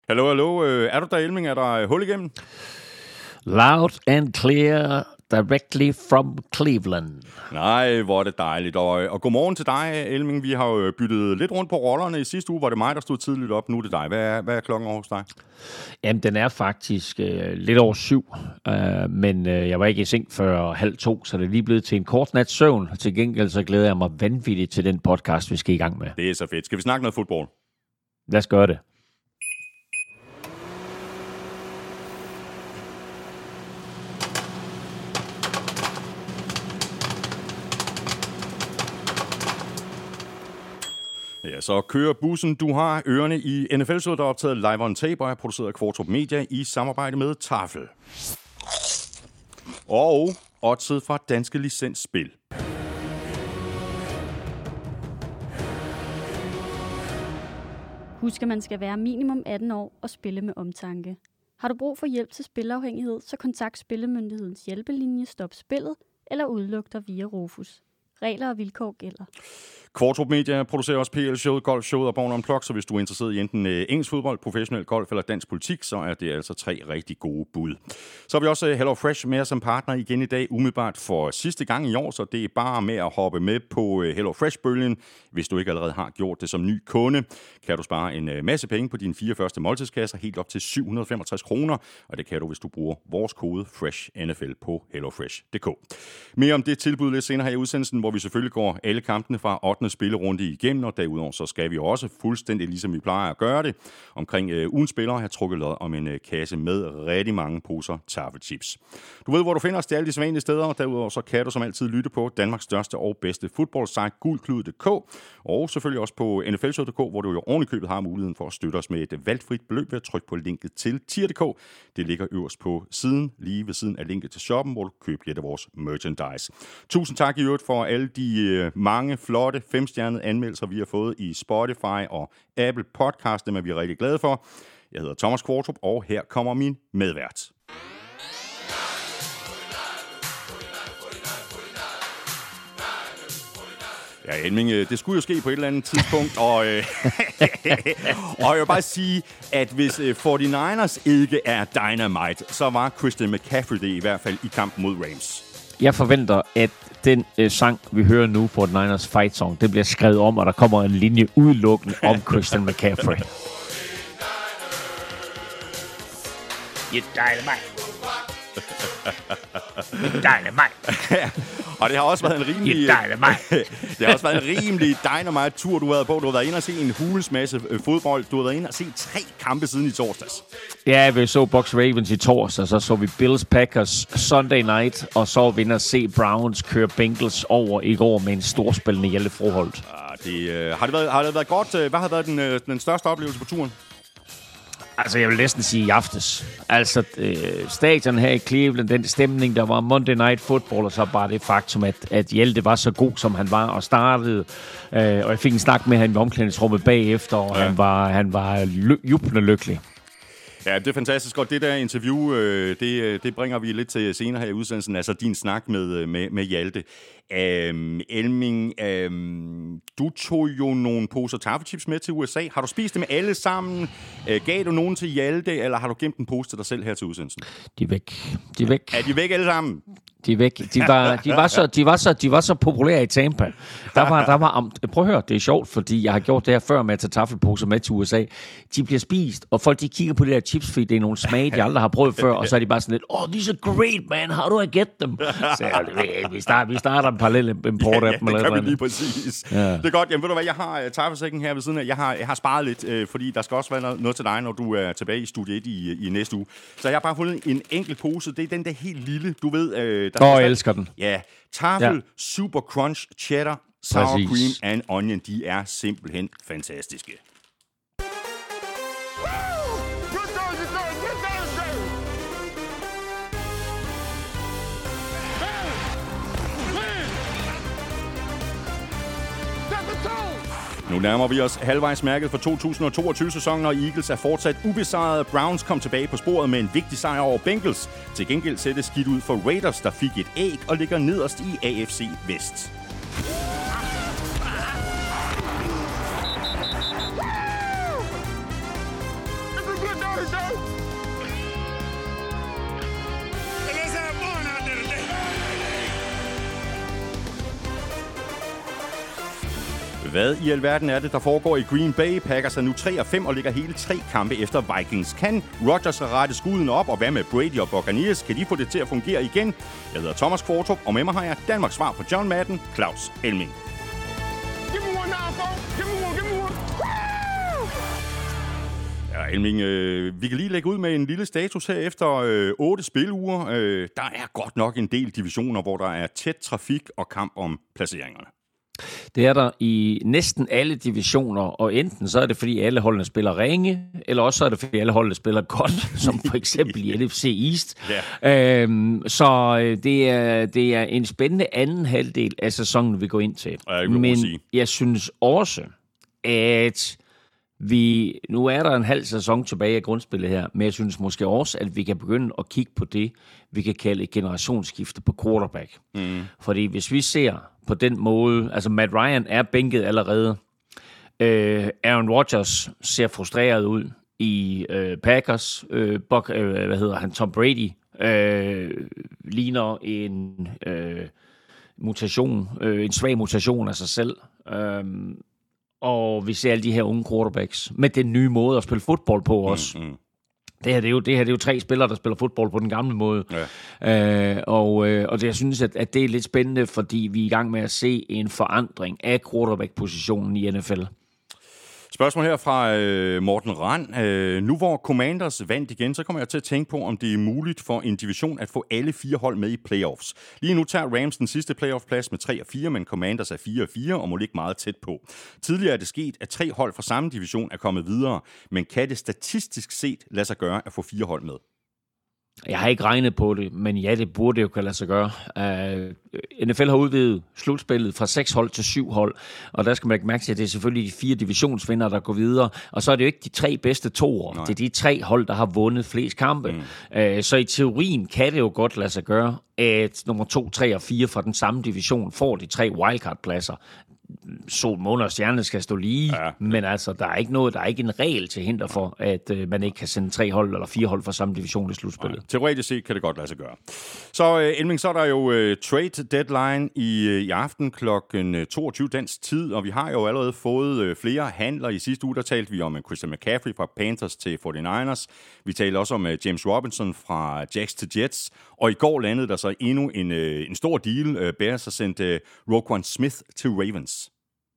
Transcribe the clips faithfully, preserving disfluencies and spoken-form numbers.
Hallo, hallo. Er du der, Elming? Er der hul igennem? Loud and clear, directly from Cleveland. Nej, hvor er det dejligt. Og, og godmorgen til dig, Elming. Vi har jo byttet lidt rundt på rollerne. I sidste uge var det mig, der stod tidligt op. Nu er det dig. Hvad er, hvad er klokken over hos dig? Jamen, den er faktisk øh, lidt over syv, øh, men øh, jeg var ikke i seng før halv to, så det er lige blevet til en kort nat søvn. Til gengæld så glæder jeg mig vanvittigt til den podcast, vi skal i gang med. Det er så fedt. Skal vi snakke noget fodbold? Lad os gøre det. Ja, så kører bussen. Du har ørerne i N F L-showet, der er optaget live on tape og er produceret af Kvartrup Media i samarbejde med Tafel. Og oddset fra Danske Licensspil. Husk, at man skal være minimum atten år og spille med omtanke. Har du brug for hjælp til spilafhængighed, så kontakt Spillemyndighedens hjælpelinje Stop Spillet eller udluk dig via Rufus. Regler og vilkår gælder. Kvartrup Media producerer også P L-showet, golfshowet og Born Unplugged, så hvis du er interesseret i enten engelsk fodbold, professionel golf eller dansk politik, så er det altså tre rigtig gode bud. Så har vi også Hello Fresh med som partner igen i dag, umiddelbart for sidste gang i år, så det er bare med at hoppe med på Hello Fresh-bølgen. Hvis du ikke allerede har gjort det som ny kunde, kan du spare en masse penge på dine fire første måltidskasser, helt op til syv hundrede og femogtres kroner, og det kan du, hvis du bruger vores kode Fresh N F L på hellofresh punktum d k. Mere om det tilbud lidt senere her i udsendelsen, hvor vi selvfølgelig går alle kampene fra ottende spillerunde igennem, og derudover så skal vi også fuldstændig ligesom vi plejer at gøre det. Omkring øh, ugens spillere har trukket lod om en øh, kasse med rigtig mange poser tafelchips. Du ved, hvor du finder os, det er alle de sædvanlige steder, og derudover så kan du som altid lytte på Danmarks største og bedste fodboldsite gulklud punktum d k, og selvfølgelig også på N F L punktum d k, hvor du jo ovenikøbet har muligheden for at støtte os med et valgfrit beløb ved at trykke på linket til tier punktum d k. Det ligger øverst på siden, lige ved siden af linket til shoppen, hvor du kan købe lidt af vores merchandise. Tusind tak i øvrigt for alle de øh, mange flotte femstjernede anmeldelser, vi har fået i Spotify og Apple Podcast, dem er vi rigtig glade for. Jeg hedder Thomas Kvartrup, og her kommer min medvært. Ja, Elming, det skulle jo ske på et eller andet tidspunkt, og, øh, og jeg vil bare sige, at hvis øh, forty-niners ikke er dynamite, så var Christian McCaffrey det i hvert fald i kampen mod Rams. Jeg forventer, at den øh, sang, vi hører nu, forty-niners Fight Song, det bliver skrevet om, og der kommer en linje udelukkende om Christian McCaffrey. You dynamite. You dynamite. Og det har også været en rimelig det har også været en rimelig dynamite tur, du har været på. Du har været inde og se en hulens masse fodbold. Du har været inde og se tre kampe siden i torsdags. Ja, vi så Bucks Ravens i torsdag, så så vi Bills Packers Sunday night, og så var vi inde og se Browns køre Bengals over i går med en storspillende Hjalte Froholt. Ja, det, øh, har, det været, har det været godt? Hvad har været den, øh, den største oplevelse på turen? Altså, jeg vil næsten sige i aftes. Altså, øh, stadion her i Cleveland, den stemning, der var Monday Night Football, og så bare det faktum, at, at Hjalte var så god, som han var, og startede. Øh, og jeg fik en snak med ham i omklædningsrummet bagefter, og ja. han var, han var ly- jublende lykkelig. Ja, det er fantastisk godt. Det der interview, øh, det, det bringer vi lidt til senere her i udsendelsen. Altså din snak med, med, med Hjalte. Øhm, Elming, øhm, du tog jo nogle poser tafelchips med til U S A. Har du spist dem alle sammen? Øh, gav du nogen til Hjalte, eller har du gemt en pose til dig selv her til udsendelsen? De er væk. De er væk. Er de væk alle sammen? De er væk. De var, de var, så, de var, så, de var så populære i Tampa. Der var, der var, prøv at høre, det er sjovt, fordi jeg har gjort det her før med at tage tafelposer med til U S A. De bliver spist, og folk de kigger på det der chips, fordi det er nogle smage, de aldrig har prøvet før, og så er de bare sådan lidt, oh, these are great, man, how do I get them? Så jeg, vi, starter, vi starter en parallel import af dem. Ja, det kan vi lige præcis. Ja. Det er godt. Jamen ved du hvad, jeg har uh, tafelsækken her ved siden af. Jeg har, jeg har sparet lidt, uh, fordi der skal også være noget, noget til dig, når du er tilbage i Studie et i, i næste uge. Så jeg har bare fundet en enkelt pose. Det er den der helt lille, du ved. Uh, der Åh, oh, jeg elsker den. Ja, Tafel ja. Super Crunch Cheddar Sour præcis. Cream and Onion. De er simpelthen fantastiske. Nu nærmer vi os halvvejs mærket for to tusind og toogtyve-sæsonen, og Eagles er fortsat ubesejret. Browns kom tilbage på sporet med en vigtig sejr over Bengals. Til gengæld ser det skidt ud for Raiders, der fik et æg og ligger nederst i A F C Vest. know to do. And let's have fun out there today. Hvad i alverden er det, der foregår i Green Bay? Packers er nu tre og fem og ligger hele tre kampe efter Vikings. Kan Rodgers rette skuden op, og hvad med Brady og Buccaneers? Kan de få det til at fungere igen? Jeg hedder Thomas Kvartrup, og med mig har jeg Danmarks svar på John Madden, Claus Elming. Give me one now, folks. Give me one, give me one. Ja, Elming, øh, vi kan lige lægge ud med en lille status her efter øh, otte spiluger. Øh, der er godt nok en del divisioner, hvor der er tæt trafik og kamp om placeringerne. Det er der i næsten alle divisioner, og enten så er det, fordi alle holdene spiller ringe, eller også så er det, fordi alle holdene spiller godt, som for eksempel i N F C East. Yeah. Øhm, så det er, det er en spændende anden halvdel af sæsonen, vi går ind til. Jeg Men jeg synes også, at vi, nu er der en halv sæson tilbage af grundspillet her, men jeg synes måske også, at vi kan begynde at kigge på det, vi kan kalde et generationsskifte på quarterback. Mm. Fordi hvis vi ser på den måde, altså Matt Ryan er bænket allerede, øh, Aaron Rodgers ser frustreret ud i øh, Packers, øh, Buck, øh, hvad hedder han, Tom Brady øh, ligner en øh, mutation, øh, en svag mutation af sig selv. Øh, Og vi ser alle de her unge quarterbacks med den nye måde at spille fodbold på også. Mm, mm. Det her, det er jo, det her det er jo tre spillere, der spiller fodbold på den gamle måde. Ja. Øh, og, øh, og det, jeg synes, at, at det er lidt spændende, fordi vi er i gang med at se en forandring af quarterback-positionen i N F L. Spørgsmål her fra øh, Morten Rand. Øh, nu hvor Commanders vandt igen, så kommer jeg til at tænke på, om det er muligt for en division at få alle fire hold med i playoffs. Lige nu tager Rams den sidste playoff-plads med tre og fire, men Commanders er fire og fire og må ligge meget tæt på. Tidligere er det sket, at tre hold fra samme division er kommet videre, men kan det statistisk set lade sig gøre at få fire hold med? Jeg har ikke regnet på det, men ja, det burde jo kunne lade sig gøre. Uh, N F L har udvidet slutspillet fra seks hold til syv hold, og der skal man ikke mærke til, at det er selvfølgelig de fire divisionsvindere, der går videre, og så er det jo ikke de tre bedste toer. Nej. Det er de tre hold, der har vundet flest kampe. Mm. Uh, så i teorien kan det jo godt lade sig gøre, at nummer to, tre og fire fra den samme division får de tre wildcard-pladser. Sol, måne og stjerne skal stå lige, ja. Men altså, der er ikke noget, der er ikke en regel til hinder for, at øh, man ikke kan sende tre hold eller fire hold fra samme division i slutspillet. Nej. Teoretisk set kan det godt lade sig gøre. Så øh, Elming, så er der jo øh, trade deadline i, øh, i aften klokken toogtyve dansk tid, og vi har jo allerede fået øh, flere handler. I sidste uge, der talte vi om øh, Christian McCaffrey fra Panthers til forty-niners. Vi talte også om øh, James Robinson fra Jacks til Jets, og i går landede der så endnu en, øh, en stor deal. Øh, Bears har sendt øh, Roquan Smith til Ravens.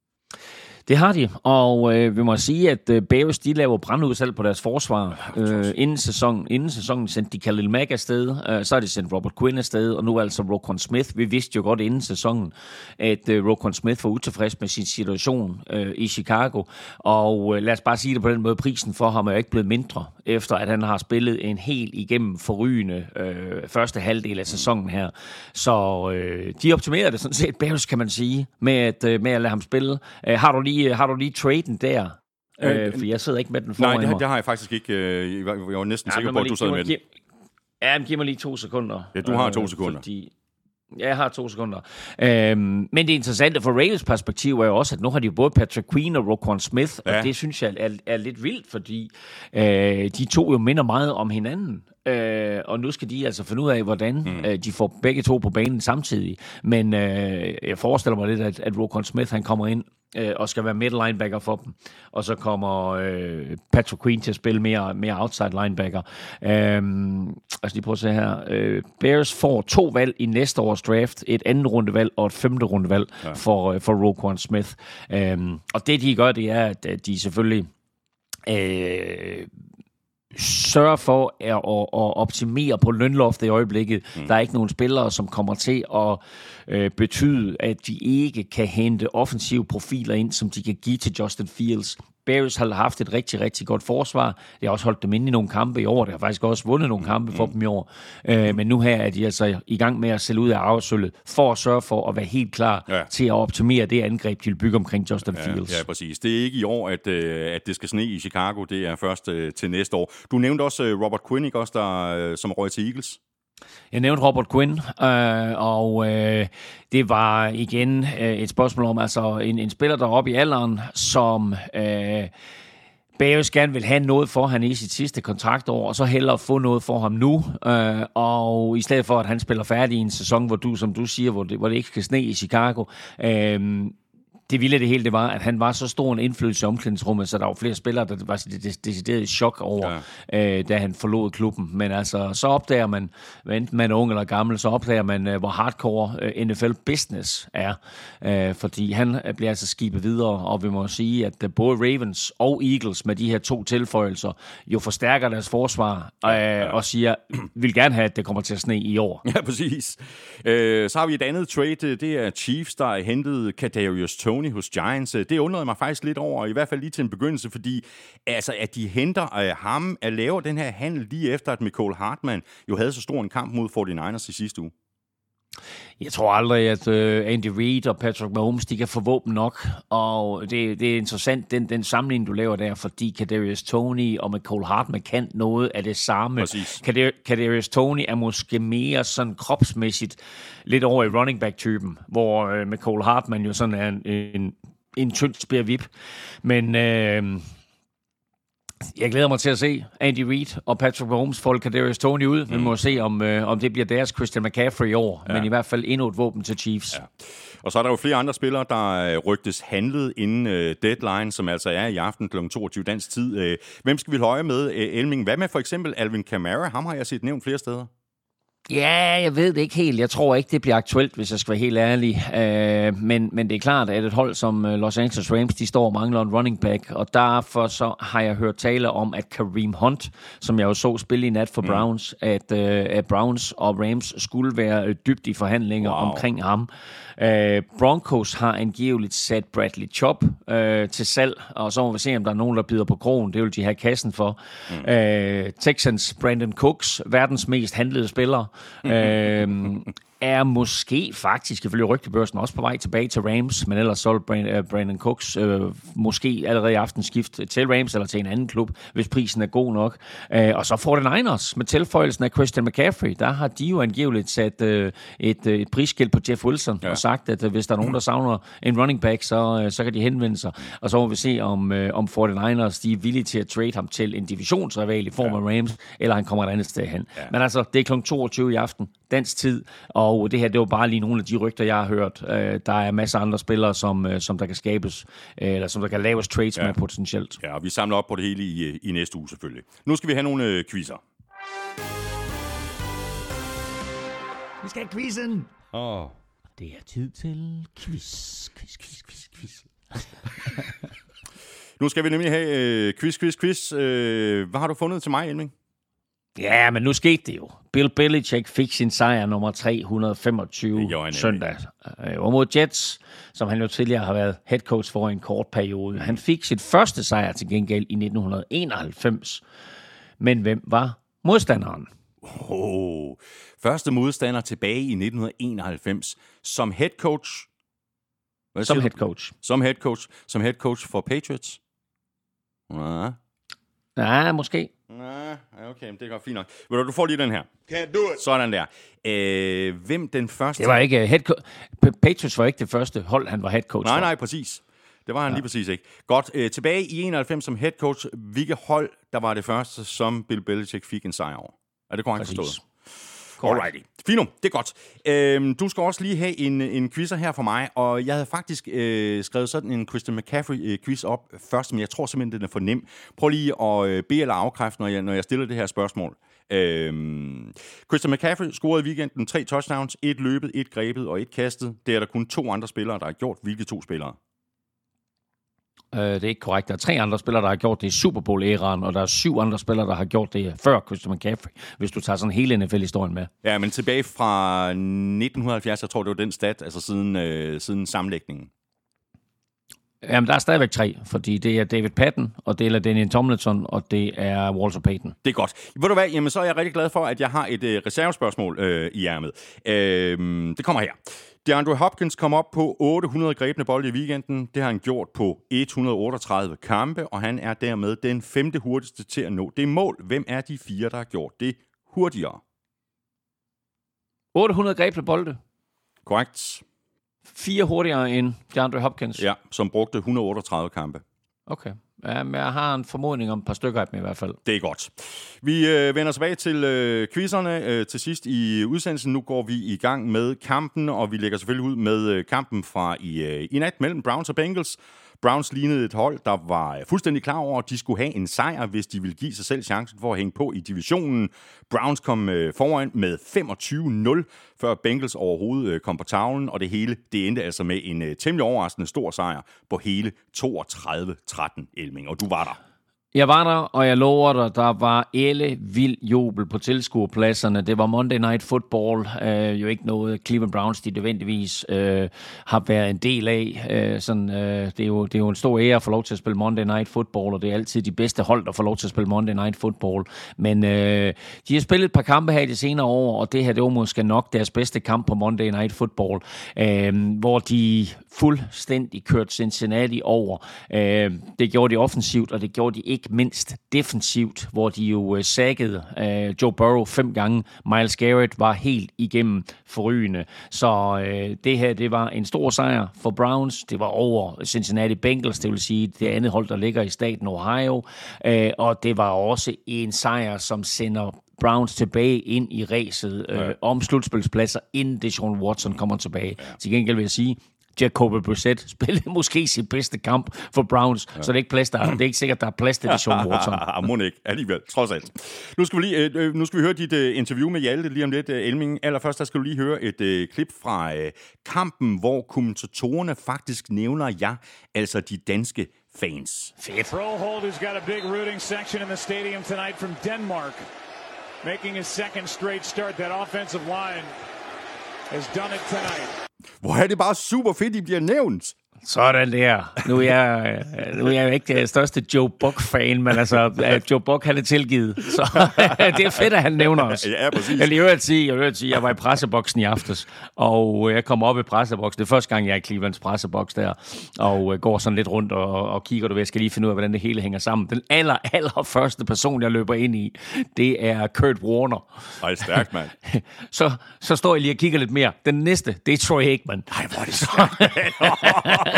Det har de, og øh, vi må sige, at øh, Bears, de laver brandudsalg på deres forsvar. Øh, inden, sæson, inden sæsonen sendte de Khalil Mack afsted, øh, så har de sendt Robert Quinn afsted, og nu altså Roquan Smith. Vi vidste jo godt inden sæsonen, at øh, Roquan Smith var utilfreds med sin situation øh, i Chicago, og øh, lad os bare sige det på den måde, prisen for ham er jo ikke blevet mindre, efter at han har spillet en helt igennem forrygende øh, første halvdel af sæsonen her. Så øh, de optimerer det sådan set, Bears kan man sige, med at, øh, med at lade ham spille. Øh, har du lige Har du lige traden der? Øh, for jeg sidder ikke med den foran mig. Nej, det har jeg faktisk ikke. Jeg var, jeg var næsten ja, sikker på, at du sad med den. Ja, men giv mig lige to sekunder. Ja, du har to sekunder. Fordi, ja, jeg har to sekunder. Øhm, men det interessante for Ravens perspektiv er jo også, at nu har de jo både Patrick Queen og Roquan Smith, ja. Og det synes jeg er, er lidt vildt, fordi øh, de to jo minder meget om hinanden. Øh, og nu skal de altså finde ud af, hvordan mm. øh, de får begge to på banen samtidig. Men øh, jeg forestiller mig lidt, at, at Roquan Smith han kommer ind øh, og skal være middle linebacker for dem. Og så kommer øh, Patrick Queen til at spille mere, mere outside linebacker. Øh, altså lige prøve at se her. Øh, Bears får to valg i næste års draft. Et andet rundevalg og et femte rundevalg ja. for, øh, for Roquan Smith. Øh, og det de gør, det er, at de selvfølgelig Øh, sørger for at, at, at optimere på lønloftet i øjeblikket. Mm. Der er ikke nogen spillere, som kommer til at øh, betyde, at de ikke kan hente offensive profiler ind, som de kan give til Justin Fields. Bears har haft et rigtig, rigtig godt forsvar. Det har også holdt dem inde i nogle kampe i år. Det har faktisk også vundet nogle kampe for mm. dem i år. Øh, men nu her er de altså i gang med at sælge ud af arvesølvet for at sørge for at være helt klar ja. til at optimere det angreb, de vil bygge omkring Justin ja, Fields. Ja, præcis. Det er ikke i år, at, at det skal sne i Chicago. Det er først til næste år. Du nævnte også Robert Quinn, ikke også, der, som røg til Eagles? Jeg nævnte Robert Quinn, øh, og øh, det var igen øh, et spørgsmål om altså en, en spiller, der er oppe i alderen, som øh, Bears gerne vil have noget for han i sit sidste kontraktår, og så hellere få noget for ham nu, øh, og i stedet for, at han spiller færdig i en sæson, hvor du, som du siger, hvor det, hvor det ikke skal sne i Chicago, øh, det vilde det hele, det var, at han var så stor en indflydelse i omklædningsrummet, så der var flere spillere, der var decideret i chok over, ja. øh, da han forlod klubben. Men altså, så opdager man, enten man er ung eller gammel, så opdager man, øh, hvor hardcore øh, N F L-business er. Øh, fordi han bliver altså skibet videre, og vi må sige, at øh, både Ravens og Eagles med de her to tilføjelser, jo forstærker deres forsvar, øh, ja. og siger, vil gerne have, at det kommer til at sne i år. Ja, præcis. Øh, så har vi et andet trade, det er Chiefs, der har hentet Kadarius Toney hos Giants. Det undrede mig faktisk lidt over, i hvert fald lige til en begyndelse, fordi altså, at de henter øh, ham, at lave den her handel lige efter, at Mecole Hardman jo havde så stor en kamp mod forty-niners i sidste uge. Jeg tror aldrig, at uh, Andy Reid og Patrick Mahomes, de kan få våben nok, og det, det er interessant, den, den sammenligning, du laver der, fordi Kadarius Toney og Mecole Hardman kan noget af det samme. Kadarius Toney er måske mere sådan kropsmæssigt lidt over i running back-typen, hvor uh, Mecole Hardman jo sådan er en, en, en tynd spærvip. Men Uh, jeg glæder mig til at se Andy Reid og Patrick Mahomes få Kadarius Toney ud. Vi må se, om, øh, om det bliver deres Christian McCaffrey i år. Ja. Men i hvert fald endnu et våben til Chiefs. Ja. Og så er der jo flere andre spillere, der rygtes handlet inden øh, deadline, som altså er i aften kl. toogtyve dansk tid. Øh, hvem skal vi holde med, øh, Elming? Hvad med for eksempel Alvin Kamara? Ham har jeg set nævnt flere steder. Ja, jeg ved det ikke helt. Jeg tror ikke, det bliver aktuelt, hvis jeg skal være helt ærlig. Øh, men, men det er klart, at et hold som Los Angeles Rams, de står og mangler en running back, og derfor så har jeg hørt tale om, at Kareem Hunt, som jeg jo så spille i nat for Browns, mm. at, øh, at Browns og Rams skulle være øh, dybt i forhandlinger wow. omkring ham. Øh, Broncos har angiveligt sat Bradley Chubb øh, til salg, og så må vi se, om der er nogen, der bider på krogen. Det vil de have kassen for. Mm. Øh, Texans Brandon Cooks, verdens mest handlede spiller, øh, er måske faktisk, ifølge rygtebørsen, også på vej tilbage til Rams, men ellers så Brandon Cooks øh, måske allerede i aften skift til Rams eller til en anden klub, hvis prisen er god nok. Øh, og så forty-niners med tilføjelsen af Christian McCaffrey. Der har de jo angiveligt sat øh, et, et prisskilt på Jeff Wilson ja. og sagt, at øh, hvis der er nogen, der savner en running back, så, øh, så kan de henvende sig. Og så må vi se, om, øh, om forty-niners de er villige til at trade ham til en divisionsrival i form af ja. Rams, eller han kommer et andet sted hen. Ja. Men altså, det er kl. toogtyve i aften, dansk tid, og det her, det var bare lige nogle af de rygter, jeg har hørt. Øh, der er masser af andre spillere, som, øh, som der kan skabes, øh, eller som der kan laves trades ja. med potentielt. Ja, og vi samler op på det hele i, i næste uge selvfølgelig. Nu skal vi have nogle øh, quizzer. Vi skal have quizzen! Åh. Oh. Det er tid til quiz, quiz, quiz, quiz, quiz. Nu skal vi nemlig have øh, quiz, quiz, quiz. Øh, hvad har du fundet til mig, Elming? Ja, men nu skete det jo. Bill Belichick fik sin sejr nummer tre hundrede og femogtyve søndag. Og mod Jets, som han jo tidligere har været head coach for en kort periode. Han fik sit første sejr til gengæld i nitten enoghalvfems. Men hvem var modstanderen? Oh, første modstander tilbage i nitten enoghalvfems som head coach. Hvad som head coach. Som head coach. Som head coach for Patriots. Ja. Nej, måske. Nej, okay, det går fint nok. Ved du, du får lige den her. Can't do it. Sådan der. Øh, hvem den første... Det var ikke head coach. Patriots var ikke det første hold, han var head coach Nej, for. nej, præcis. Det var han ja. lige præcis ikke. Godt, øh, tilbage i enoghalvfems som head coach. Hvilket hold, der var det første, som Bill Belichick fik en sejr over? Er det korrekt forstået? Alrighty. Fino, det er godt. Øhm, du skal også lige have en, en quizzer her for mig, og jeg havde faktisk øh, skrevet sådan en Christian McCaffrey-quiz op først, men jeg tror simpelthen, den er for nem. Prøv lige at øh, bede eller afkræfte, når jeg, når jeg stiller det her spørgsmål. Øhm, Christian McCaffrey scorede i weekenden tre touchdowns, et løbet, et grebet og et kastet. Det er der kun to andre spillere, der har gjort. Hvilke to spillere? Uh, det er ikke korrekt. Der er tre andre spillere, der har gjort det i Super Bowl-æraen, og der er syv andre spillere, der har gjort det før Christian McCaffrey, hvis du tager sådan hele N F L-historien med. Ja, men tilbage fra nitten halvfjerds, jeg tror, det var den stat, altså siden, øh, siden sammenlægningen. Jamen, der er stadigvæk tre, fordi det er David Patton, og det er Daniel Tomlinson, og det er Walter Payton. Det er godt. Ved du hvad, jamen, så er jeg rigtig glad for, at jeg har et øh, reservespørgsmål øh, i ærmet. Øh, det kommer her. DeAndre Hopkins kom op på otte hundrede grebne bolde i weekenden. Det har han gjort på et hundrede otteogtredive kampe, og han er dermed den femte hurtigste til at nå det mål. Hvem er de fire, der har gjort det hurtigere? otte hundrede grebne bolde. Korrekt. Fire hurtigere end DeAndre Hopkins. Ja, som brugte et hundrede otteogtredive kampe. Okay. Ja, men jeg har en formodning om et par stykker af dem i hvert fald. Det er godt. Vi øh, vender tilbage til øh, quizzerne øh, til sidst i udsendelsen. Nu går vi i gang med kampen, og vi lægger selvfølgelig ud med øh, kampen fra i, øh, i nat mellem Browns og Bengals. Browns lignede et hold, der var fuldstændig klar over, at de skulle have en sejr, hvis de ville give sig selv chancen for at hænge på i divisionen. Browns kom øh, foran med femogtyve nul, før Bengals overhovedet øh, kom på tavlen, og det hele det endte altså med en øh, temmelig overraskende stor sejr på hele toogtredive tretten, Elming, og du var der. Jeg var der, og jeg lover dig, der var elle vild jubel på tilskuerpladserne. Det var Monday Night Football, øh, jo ikke noget Cleveland Browns, de nødvendigvis øh, har været en del af. Øh, sådan, øh, det, er jo, det er jo en stor ære at få lov til at spille Monday Night Football, og det er altid de bedste hold, der får lov til at spille Monday Night Football. Men øh, de har spillet et par kampe her i de senere år, og det her det var måske nok deres bedste kamp på Monday Night Football, øh, hvor de fuldstændig kørte Cincinnati over. Øh, det gjorde de offensivt, og det gjorde de ikke mindst defensivt, hvor de jo øh, saggede øh, Joe Burrow fem gange. Myles Garrett var helt igennem forrygende. Så øh, det her, det var en stor sejr for Browns. Det var over Cincinnati Bengals, det vil sige det andet hold, der ligger i staten Ohio. Øh, og det var også en sejr, som sender Browns tilbage ind i ræset øh, ja. om slutspilspladser, inden Deshaun Watson kommer tilbage. Ja. Til gengæld vil jeg sige, Jacoby Brissett spillede måske sin bedste kamp for Browns, ja. så det er ikke plads, der, det er ikke sikkert, der er plads til Deshaun Watson. Må ikke, alligevel, trods alt. Nu skal vi, lige, øh, nu skal vi høre dit øh, interview med Hjalte lige om lidt, øh, Elming. Allerførst, der skal du lige høre et øh, klip fra øh, kampen, hvor kommentatorerne faktisk nævner jer, altså de danske fans. Fedt. Froholt has got a big rooting section in the stadium tonight from Denmark. Making his second straight start. That offensive line has done it tonight. Hvor er det bare super fedt, I bliver nævnt. Sådan der. Nu er jeg, nu er jeg jo ikke den største Joe Buck-fan, men altså, Joe Buck han er tilgivet. Så det er fedt, at han nævner os. Ja, præcis. Jeg vil jo sige, jeg vil sige, jeg var i presseboksen i aftes, og jeg kom op i presseboksen. Det er første gang, jeg er i Clevelands presseboks der, og går sådan lidt rundt og, og kigger, du ved, jeg skal lige finde ud af, hvordan det hele hænger sammen. Den aller, aller første person, jeg løber ind i, det er Kurt Warner. Ej, stærkt, mand. så, så står jeg lige og kigger lidt mere. Den næste, det er Troy Aikman. Ej, hvor er det stærkt.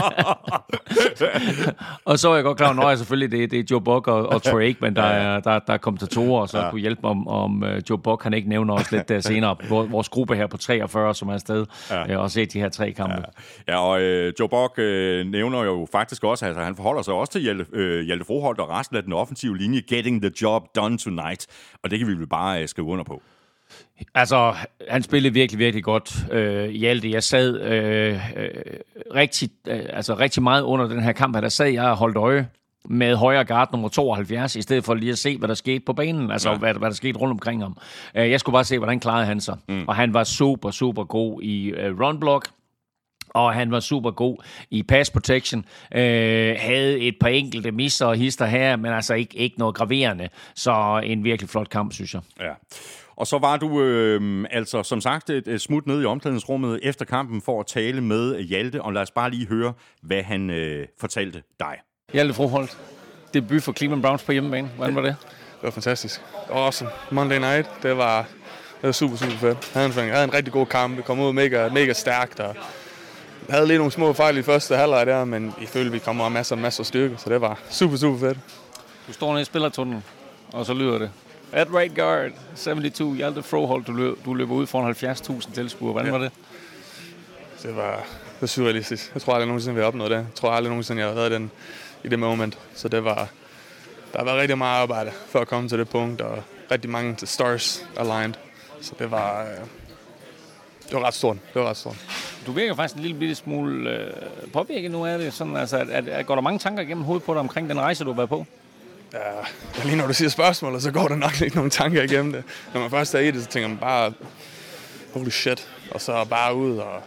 Og så er jeg godt klar, når jeg selvfølgelig det, det er Joe Buck og, og Troy Aikman, der er, der, der er kommentatorer, og så ja. kunne hjælpe mig om, om uh, Joe Buck, han ikke nævner os lidt der senere. Vores gruppe her på treogfyrre, som er afsted, ja. og se de her tre kampe. Ja, ja og øh, Joe Buck øh, nævner jo faktisk også, altså han forholder sig også til Hjalte, øh, Hjalte Froholt og resten af den offensive linje, getting the job done tonight, og det kan vi vel bare øh, skrive under på. Altså, han spillede virkelig, virkelig godt, øh, Hjalte. Jeg sad øh, øh, rigtig, øh, altså, rigtig meget under den her kamp, der sad jeg og holdt øje med højre guard nummer tooghalvfjerds, i stedet for lige at se, hvad der skete på banen, altså ja. hvad, hvad der skete rundt omkring ham. Øh, jeg skulle bare se, hvordan klarede han sig. Mm. Og han var super, super god i øh, run block, og han var super god i pass protection. Øh, havde et par enkelte misser og hister her, men altså ikke, ikke noget graverende. Så en virkelig flot kamp, synes jeg. Ja. Og så var du øh, altså som sagt et, et smut ned i omklædningsrummet efter kampen for at tale med Hjalte, og lad os bare lige høre, hvad han øh, fortalte dig. Hjalte Froholt, debut for Cleveland Browns på hjemmebane. Hvordan var det? Det var fantastisk. Awesome. Monday night, det var, det var super, super fedt. Jeg havde en, jeg havde en rigtig god kamp. Det kom ud mega, mega stærkt, og jeg havde lige nogle små fejl i første halvleg der, men jeg følte, vi kom med masser, masser af styrke, så det var super, super fedt. Du står nede i spillertunnelen, og så lyder det. At right guard, syvoghalvtreds, Hjalte Froholt, du, løb, du løber ud foran halvfjerds tusind tilskuere. Hvordan ja. var det? Det var, det var surrealistisk. Jeg tror aldrig nogensinde, vi har opnået det. Jeg tror aldrig nogensinde, jeg har været den i det moment. Så det var, der har været rigtig meget arbejde for at komme til det punkt, og rigtig mange stars aligned. Så det var, det var ret stort. Det var ret stort. Du virker faktisk en lille bitte smule øh, påvirket nu af det. Sådan, altså, at, at, at, går der mange tanker igennem hovedet på dig omkring den rejse, du har været på? Ja, lige når du siger spørgsmål, så går der nok lidt nogle tanker igennem det. Når man først er i det, så tænker man bare, holy shit, og så bare ud, og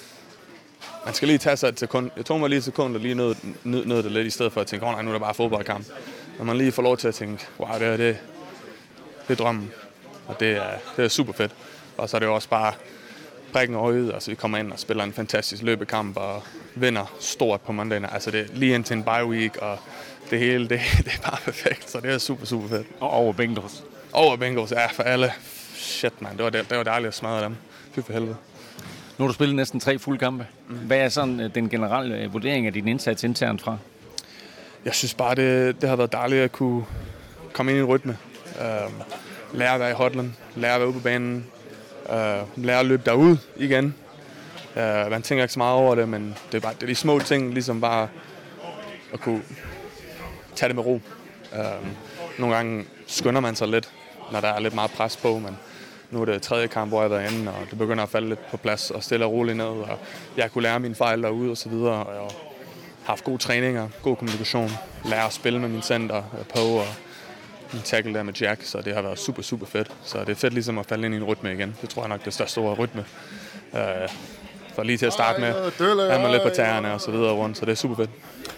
man skal lige tage sig et sekund. Jeg tog mig lige et sekund og lige nød, nød, nød det lidt, i stedet for at tænke, åh oh, nej, nu er der bare fodboldkamp. Når man lige får lov til at tænke, wow, det er, det, det er drømmen, og det er, det er super fedt. Og så er det jo også bare prikken over øjet, altså vi kommer ind og spiller en fantastisk løbekamp, og vinder stort på mandagen. Altså det er lige ind til en bye week, og det hele, det, det er bare perfekt, så det er super, super fedt. Og over Bengals. Over Bengals, ja, for alle. Shit, man, det var, det var dejligt at smadre dem. Fy for helvede. Nu har du spillet næsten tre fulde kampe. Hvad er sådan den generelle vurdering af din indsats internt fra? jeg synes bare, det, det har været dejligt at kunne komme ind i en rytme. Øh, lære at være i hotline, lære at være ude på banen, øh, lære at løbe derud igen. Øh, man tænker ikke så meget over det, men det er, bare, det er de små ting, ligesom bare at kunne tage det med ro. Øh, nogle gange skynder man sig lidt, når der er lidt meget pres på, men nu er det tredje kamp, hvor jeg har været inde, og det begynder at falde lidt på plads og stille og roligt ned, og jeg kunne lære mine fejl derude og så videre, og jeg har haft gode træninger, god kommunikation, lære at spille med min center på, og min tackle der med Jack, så det har været super, super fedt. Så det er fedt ligesom at falde ind i en rytme igen. Det tror jeg nok er det største ord, rytme. Uh, for lige til at starte med, er man lidt på tæerne og så videre rundt, så det er super fedt.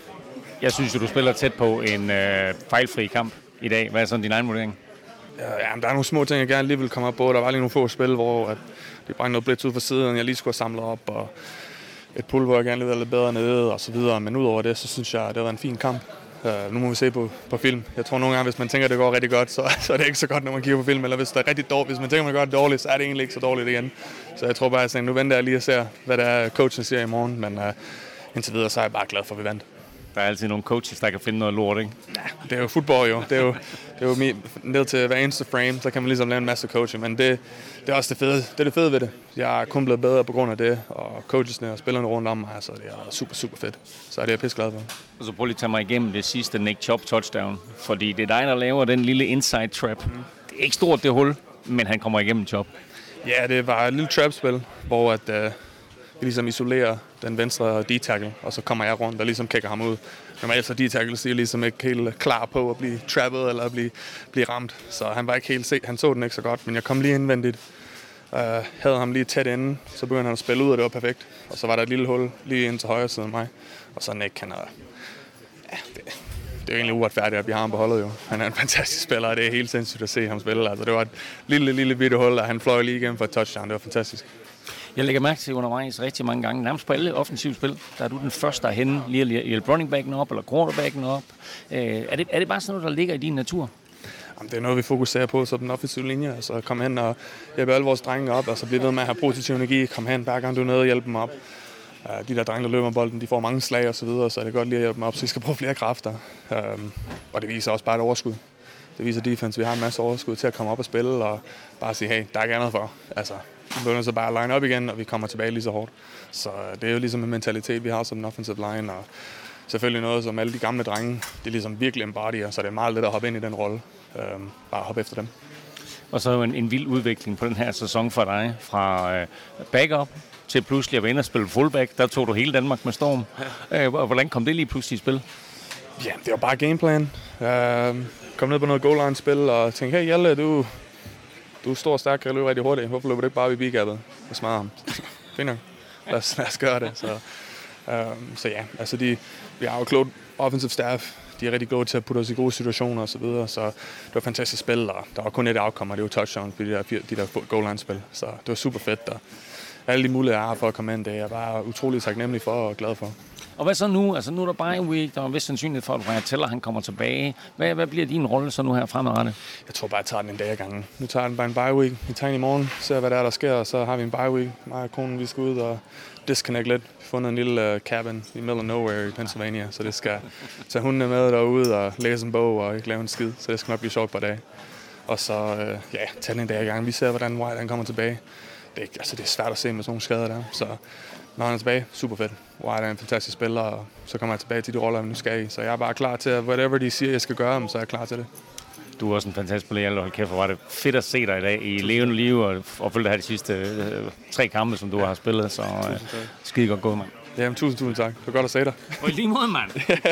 Jeg synes jo, du spiller tæt på en øh, fejlfri kamp i dag. Hvad er sådan din egen vurdering? Ja, der er nogle små ting, jeg gerne lige vil komme op på. Der var lige nogle få spil, hvor at det brændte noget blitz ud for siden, jeg lige skulle have samlet op, og et pull, hvor jeg gerne lige ville lidt bedre nede, og så videre. Men udover det, så synes jeg, at det har været en fin kamp. Uh, nu må vi se på, på film. Jeg tror nogle gange, hvis man tænker, at det går rigtig godt, så, så er det ikke så godt, når man kigger på film. Eller hvis det er rigtig dårligt, hvis man tænker, at man gør det dårligt, så er det egentlig ikke så dårligt igen. Så jeg tror bare, at jeg nu venter jeg lige og ser, hvad det er, coachen siger i morgen. Men uh, indtil videre, så er jeg bare glad for, at vi vandt. Der er altid nogle coaches, der kan finde noget lort, ikke? Ja, det er jo fodbold jo. Det er jo, det er jo ned til hver eneste frame, så kan man ligesom lave en masse coaching. Men det, det er også det fede, det er det fede ved det. Jeg er kun blevet bedre på grund af det, og coachesne og spillerne rundt om mig, så det er super, super fedt. Så er det jeg pisse glad for. Og så prøv lige at tage mig igennem det sidste Nick Chubb touchdown. Fordi det er dig, der laver den lille inside trap. Mm. Det er ikke stort, det hul, men han kommer igennem Chubb. Ja, det var et lille trap-spil, hvor at, uh, vi ligesom isolerer den venstre D-tackle, og så kommer jeg rundt og ligesom kigger ham ud. Normalt så D-tackle siger ligesom ikke helt klar på at blive trappet eller at blive, blive ramt, så han var ikke helt set. Han så den ikke så godt, men jeg kom lige indvendigt. Uh, havde ham lige tæt inde, så begyndte han at spille ud, og det var perfekt. Og så var der et lille hul lige ind til højre side af mig, og så Nick, han er... Ja, det, det er jo egentlig uretfærdigt, at vi har ham på holdet jo. Han er en fantastisk spiller, og det er helt sindssygt at se ham spille. Altså, det var et lille, lille bitte hul, og han fløj lige igennem for et touchdown. Det var fantastisk. Jeg lægger mærke til undervejs rigtig mange gange, nærmest på alle offensive spil, der er du den første, der er henne, lige at hjælpe running backen op, eller quarterbacken op. Øh, er, det, er det bare sådan noget, der ligger i din natur? Jamen, det er noget, vi fokuserer på, så den offensive linje. Altså, kom hen og hjælpe alle vores drenge op, og så blive ved med at have positiv energi. Kom hen, hver gang du er nede og hjælpe dem op. Uh, de der drenge, der løber bolden, de får mange slag og så videre, så er det godt lige at hjælpe dem op, så vi skal bruge flere kræfter. Um, og det viser også bare et overskud. Det viser defense, vi har en masse overskud til at komme op og spille, og bare sige, hey, der er ikke andet for. Altså, vi begynder så bare at line op igen, og vi kommer tilbage lige så hårdt. Så det er jo ligesom en mentalitet, vi har som en offensive line, og selvfølgelig noget, som alle de gamle drenge, de ligesom virkelig embodyer, så det er meget let at hoppe ind i den rolle. Um, bare hoppe efter dem. Og så en, en vild udvikling på den her sæson for dig, fra øh, backup til pludselig at vende og spille fullback. Der tog du hele Danmark med storm. Ja. Øh, og hvordan kom det lige pludselig i spil? Ja, det var bare gameplan. Uh, kom ned på noget goal line spil og tænkte, hey Hjalte, du, du er stor og stærk, kan løbe rigtig hurtigt. Hvorfor løber du ikke bare i B-gappet og smadrer ham? Fint nok. Lad os, lad os gøre det. Så, uh, så ja, altså de, vi har jo klogt offensive staff. De er rigtig gode til at putte os i gode situationer og så videre, så det var fantastisk spil, og der var kun et outcome, og det var touchdown på de der, de der goal line spil, så det var super fedt, og alle de muligheder, jeg har for at komme ind, det er jeg bare utrolig taknemmelig for og glad for. Og hvad så nu? Altså nu er der bye week, der er en vis sandsynlighed for, at Brian Teller, han kommer tilbage. Hvad, hvad bliver din rolle så nu her fremadrettet? Jeg tror bare, jeg tager den en dag ad gangen. Nu tager den bare en bye week. Vi tager den i morgen, ser hvad der er, der sker, og så har vi en bye week. Mig og konen, vi skal ud og disconnect lidt. Vi har fundet en lille uh, cabin i middle of nowhere i Pennsylvania, så det skal tage hundene med derude og læse en bog og ikke lave en skid, så det skal nok blive sjovt på dag. Og så uh, ja, tage den en dag ad gangen. Vi ser, hvordan White han kommer tilbage. Det er, altså, det er svært at se med sådan nogle skader der, så når han er tilbage, super fedt. White er en fantastisk spiller, og så kommer jeg tilbage til de roller, vi nu skal i. Så jeg er bare klar til, at whatever de siger, jeg skal gøre, så er jeg klar til det. Du er også en fantastisk spiller, og hold kæft, hvor var det fedt at se dig i dag i levende liv, og, og følge dig her de sidste øh, tre kampe, som du har spillet, så øh, skide godt gået, mand. Jamen, tusind, tusind tak. Det var godt at se dig. Og i lige måde, mand.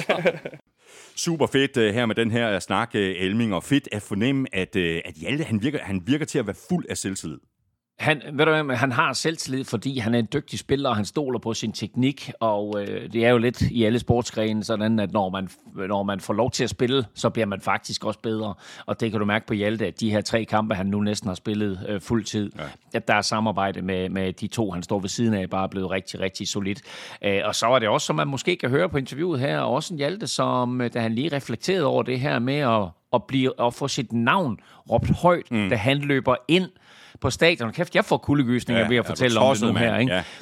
Super fedt uh, her med den her snak, uh, Elming, og fedt at fornemme, at, uh, at Hjalte, han virker, han virker til at være fuld af selvtillid. Han, ved du hvad, han har selvtillid, fordi han er en dygtig spiller, og han stoler på sin teknik, og øh, det er jo lidt i alle sportsgrene sådan, at når man, når man får lov til at spille, så bliver man faktisk også bedre, og det kan du mærke på Hjalte, at de her tre kampe, han nu næsten har spillet øh, fuld tid, ja. At der er samarbejde med, med de to, han står ved siden af, bare blevet rigtig, rigtig solidt. Øh, og så er det også, som man måske kan høre på interviewet her, også en Hjalte, som da han lige reflekterede over det her med at, at, blive, at få sit navn råbt højt, mm. da han løber ind på stadion. Kæft, jeg får kuldegysninger ja, ved at fortælle om det nu her, ikke? Ja.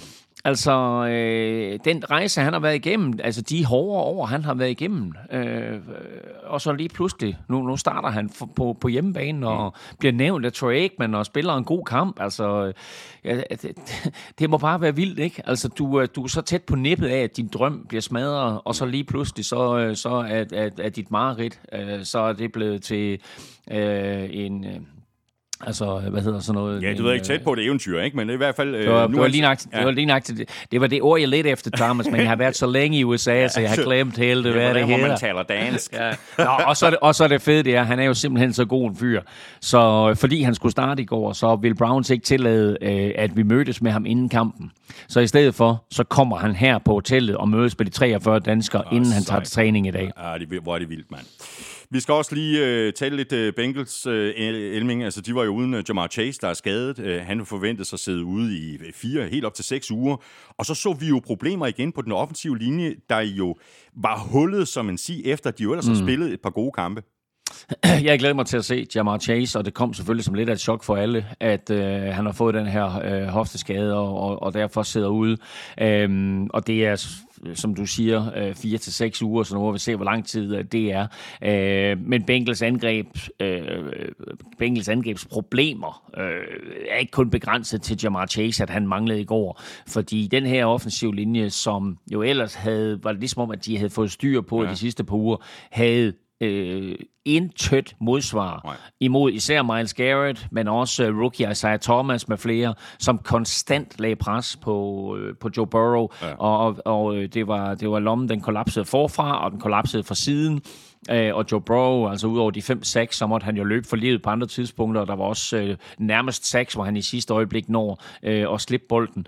Altså, øh, den rejse, han har været igennem, altså de hårde år, han har været igennem, øh, og så lige pludselig, nu, nu starter han for, på, på hjemmebanen og mm. bliver nævnt af Troy Aikman og spiller en god kamp. Altså, ja, det, det må bare være vildt, ikke? Altså, du, du er så tæt på nippet af, at din drøm bliver smadret, og så lige pludselig, så, så er, er, er dit mareridt, øh, så er det blevet til øh, en... Altså, hvad hedder sådan noget? Ja, du er ikke tæt på det eventyr, ikke? Men det er i hvert fald... Det var, nu det var lige nøjagtigt, ja. det var lige nøjagtigt. Det, det var det ord, jeg lidt efter, Thomas, men jeg har været så længe i U S A, ja, så jeg har glemt hele det, hvad det, det hedder. Man taler dansk. Ja. Nå, og, så er det, og så er det fedt, det er, han er jo simpelthen så god en fyr. Så fordi han skulle starte i går, så vil Browns ikke tillade, øh, at vi mødtes med ham inden kampen. Så i stedet for, så kommer han her på hotellet og mødes med de treogfyrre danskere, oh, inden han tager til træning i dag. Ja, det, hvor er det vildt, mand. Vi skal også lige uh, tale lidt uh, Bengals, uh, Elming. Altså, de var jo uden uh, Jamar Chase, der er skadet. Uh, han forventede sig at sidde ude i fire, helt op til seks uger. Og så så vi jo problemer igen på den offensive linje, der jo var hullet, som man siger, efter at de jo ellers mm. har spillet et par gode kampe. Jeg glæder mig til at se Jamar Chase, og det kom selvfølgelig som lidt af et chok for alle, at øh, han har fået den her øh, hofteskade, og, og, og derfor sidder ude. Øhm, og det er, som du siger, øh, fire til seks uger, så nu må vi se, hvor lang tid øh, det er. Øh, men Bengals angreb, øh, Bengals angrebsproblemer øh, er ikke kun begrænset til Jamar Chase, at han manglede i går, fordi den her offensiv linje, som jo ellers havde, var det ligesom om, at de havde fået styr på ja. de sidste par uger, havde Øh, intet modsvar Nej. imod især Myles Garrett, men også uh, rookie Isaiah Thomas med flere, som konstant lagde pres på, uh, på Joe Burrow, ja. og, og det var, det var lommen, den kollapsede forfra, og den kollapsede fra siden. Uh, og Joe Burrow, altså ud over de fem sacks, så måtte han jo løbe for livet på andre tidspunkter, og der var også uh, nærmest sacks, hvor han i sidste øjeblik når uh, at slippe bolden.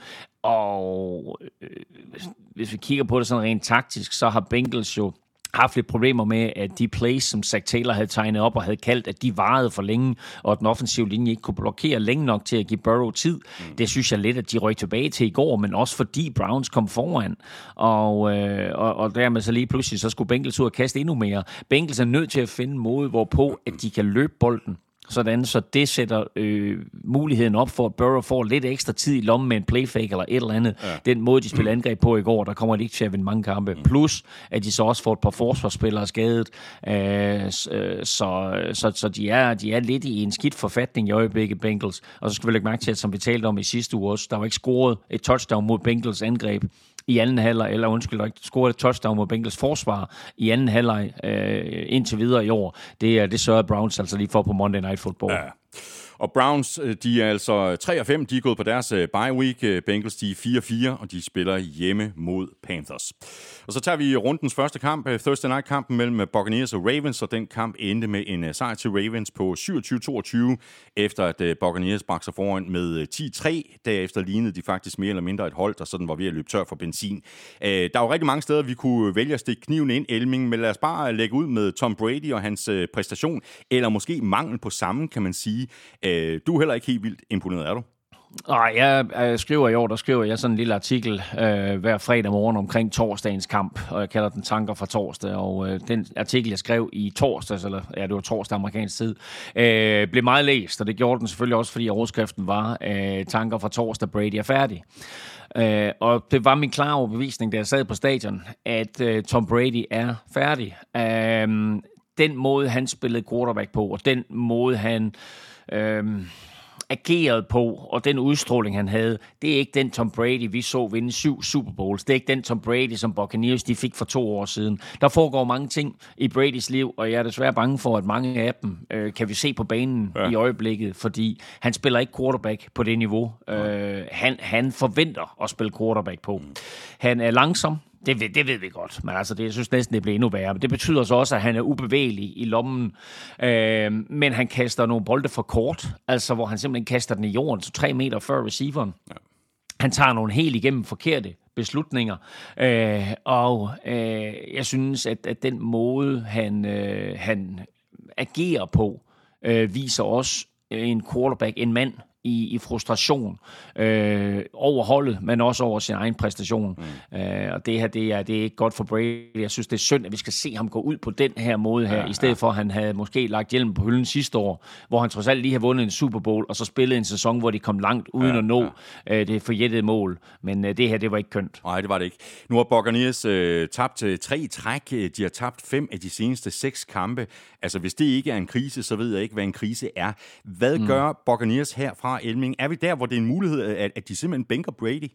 Og uh, hvis vi kigger på det sådan rent taktisk, så har Bengals jo haft lidt problemer med, at de plays, som Zach Taylor havde tegnet op og havde kaldt, at de varede for længe, og at den offensive linje ikke kunne blokere længe nok til at give Burrow tid. Mm. Det synes jeg lidt, at de røg tilbage til i går, men også fordi Browns kom foran. Og, øh, og, og dermed så lige pludselig, så skulle Bengals ud og kaste endnu mere. Bengals er nødt til at finde en måde, hvorpå at de kan løbe bolden. Sådan, så det sætter øh, muligheden op for, at Burrow får lidt ekstra tid i lommen med en playfake eller et eller andet. Ja. Den måde, de spillede angreb på i går, der kommer de ikke til at vinde mange kampe. Plus, at de så også får et par forsvarsspillere skadet. Øh, så så, så de, er, de er lidt i en skidt forfatning i øjeblikket, Bengals. Og så skal vi lægge mærke til, at som vi talte om i sidste uge også, der var ikke scoret et touchdown mod Bengals angreb i anden halvleg, eller undskyld, der ikke scoret et touchdown mod Bengals forsvar i anden halvleg øh, indtil videre i år. Det, det sørger Browns altså lige for på Monday Night Football. Ja. Og Browns, de er altså tre og fem, de er gået på deres bye week. Bengals, de er fire og fire, og de spiller hjemme mod Panthers. Og så tager vi rundens første kamp, Thursday Night-kampen mellem Buccaneers og Ravens, og den kamp endte med en sejr til Ravens på syvogtyve toogtyve, efter at Buccaneers bragte sig foran med ti tre. Derefter lignede de faktisk mere eller mindre et hold, der sådan var ved at løbe tør for benzin. Der er jo rigtig mange steder, vi kunne vælge at stikke kniven ind, Elming, men lad os bare lægge ud med Tom Brady og hans præstation, eller måske mangel på samme, kan man sige. Du er heller ikke helt vildt imponeret, er du? Nej, jeg, jeg skriver i år, der skriver jeg sådan en lille artikel øh, hver fredag morgen omkring torsdagens kamp, og jeg kalder den Tanker fra torsdag, og øh, den artikel, jeg skrev i torsdags, eller ja, det var torsdag amerikansk tid, øh, blev meget læst, og det gjorde den selvfølgelig også, fordi overskriften var øh, Tanker fra torsdag, Brady er færdig. Øh, og det var min klare overbevisning, da jeg sad på stadion, at øh, Tom Brady er færdig. Øh, den måde, han spillede quarterback på, og den måde, han Øhm, ageret på, og den udstråling, han havde, det er ikke den Tom Brady, vi så vinde syv Super Bowls. Det er ikke den Tom Brady, som Buccaneers de fik for to år siden. Der foregår mange ting i Bradys liv, og jeg er desværre bange for, at mange af dem øh, kan vi se på banen ja. i øjeblikket, fordi han spiller ikke quarterback på det niveau. Øh, han, han forventer at spille quarterback på. Han er langsom. Det ved, det ved vi godt, men altså det, jeg synes næsten, det bliver endnu værre. Men det betyder så også, at han er ubevægelig i lommen, øh, men han kaster nogle bolde for kort, altså hvor han simpelthen kaster den i jorden, så tre meter før receiveren. Ja. Han tager nogle helt igennem forkerte beslutninger, øh, og øh, jeg synes, at, at den måde, han, øh, han agerer på, øh, viser også en quarterback, en mand, i, i frustration øh, over holdet, men også over sin egen præstation. Mm. Øh, og det her, det er, det er ikke godt for Brady. Jeg synes, det er synd, at vi skal se ham gå ud på den her måde her, ja, i stedet ja. for, at han havde måske lagt hjelmen på hylden sidste år, hvor han trods alt lige har vundet en Super Bowl, og så spillet en sæson, hvor de kom langt uden ja, at nå ja. øh, det forjættede mål. Men øh, det her, det var ikke kønt. Nej, det var det ikke. Nu har Buccaneers øh, tabt øh, tre i træk. De har tabt fem af de seneste seks kampe. Altså, hvis det ikke er en krise, så ved jeg ikke, hvad en krise er. Hvad mm. gør Buccaneers herfra, Elming? Er vi der, hvor det er en mulighed, at, at de simpelthen bænker Brady?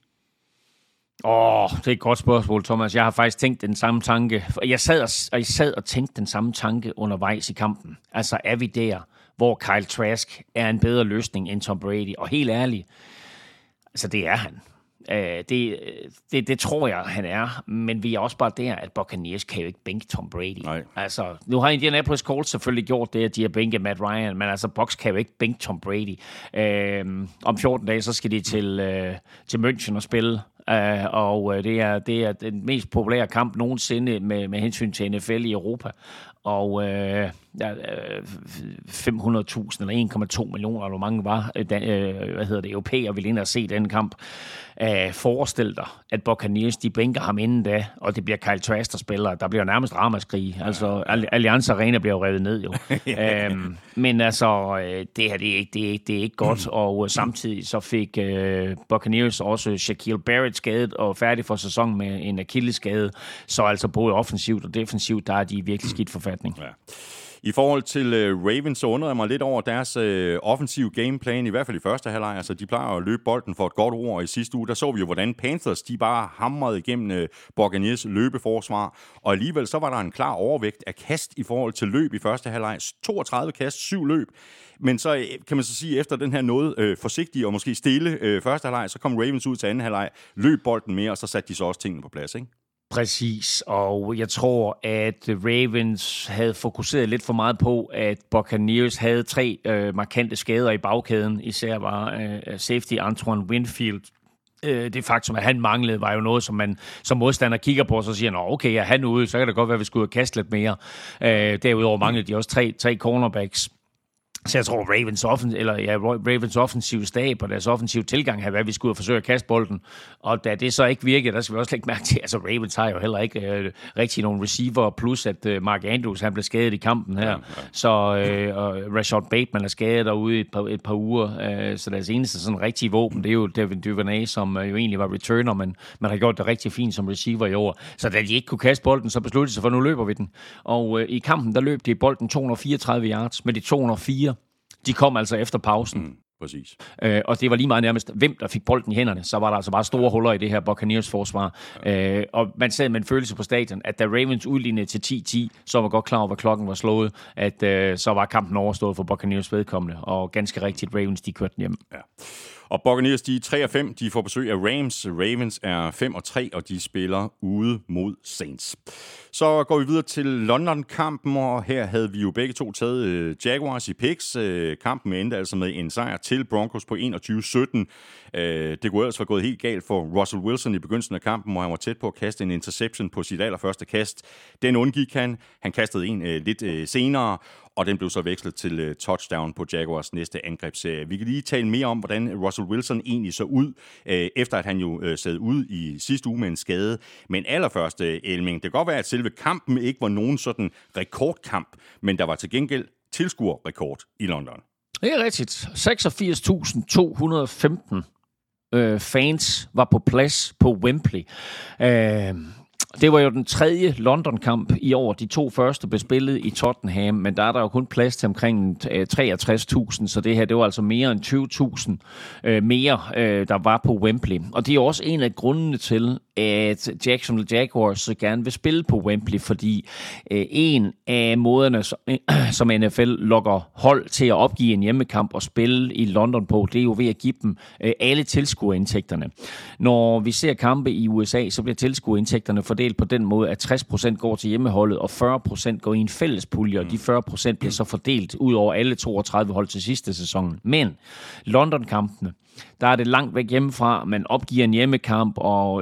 Åh, oh, det er et godt spørgsmål, Thomas. Jeg har faktisk tænkt den samme tanke. Jeg sad og, og jeg sad og tænkte den samme tanke undervejs i kampen. Altså, er vi der, hvor Kyle Trask er en bedre løsning end Tom Brady? Og helt ærligt, altså det er han. Uh, det, det, det tror jeg, han er. Men vi er også bare der, at Buccaneers kan jo ikke bænke Tom Brady. Nej. Altså, nu har Indianapolis Colts selvfølgelig gjort det, at de har bænket Matt Ryan, men altså, Bucs kan jo ikke bænke Tom Brady. Uh, om fjorten dage, så skal de til, uh, til München og spille. Uh, og uh, det, er, det er den mest populære kamp nogensinde med, med hensyn til N F L i Europa. Og uh, ja, fem hundrede tusind eller en komma to millioner, eller hvor mange var, uh, hvad hedder det, europæer ville ind og se den kamp. Uh, forestil dig, at Buccaneers, de bænker ham inden da, og det bliver Kyle Trask, der spiller. Der bliver nærmest ramaskrig. Ja. Altså, Allianz Arena bliver jo revet ned, jo. um, men altså, det her, det er ikke, det er ikke, det er ikke godt. Og uh, samtidig så fik uh, Buccaneers også Shaquille Barrett skadet og færdig for sæsonen med en Achilles-skade. Så altså både offensivt og defensivt, der er de virkelig skidt forfatning. Ja. I forhold til øh, Ravens, så undrede jeg mig lidt over deres øh, offensive gameplan, i hvert fald i første halvleg. Altså, de plejer at løbe bolden for et godt ord, og i sidste uge, der så vi jo, hvordan Panthers, de bare hamrede igennem øh, Buccaneers løbeforsvar, og alligevel så var der en klar overvægt af kast i forhold til løb i første halvleg. toogtredive kast, syv løb. Men så kan man så sige, efter den her noget øh, forsigtige og måske stille øh, første halvleg, så kom Ravens ud til anden halvleg, løb bolden mere, og så satte de så også tingene på plads, ikke? Præcis, og jeg tror, at Ravens havde fokuseret lidt for meget på, at Buccaneers havde tre øh, markante skader i bagkæden. Især var øh, safety Antoine Winfield. Øh, det faktum, at han manglede, var jo noget, som man som modstander kigger på, og så siger, nå okay, er han ude, så kan det godt være, at vi skulle kaste lidt mere. Øh, derudover manglede de også tre, tre cornerbacks. Så jeg tror, Ravens, offen, eller, ja, Ravens offensive stab og deres offensive tilgang har været, at vi skulle forsøge at kaste bolden. Og da det så ikke virkede, der skal vi også lægge mærke til, altså Ravens har jo heller ikke øh, rigtig nogen receiver, plus at øh, Mark Andrews, han blev skadet i kampen her. Ja, ja. Så øh, og Rashad Bateman er skadet derude i et par, et par uger. Øh, så deres eneste sådan rigtige våben, det er jo Devin Duvernay, som øh, jo egentlig var returner, men man har gjort det rigtig fint som receiver i år. Så da de ikke kunne kaste bolden, så besluttede de sig for, nu løber vi den. Og øh, i kampen, der løb de bolden to hundrede og fireogtredive yards, med de to hundrede og fire. De kom altså efter pausen. Mm, præcis. Øh, og det var lige meget nærmest, hvem der fik bolden i hænderne. Så var der altså bare store huller i det her Buccaneers forsvar. Ja. Øh, og man sad med en følelse på stadion, at da Ravens udlignede til ti ti, så var godt klar over, hvad klokken var slået, at øh, så var kampen overstået for Buccaneers vedkommende. Og ganske rigtigt, Ravens, de kørte den hjem. Ja. Og Buccaneers, de er tre og fem, de får besøg af Rams. Ravens er fem og tre, og de spiller ude mod Saints. Så går vi videre til London-kampen, og her havde vi jo begge to taget øh, Jaguars i picks. Øh, kampen endte altså med en sejr til Broncos på enogtyve sytten. Øh, det kunne ellers være gået helt galt for Russell Wilson i begyndelsen af kampen, hvor han var tæt på at kaste en interception på sit allerførste kast. Den undgik han. Han kastede en øh, lidt øh, senere, og den blev så vekslet til uh, touchdown på Jaguars næste angrebsserie. Vi kan lige tale mere om, hvordan Russell Wilson egentlig så ud, uh, efter at han jo uh, sad ude i sidste uge med en skade. Men allerførst, uh, Elming, det kan godt være, at selve kampen ikke var nogen sådan rekordkamp, men der var til gengæld tilskuerrekord i London. Det er rigtigt. seksogfirs tusind to hundrede og femten øh, fans var på plads på Wembley. Øh, Det var jo den tredje London-kamp i år. De to første blev spillet i Tottenham, men der er der jo kun plads til omkring treogtres tusind, så det her, det var altså mere end tyve tusind øh, mere, øh, der var på Wembley. Og det er også en af grundene til, at Jacksonville Jaguars gerne vil spille på Wembley, fordi øh, en af måderne, som N F L lokker hold til at opgive en hjemmekamp og spille i London på, det er jo ved at give dem øh, alle tilskuerindtægterne. Når vi ser kampe i U S A, så bliver tilskuerindtægterne fordelt på den måde, at tres procent går til hjemmeholdet, og fyrre procent går i en fælles pulje, og de fyrre procent bliver så fordelt ud over alle toogtredive hold til sidste sæson. Men London-kampene, der er det langt væk hjemmefra, man opgiver en hjemmekamp, og i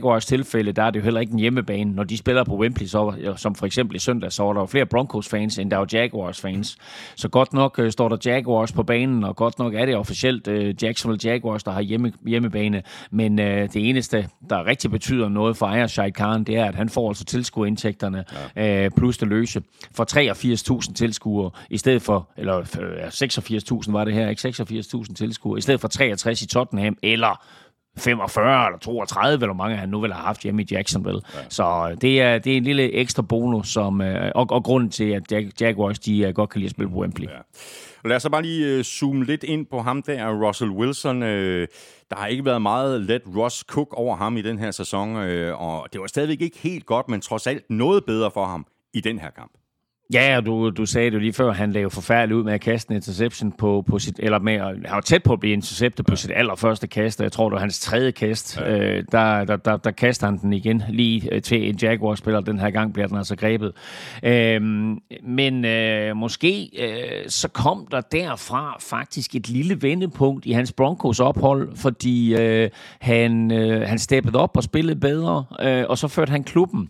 Jaguars tilfælde, der er det jo heller ikke en hjemmebane. Når de spiller på Wembley, så, som for eksempel i søndag, så er der jo flere Broncos-fans, end der er Jaguars-fans. Så godt nok uh, står der Jaguars på banen, og godt nok er det officielt uh, Jacksonville Jaguars, der har hjemme, hjemmebane. Men uh, det eneste, der rigtig betyder noget for ejer Shahid Khan, det er, at han får altså tilskuerindtægterne ja. uh, plus det løse for treogfirs tusind tilskuere, i stedet for, eller uh, seksogfirs tusind var det her, ikke seksogfirs tusind tilskuere, i stedet for treogtres i Tottenham, eller femogfyrre eller toogtredive, eller mange han nu vil have haft hjemme i Jacksonville. Ja. Så det er, det er en lille ekstra bonus, som, og, og grunden til, at Jaguars de godt kan lide at spille på Wembley. Ja. Lad os så bare lige zoome lidt ind på ham der, Russell Wilson. Der har ikke været meget let Russ Cook over ham i den her sæson, og det var stadigvæk ikke helt godt, men trods alt noget bedre for ham i den her kamp. Ja, du, du sagde det jo lige før, han lavede forfærdeligt ud med at kaste en interception på, på sit, eller med, han var tæt på at blive interceptet på ja. sit allerførste kast, og jeg tror, det var hans tredje kast. Ja. Øh, der, der, der, der kaster han den igen lige øh, til en Jaguar-spiller, den her gang bliver den altså grebet. Øh, men øh, måske øh, så kom der derfra faktisk et lille vendepunkt i hans Broncos ophold, fordi øh, han, øh, han steppede op og spillede bedre, øh, og så førte han klubben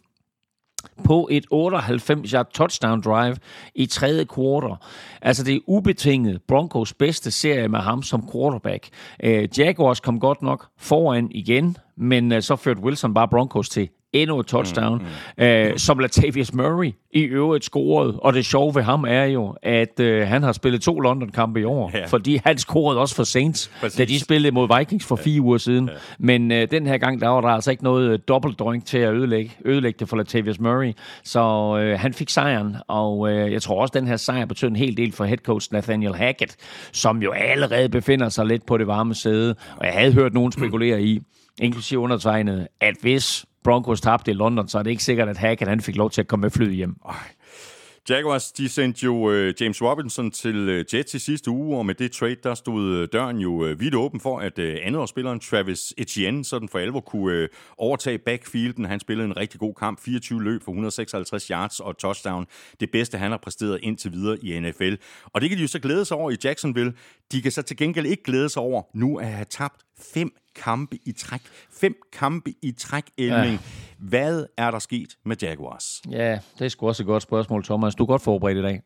på et otteoghalvfems yard touchdown drive i tredje kvartal. Altså det er ubetinget Broncos bedste serie med ham som quarterback. Øh, Jaguars kom godt nok foran igen, men øh, så førte Wilson bare Broncos til endnu et touchdown, mm, mm. Øh, som Latavius Murray i øvrigt scorede. Og det sjove ved ham er jo, at øh, han har spillet to London-kampe i år, ja. fordi han scorede også for Saints, Præcis. da de spillede mod Vikings for ja. fire uger siden. Ja. Men øh, den her gang, der var der altså ikke noget øh, dobbeltdoink til at ødelægge, ødelægge det for Latavius Murray. Så øh, han fik sejren, og øh, jeg tror også, at den her sejr betød en hel del for head coach Nathaniel Hackett, som jo allerede befinder sig lidt på det varme sæde. Og jeg havde hørt nogen spekulere i, inklusive undertegnet, at hvis Broncos tabte i London, så er det ikke sikkert, at Hackett han fik lov til at komme med flyet hjem. Jaguars, de sendte jo uh, James Robinson til uh, Jets i sidste uge, og med det trade, der stod uh, døren jo uh, vidt åben for, at uh, andetårsspilleren Travis Etienne sådan for alvor kunne uh, overtage backfielden. Han spillede en rigtig god kamp, fireogtyve løb for et hundrede og seksoghalvtreds yards og touchdown. Det bedste, han har præsteret indtil videre i N F L. Og det kan de jo så glæde sig over i Jacksonville. De kan så til gengæld ikke glæde sig over nu at have tabt fem kampe i træk. Fem kampe i træk, Elming. Ja. Hvad er der sket med Jaguars? Ja, det er sgu også et godt spørgsmål, Thomas. Du er godt forberedt i dag.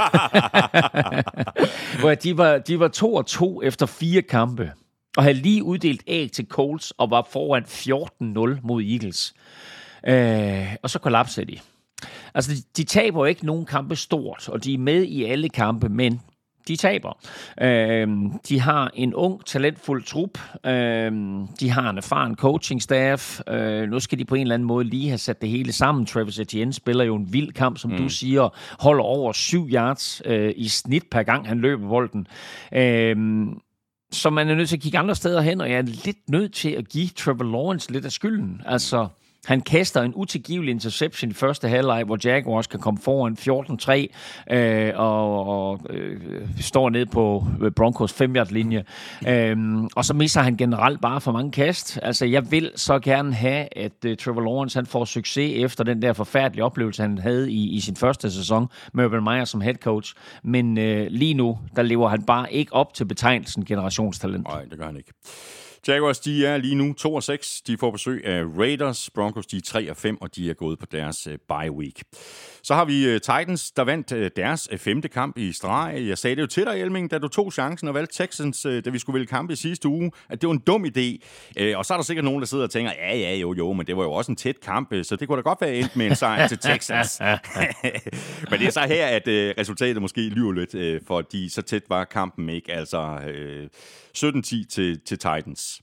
de, var, de var to og to efter fire kampe, og havde lige uddelt æg til Colts, og var foran fjorten nul mod Eagles. Øh, og så kollapsede de. Altså, de, de taber ikke nogen kampe stort, og de er med i alle kampe, men de taber. Øhm, de har en ung, talentfuld trup. Øhm, de har en erfaren coaching-staff. Øh, nu skal de på en eller anden måde lige have sat det hele sammen. Travis Etienne spiller jo en vild kamp, som mm. du siger, holder over syv yards øh, i snit per gang, han løber bolden. Øhm, så man er nødt til at kigge andre steder hen, og jeg er lidt nødt til at give Trevor Lawrence lidt af skylden. Altså, han kaster en utilgivelig interception i første halvleg, hvor Jaguars kan komme foran fjorten tre øh, og, og øh, står ned på Broncos fem-yard-linje. Øhm, og så misser han generelt bare for mange kast. Altså, jeg vil så gerne have, at uh, Trevor Lawrence han får succes efter den der forfærdelige oplevelse, han havde i, i sin første sæson med Urban Meyer som head coach. Men øh, lige nu, der lever han bare ikke op til betegnelsen generationstalent. Nej, det gør han ikke. Jaguars, de er lige nu to og seks. De får besøg af Raiders. Broncos, de er tre og fem, og de er gået på deres uh, bye week. Så har vi uh, Titans, der vandt uh, deres uh, femte kamp i streg. Jeg sagde det jo til dig, Elming, da du tog chancen og valgte Texans, uh, da vi skulle vælge kamp i sidste uge, at det var en dum idé. Uh, og så er der sikkert nogen, der sidder og tænker, ja, ja, jo, jo, men det var jo også en tæt kamp, så det kunne da godt være endt med en sejr til Texans. Men det er så her, at uh, resultatet måske lyver lidt, uh, fordi så tæt var kampen ikke. Altså uh, sytten ti til, til Titans.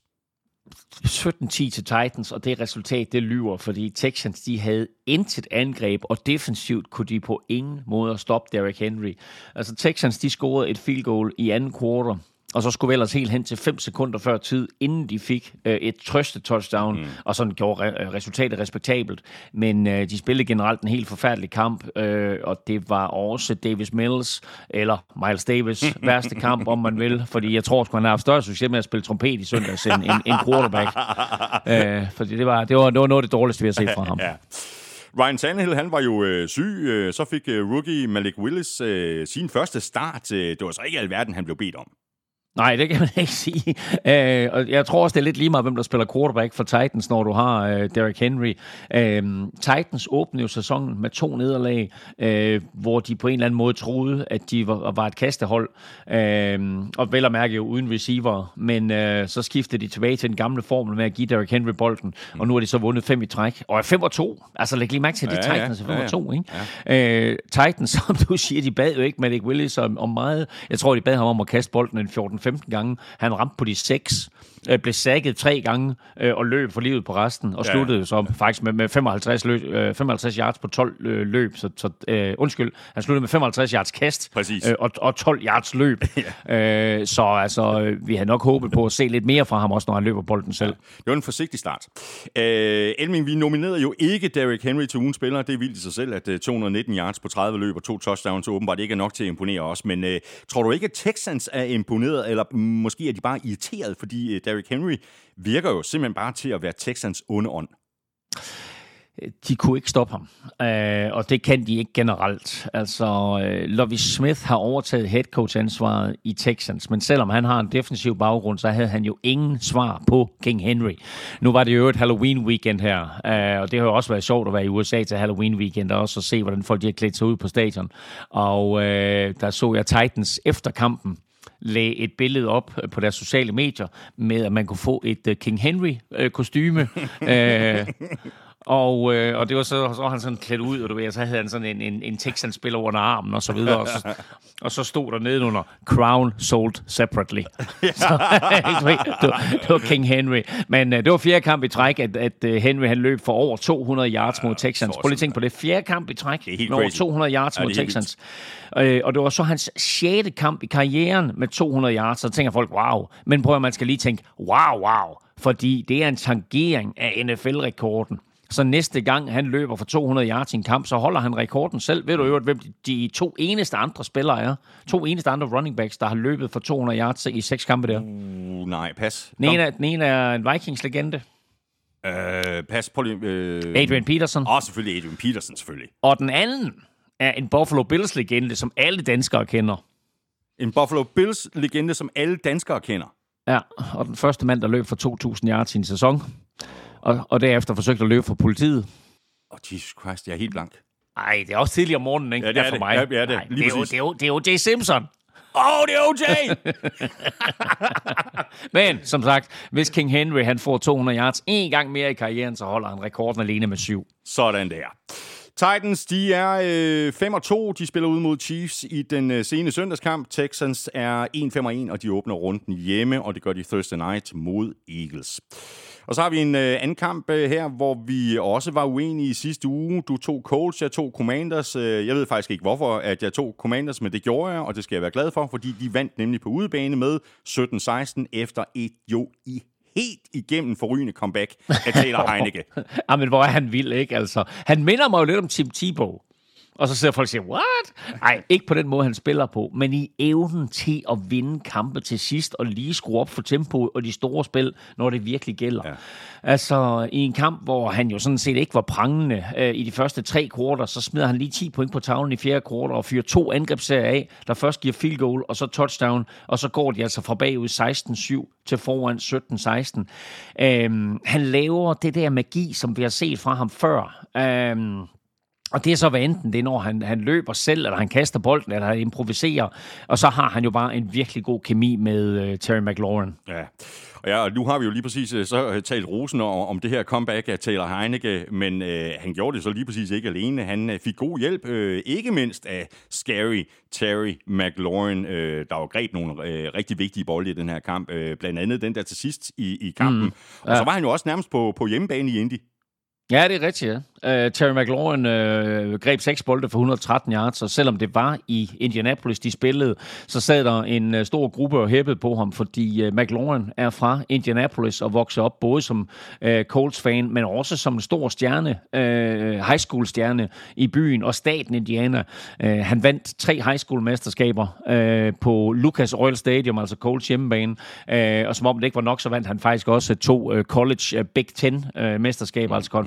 sytten ti til Titans, og det resultat, det lyver, fordi Texans, de havde intet angreb, og defensivt kunne de på ingen måde stoppe Derrick Henry. Altså Texans, de scorede et field goal i anden kvartal, og så skulle vi ellers helt hen til fem sekunder før tid, inden de fik øh, et trøste-touchdown, mm. og sådan gjorde re- resultatet respektabelt. Men øh, de spillede generelt en helt forfærdelig kamp, øh, og det var også Davis Mills, eller Miles Davis, værste kamp, om man vil, fordi jeg tror, at han har haft større succes med at spille trompet i søndags end en, en quarterback. øh, fordi det var, det, var, det var noget af det dårligste, vi har set fra ham. Ja. Ryan Tannehill, han var jo øh, syg, øh, så fik øh, rookie Malik Willis øh, sin første start. Øh, det var så ikke alverden, han blev bedt om. Nej, det kan man ikke sige. Øh, og jeg tror også, det er lidt lige meget, hvem der spiller quarterback for Titans, når du har øh, Derrick Henry. Øh, Titans åbnede jo sæsonen med to nederlag, øh, hvor de på en eller anden måde troede, at de var, var et kastehold. Øh, og vel at mærke jo uden receiver. Men øh, så skiftede de tilbage til den gamle formel med at give Derrick Henry bolden. Mm. Og nu har de så vundet fem i træk. Og er fem og to. Altså læg lige mærke til, at det er Titans er fem og to. Ikke? Ja. Øh, Titans, som du siger, de bad jo ikke Malik Willis om, om meget. Jeg tror, de bad ham om at kaste bolden en fjorten femten gange. Han ramte på de seks, øh, blev sækket tre gange øh, og løb for livet på resten, og ja. sluttede så faktisk med, med femoghalvtreds, løb, øh, femoghalvtreds yards på tolv øh, løb. Så, så øh, undskyld, han sluttede med femoghalvtreds yards kast øh, og, og tolv yards løb. ja. øh, så altså, vi har nok håbet på at se lidt mere fra ham også, når han løber bolden selv. Ja. Det var en forsigtig start. Øh, Elming, vi nominerede jo ikke Derrick Henry til ugens spiller. Det er vildt i sig selv, at øh, to hundrede og nitten yards på tredive løb og to touchdowns åbenbart ikke er nok til at imponere os. Men øh, tror du ikke, at Texans er imponeret, eller måske er de bare irriteret, fordi øh, Derrick Henry virker jo simpelthen bare til at være Texans onde ånd? De kunne ikke stoppe ham, øh, og det kan de ikke generelt. Altså, øh, Lovie Smith har overtaget headcoach-ansvaret i Texans, men selvom han har en defensiv baggrund, så havde han jo ingen svar på King Henry. Nu var det jo et Halloween-weekend her, øh, og det har jo også været sjovt at være i U S A til Halloween-weekend, og også at se, hvordan folk de har klædt sig ud på stadion. Og øh, der så jeg Titans efter kampen lagde et billede op på deres sociale medier med, at man kunne få et uh, King Henry-kostyme. øh, og, øh, og det var så, så var han sådan klædt ud, og du ved, så havde han sådan en, en, en Texans-spiller under armen og så videre. Og så, og så stod der nedenunder, Crown sold separately. Så, det, var, det var King Henry. Men øh, det var fjerde kamp i træk, at, at uh, Henry han løb for over to hundrede yards mod Texans. Prøv lige at tænke på det. Fjerde kamp i træk med over to hundrede yards mod Texans. Øh, og det var så hans sjette kamp i karrieren med to hundrede yards. Så tænker folk, wow. Men prøv at man skal lige tænke, wow, wow. Fordi det er en tangering af N F L-rekorden. Så næste gang han løber for to hundrede yards i en kamp, så holder han rekorden selv. Ved du jo, hvem de to eneste andre spillere er? To eneste andre running backs, der har løbet for to hundrede yards i seks kampe der. Uh, nej, pas. Den ene, den ene er en Vikings-legende. Uh, pas på lige... Uh... Adrian Peterson. Åh, oh, selvfølgelig Adrian Peterson, selvfølgelig. Og den anden er en Buffalo Bills-legende, som alle danskere kender. En Buffalo Bills-legende, som alle danskere kender? Ja, og den første mand, der løb for to tusind yards i en sæson. Og, og derefter forsøgte at løbe for politiet. Åh, oh, Jesus Christ, jeg er helt blank. Nej, det er også tidligere om morgenen, ikke? Ja, det er for det. mig. Ja, det er det. Ej, det, er jo, det, er jo, det er jo O J Simpson. Åh, oh, det er O J! Men, som sagt, hvis King Henry han får to hundrede yards en gang mere i karrieren, så holder han rekorden alene med syv. Sådan der. Titans, de er øh, fem og to. De spiller ud mod Chiefs i den øh, sene søndagskamp. Texans er en fem og en, og de åbner runden hjemme, og det gør de Thursday night mod Eagles. Og så har vi en øh, anden kamp øh, her, hvor vi også var uenige i sidste uge. Du tog Colts, jeg tog Commanders. Øh, jeg ved faktisk ikke, hvorfor at jeg tog Commanders, men det gjorde jeg, og det skal jeg være glad for, fordi de vandt nemlig på udebane med sytten seksten efter et jo i helt igennem forrygende comeback af Taylor Heineke. Jamen, hvor er han vild, ikke? Altså, han minder mig jo lidt om Tim Tebow. Og så sidder folk og siger, what? Nej, ikke på den måde, han spiller på, men i evnen til at vinde kampe til sidst, og lige skrue op for tempoet og de store spil, når det virkelig gælder. Ja. Altså, i en kamp, hvor han jo sådan set ikke var prangende øh, i de første tre kvarter, så smider han lige ti point på tavlen i fjerde kvarter, og fyrer to angrebsserier af, der først giver field goal, og så touchdown, og så går de altså fra bagud seksten syv til foran sytten seksten. Øhm, han laver det der magi, som vi har set fra ham før. Øhm, Og det er så, hvad enten det er, når han, han løber selv, eller han kaster bolden, eller han improviserer. Og så har han jo bare en virkelig god kemi med uh, Terry McLaurin. Ja. Og ja, og nu har vi jo lige præcis så talt rosen om det her comeback af Taylor Heineke, men øh, han gjorde det så lige præcis ikke alene. Han øh, fik god hjælp, øh, ikke mindst af scary Terry McLaurin, øh, der var greb nogle øh, rigtig vigtige bolde i den her kamp. Øh, blandt andet den der til sidst i, i kampen. Mm, ja. Og så var han jo også nærmest på, på hjemmebane i Indy. Ja, det er rigtigt, ja. Uh, Terry McLaurin uh, greb seks bolde for et hundrede og tretten yards, og selvom det var i Indianapolis, de spillede, så sad der en uh, stor gruppe og hæppede på ham, fordi uh, McLaurin er fra Indianapolis og voksede op både som uh, Colts-fan, men også som en stor stjerne, uh, high school-stjerne i byen og staten Indiana. Uh, han vandt tre high school-mesterskaber uh, på Lucas Oil Stadium, altså Colts hjemmebane, uh, og som om det ikke var nok, så vandt han faktisk også to uh, college uh, Big Ten-mesterskaber, uh, altså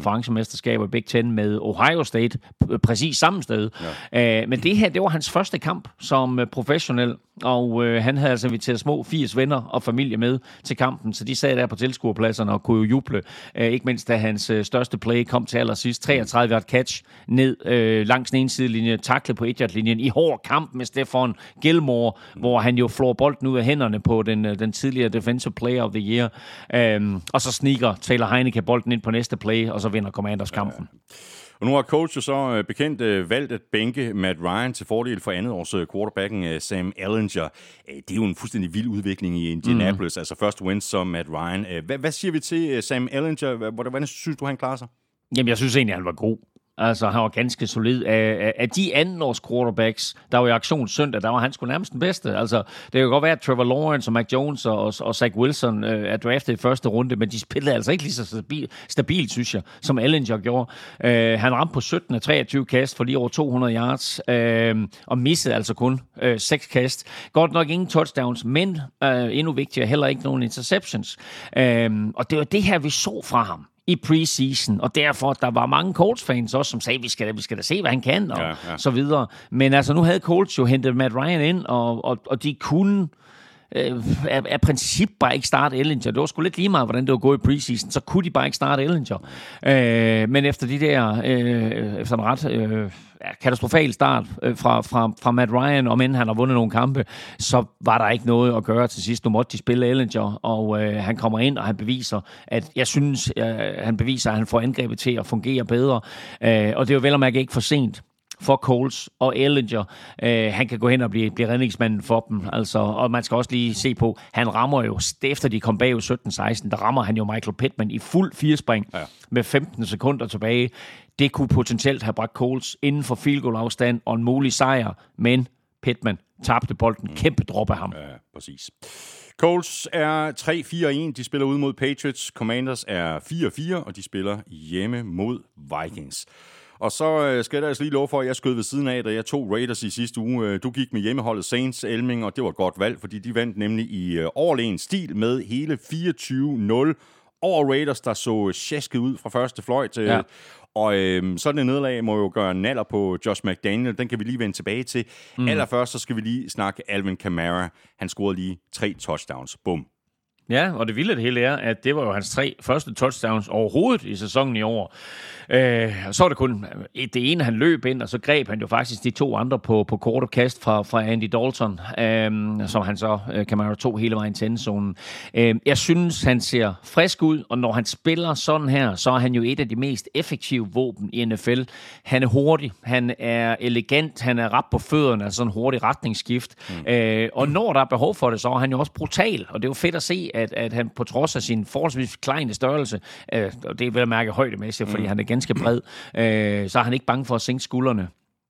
konferencemesterskaber i Big Ten med Ohio State, præcis samme sted. Ja. Øh, men det her, det var hans første kamp som øh, professionel, og øh, han havde altså inviteret små firs venner og familie med til kampen, så de sad der på tilskuerpladserne og kunne jo juble. Øh, ikke mindst da hans øh, største play kom til allersidst. treogtredive yard catch ned øh, langs den ene sidelinje, taklet på et yard linjen i hård kamp med Stephon Gilmore, mm. hvor han jo flår bolden ud af hænderne på den, den tidligere Defensive Player of the Year. Øh, og så sniger Taylor Heineke bolden ind på næste play, og så vinder Commanders kampen. Ja. Og nu har coach jo så bekendt øh, valgt at bænke Matt Ryan til fordel for andet års quarterbacken øh, Sam Ehlinger. Det er jo en fuldstændig vild udvikling i Indianapolis, mm. altså først wins som Matt Ryan. Hvad, hvad siger vi til Sam Ehlinger? Hvordan synes du, han klarer sig? Jamen, jeg synes egentlig, han var god. Altså, han var ganske solid. Af, af de andenårs quarterbacks, der var i aktion søndag, der var han sgu nærmest den bedste. Altså, det kan godt være, at Trevor Lawrence og Mac Jones og, og Zach Wilson øh, er draftet i første runde, men de spillede altså ikke lige så stabilt, stabil, synes jeg, som Ehlinger gjorde. Øh, han ramte på sytten af treogtyve kast for lige over to hundrede yards, øh, og missede altså kun øh, seks kast. Godt nok ingen touchdowns, men øh, endnu vigtigere, heller ikke nogen interceptions. Øh, og det var det her, vi så fra ham i preseason, og derfor der var mange Colts-fans også, som sagde, vi skal da, vi skal da se, hvad han kan, og ja, ja. så videre. Men altså, nu havde Colts jo hentet Matt Ryan ind, og, og, og de kunne øh, af, af princip bare ikke starte Ehlinger. Det var sgu lidt lige meget, hvordan det var gået i preseason, så kunne de bare ikke starte Ehlinger. Øh, men efter de der, øh, efter en ret øh, katastrofal start øh, fra, fra, fra Matt Ryan, om end han har vundet nogle kampe, så var der ikke noget at gøre til sidst. Nu måtte de spille Ehlinger, og øh, han kommer ind, og han beviser, at jeg synes, øh, han beviser, at han får angrebet til at fungere bedre. Øh, og det er jo vel og mærke ikke for sent for Colts og Ehlinger. Øh, han kan gå hen og blive, blive redningsmanden for dem. Altså, og man skal også lige se på, han rammer jo, efter de kom bagud sytten seksten, der rammer han jo Michael Pittman i fuld firespring ja. med femten sekunder tilbage. Det kunne potentielt have bragt Colts inden for field goal afstand og en mulig sejr, men Pittman tabte bolden. Kæmpe drop af ham. Ja, præcis. Colts er tre fire en. De spiller ud mod Patriots. Commanders er fire fire, og de spiller hjemme mod Vikings. Og så skal jeg altså lige love for, at jeg skød ved siden af, da jeg tog Raiders i sidste uge. Du gik med hjemmeholdet Saints, Elming, og det var et godt valg, fordi de vandt nemlig i overlegen stil med hele fireogtyve nul over Raiders, der så sjasket ud fra første fløjt. Ja. Og øhm, sådan en nederlag må jo gøre naller på Josh McDaniel. Den kan vi lige vende tilbage til. Mm. Allerførst så skal vi lige snakke Alvin Kamara. Han scorede lige tre touchdowns. Bum. Ja, og det vilde det hele er, at det var jo hans tre første touchdowns overhovedet i sæsonen i år. Øh, så var det kun det ene, han løb ind, og så greb han jo faktisk de to andre på, på korte kast fra, fra Andy Dalton, øh, som han så øh, kan man jo to hele vejen til endzonen. Øh, jeg synes, han ser frisk ud, og når han spiller sådan her, så er han jo et af de mest effektive våben i N F L. Han er hurtig, han er elegant, han er rap på fødderne, altså sådan en hurtig retningsskift. Mm. Øh, og når der er behov for det, så er han jo også brutal, og det er jo fedt at se, at, at han på trods af sin forholdsvis kleine størrelse, øh, og det er vel at mærke højdemæssigt, fordi mm. han er ganske bred, øh, så er han ikke bange for at sænke skuldrene.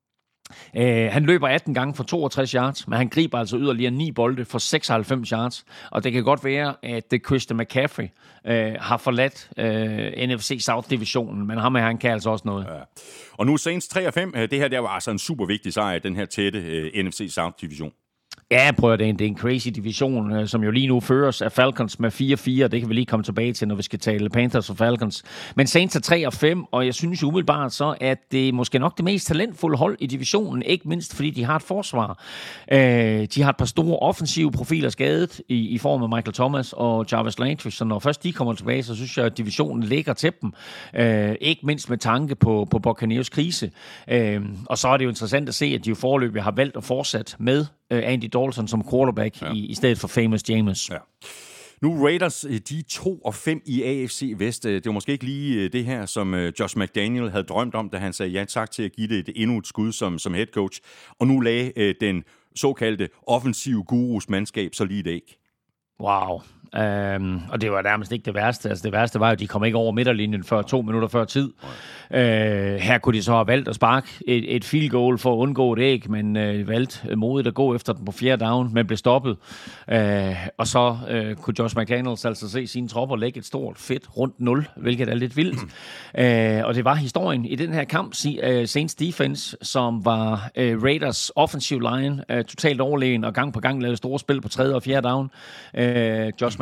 Øh, han løber atten gange for toogtres yards, men han griber altså yderligere ni bolde for seksoghalvfems yards, og det kan godt være, at det Christian McCaffrey øh, har forladt øh, N F C South-divisionen, men ham her, han kan altså også noget. Ja. Og nu Saints tre og fem, det her der var altså en super vigtig sejr, den her tætte øh, N F C South-division. Ja, prøv at det er en, det er en crazy division, som jo lige nu føres af Falcons med fire fire. Det kan vi lige komme tilbage til, når vi skal tale Panthers og Falcons. Men Saints er tre og fem, og jeg synes umiddelbart så, at det er måske nok det mest talentfulde hold i divisionen, ikke mindst fordi de har et forsvar. Øh, de har et par store offensive profiler skadet i, i form af Michael Thomas og Jarvis Landry, så når først de kommer tilbage, så synes jeg, at divisionen ligger til dem. Øh, ikke mindst med tanke på, på Buccaneers krise. Øh, og så er det jo interessant at se, at de jo foreløbig har valgt at fortsætte med Andy Dalton som quarterback ja. i, i stedet for Famous James. Ja. Nu Raiders, de er to og fem i A F C Vest. Det var måske ikke lige det her, som Josh McDaniel havde drømt om, da han sagde ja tak til at give det et endnu et skud som, som head coach. Og nu lagde den såkaldte offensive gurus mandskab så lige et æg. Wow. Um, og det var nærmest ikke det værste. Altså det værste var jo, at de kom ikke over midterlinjen før to minutter før tid. Uh, her kunne de så have valgt at sparke et, et field goal for at undgå et æg, men uh, valgte modigt at gå efter den på fjerde down, men blev stoppet. Uh, og så uh, kunne Josh McDaniels altså se sine tropper lægge et stort, fedt, rundt nul, hvilket er lidt vildt. Uh, og det var historien i den her kamp. Uh, Saints defense, som var uh, Raiders offensive line, uh, totalt overlegen og gang på gang lavede store spil på tredje og fjerde down. Uh, Josh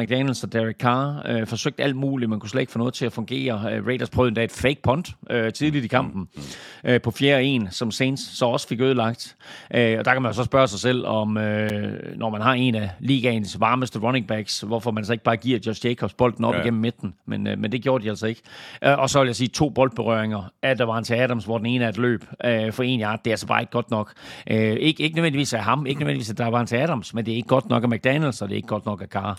McDaniels og Derek Carr øh, forsøgt alt muligt. Man kunne slet ikke få noget til at fungere. Øh, Raiders prøvede endda et fake punt øh, tidligt i kampen øh, på fjerde en, som Saints så også fik ødelagt. Øh, og der kan man så spørge sig selv om, øh, når man har en af ligaens varmeste running backs, hvorfor man så ikke bare giver Josh Jacobs bolden op ja. igennem midten. Men, øh, men det gjorde de altså ikke. Øh, og så vil jeg sige to boldberøringer af Davante Adams, hvor den ene er et løb øh, for en yard. Det er altså bare ikke godt nok. Øh, ikke, ikke nødvendigvis af ham, ikke nødvendigvis af Davante Adams, men det er ikke godt nok af McDaniels, og det er ikke godt nok af Carr.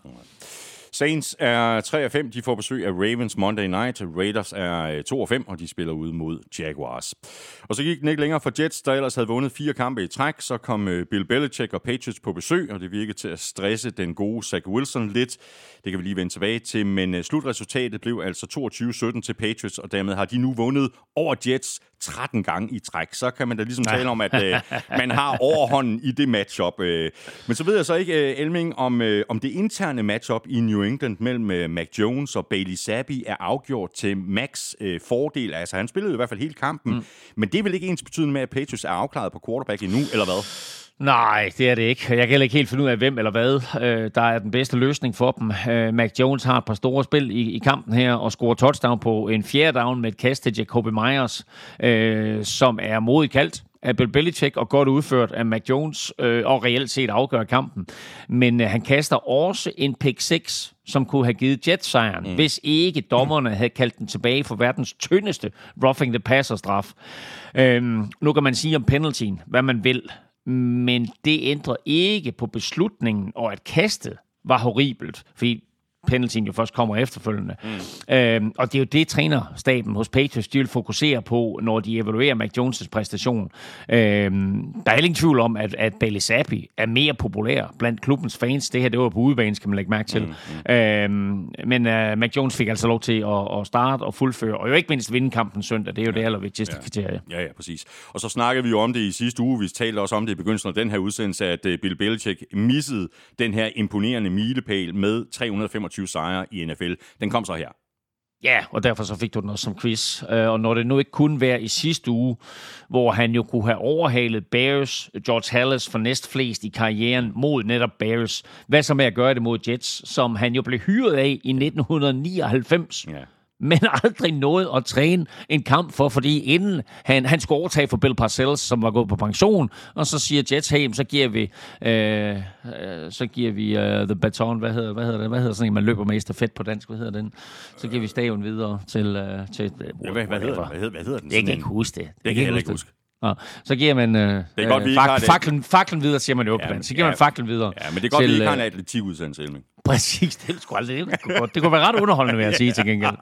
Saints er tre og fem, de får besøg af Ravens Monday Night. Raiders er to og fem, og de spiller ude mod Jaguars. Og så gik den ikke længere for Jets, der ellers havde vundet fire kampe i træk. Så kom Bill Belichick og Patriots på besøg, og det virkede til at stresse den gode Zach Wilson lidt. Det kan vi lige vende tilbage til, men slutresultatet blev altså toogtyve sytten til Patriots, og dermed har de nu vundet over Jets tretten gange i træk. Så kan man da ligesom tale om, at øh, man har overhånden i det matchup. Øh. Men så ved jeg så ikke, Elming, om, øh, om det interne matchup i New England mellem øh, Mac Jones og Bailey Zappi er afgjort til Macs øh, fordel. Altså, han spillede i hvert fald hele kampen, mm. men det er vel ikke ens betydende med, at Patriots er afklaret på quarterback endnu, eller hvad? Nej, det er det ikke. Jeg kan heller ikke helt finde ud af, hvem eller hvad, øh, der er den bedste løsning for dem. Øh, Mac Jones har et par store spil i, i kampen her, og scorer touchdown på en fjerde down med et kast til Jacoby Myers, øh, som er modigt kaldt af Bill Belichick og godt udført af Mac Jones, øh, og reelt set afgør kampen. Men øh, han kaster også en pick six, som kunne have givet Jets sejren, mm. hvis ikke dommerne havde kaldt den tilbage for verdens tyndeste roughing the passer straf. Øh, nu kan man sige om penaltyen, hvad man vil, men det ændrer ikke på beslutningen, og at kastet var horribelt, fordi penaltyen jo først kommer efterfølgende. Mm. Øhm, og det er jo det, trænerstaben hos Patriots, de vil fokusere på, når de evaluerer Mac Jones' præstation. Øhm, der er ingen tvivl om, at, at Bailey Zappi er mere populær blandt klubbens fans. Det her, det var på udebane, skal man lægge mærke til. Mm. Mm. Øhm, men uh, Mac Jones fik altså lov til at, at starte og fuldføre, og jo ikke mindst vinde kampen søndag. Det er jo ja. det allervigtigste ja. kriterie. Ja, ja, præcis. Og så snakkede vi jo om det i sidste uge. Vi talte også om det i begyndelsen af den her udsendelse, at uh, Bill Belichick missede den her imponerende milepæl med tre hundrede og femogtyve sejre i N F L. Den kom så her. Ja, og derfor så fik du den også som quiz. Og når det nu ikke kunne være i sidste uge, hvor han jo kunne have overhalet Bears, George Halas for næstflest i karrieren mod netop Bears. Hvad så med at gøre det mod Jets, som han jo blev hyret af i nitten nioghalvfems. Ja. Men aldrig nåede at træne en kamp for, fordi inden han, han skulle overtage for Bill Parcells, som var gået på pension, og så siger Jets, hey, så giver vi, øh, så giver vi uh, the baton, hvad hedder, hvad hedder det, hvad hedder sådan en, man løber med stafet på dansk, hvad hedder den? Så giver vi staven videre til... Uh, til uh, ja, hvad, hvad, hedder, hvad, hedder, hvad hedder den? Jeg kan ikke huske det. Det kan jeg ikke huske. Ja, så giver man øh, det er godt, vi fak- faklen, faklen videre, siger man jo på ja, så giver ja, man faklen videre. Ja, men det er godt, til, vi ikke har en atletiikudsendelse, Elming. Præcis, det skulle aldrig, det kunne, godt, det kunne være ret underholdende, vil jeg sige til gengæld.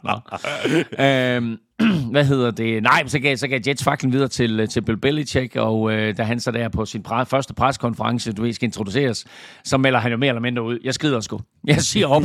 øhm, hvad hedder det? Nej, så gav, så gav Jets faklen videre til, til Bill Belichick, og øh, da han så der på sin pre- første preskonference, du ved, skal introduceres, så melder han jo mere eller mindre ud. Jeg skrider sgu. Jeg siger op.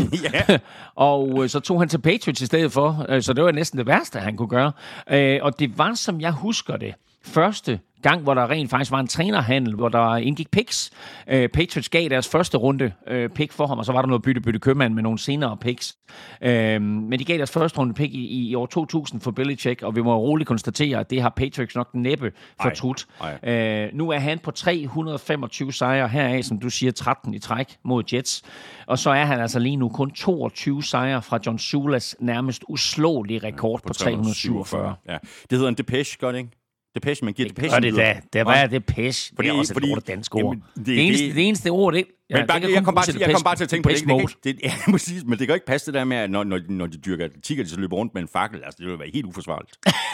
og øh, så tog han til Patriots i stedet for, øh, så det var næsten det værste, han kunne gøre. Øh, og det var, som jeg husker det, første gang, hvor der rent faktisk var en trænerhandel, hvor der indgik picks. Øh, Patriots gav deres første runde øh, pick for ham, og så var der noget bytte-bytte købmand med nogle senere picks. Øh, men de gav deres første runde pick i, i år to tusind for Belichick, og vi må roligt konstatere, at det har Patriots nok næppe fortrudt. Øh, nu er han på tre hundrede og femogtyve sejre heraf, som du siger, tretten i træk mod Jets. Og så er han altså lige nu kun toogtyve sejre fra John Shulas nærmest uslåelige rekord ja, på, på tre hundrede og syvogfyrre. Ja. Det hedder en depeche, gør det ikke? Depeche, man giver Depeche. Det gør det da. Det var Depeche. Det er også et ord, dansk ord. Jamen, det, det, eneste, det eneste ord, det... Ja, men bare, det jeg, kom bare til, jeg kom bare til at tænke på det. Det, det, det ja, præcis, men det kan ikke passe det der med, at når, når, når de dyrker atletik, de så løber rundt med en fakkel. Altså, det vil være helt uforsvarligt.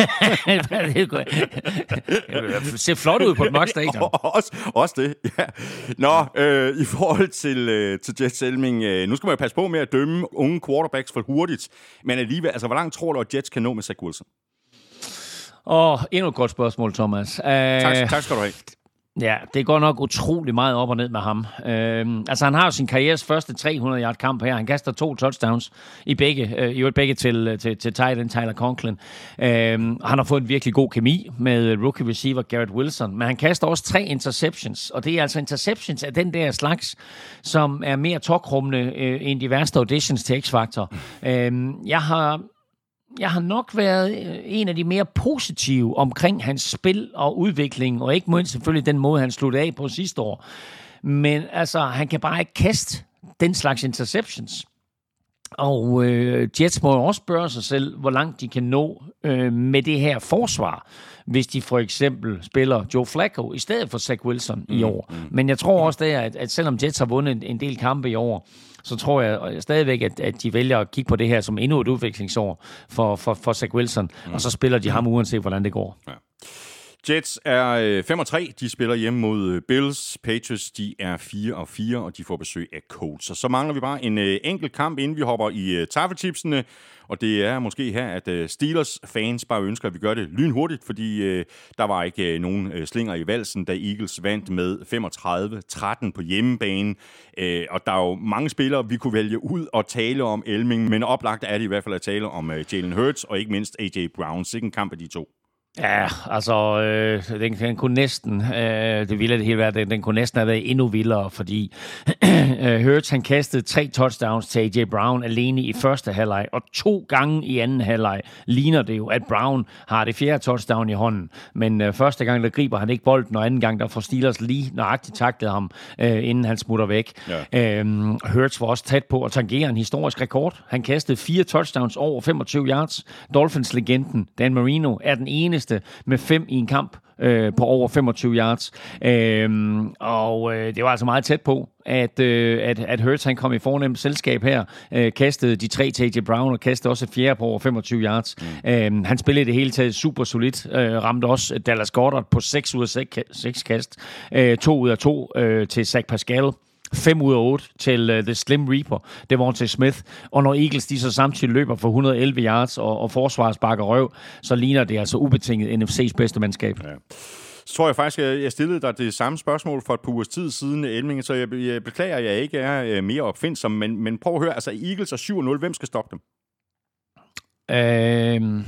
Det ser flot ud på et mørkt stadion. også, også det, ja. Nå, øh, i forhold til, øh, til Jets Elming, øh, nu skal man jo passe på med at dømme unge quarterbacks for hurtigt. Men alligevel, altså, hvor langt tror du, at Jets kan nå med Zach Wilson? Åh, oh, endnu et godt spørgsmål, Thomas. Uh, tak, tak skal du have. Ja, det går nok utrolig meget op og ned med ham. Uh, altså, han har jo sin karrieres første tre hundrede yard kamp her. Han kaster to touchdowns i begge, uh, i øvrigt begge til, til, til tight end Tyler Conklin. Uh, han har fået en virkelig god kemi med rookie receiver Garrett Wilson, men han kaster også tre interceptions, og det er altså interceptions af den der slags, som er mere tokrummende uh, end de værste auditions til X-Factor. Uh, jeg har... Jeg har nok været en af de mere positive omkring hans spil og udvikling, og ikke mindst selvfølgelig den måde, han sluttede af på sidste år. Men altså, han kan bare ikke kaste den slags interceptions. Og øh, Jets må jo også spørge sig selv, hvor langt de kan nå øh, med det her forsvar, hvis de for eksempel spiller Joe Flacco i stedet for Zach Wilson mm, i år. Mm. Men jeg tror også, der, at, at selvom Jets har vundet en, en del kampe i år, så tror jeg stadigvæk, at, at de vælger at kigge på det her som endnu et udviklingsår for, for, for Zach Wilson, mm. og så spiller de ham uanset, hvordan det går. Ja. Jets er fem og tre, de spiller hjemme mod Bills. Patriots, de er fire og fire, og de får besøg af Colts. Så så mangler vi bare en øh, enkelt kamp, inden vi hopper i øh, taffelchipsene. Og det er måske her, at øh, Steelers fans bare ønsker, at vi gør det lynhurtigt, fordi øh, der var ikke øh, nogen øh, slinger i valsen, da Eagles vandt med femogtredive tretten på hjemmebane. Øh, og der er jo mange spillere, vi kunne vælge ud og tale om Elming, men oplagt er det i hvert fald at tale om øh, Jalen Hurts og ikke mindst A J Brown. Sikke en kamp af de to. Ja, altså, øh, den, den kunne næsten, øh, det ville det hele være, den, den kunne næsten have været endnu vildere, fordi øh, Hurts, han kastede tre touchdowns til A J Brown alene i første halvleg, og to gange i anden halvleg ligner det jo, at Brown har det fjerde touchdown i hånden, men øh, første gang, der griber han ikke bolden, og anden gang, der får Steelers lige nøjagtigt taklet ham, øh, inden han smutter væk. Ja. Øh, Hurts var også tæt på at tangere en historisk rekord. Han kastede fire touchdowns over femogtyve yards. Dolphins-legenden Dan Marino er den eneste med fem i en kamp øh, på over femogtyve yards. Øhm, og øh, det var altså meget tæt på, at, øh, at, at Hurts han kom i fornemt selskab her. Øh, kastede de tre til A J Brown og kastede også et fjerde på over femogtyve yards. Mm. Øhm, han spillede det hele taget super solidt. Øh, ramte også Dallas Goedert på seks ud af seks kast. Øh, to ud af to øh, til Zach Pascal. fem ud af otte til uh, The Slim Reaper, Devontae Smith. Og når Eagles de så samtidig løber for et hundrede og elleve yards og, og forsvaret sparker røv, så ligner det altså ubetinget N F C's bedste mandskab. Ja. Så tror jeg faktisk, at jeg stillede dig det samme spørgsmål for et par ugers tid siden, Elming, så jeg, jeg beklager, at jeg ikke er mere opfindsom, men, men prøv at høre, altså Eagles er syv nul, hvem skal stoppe dem? Øhm...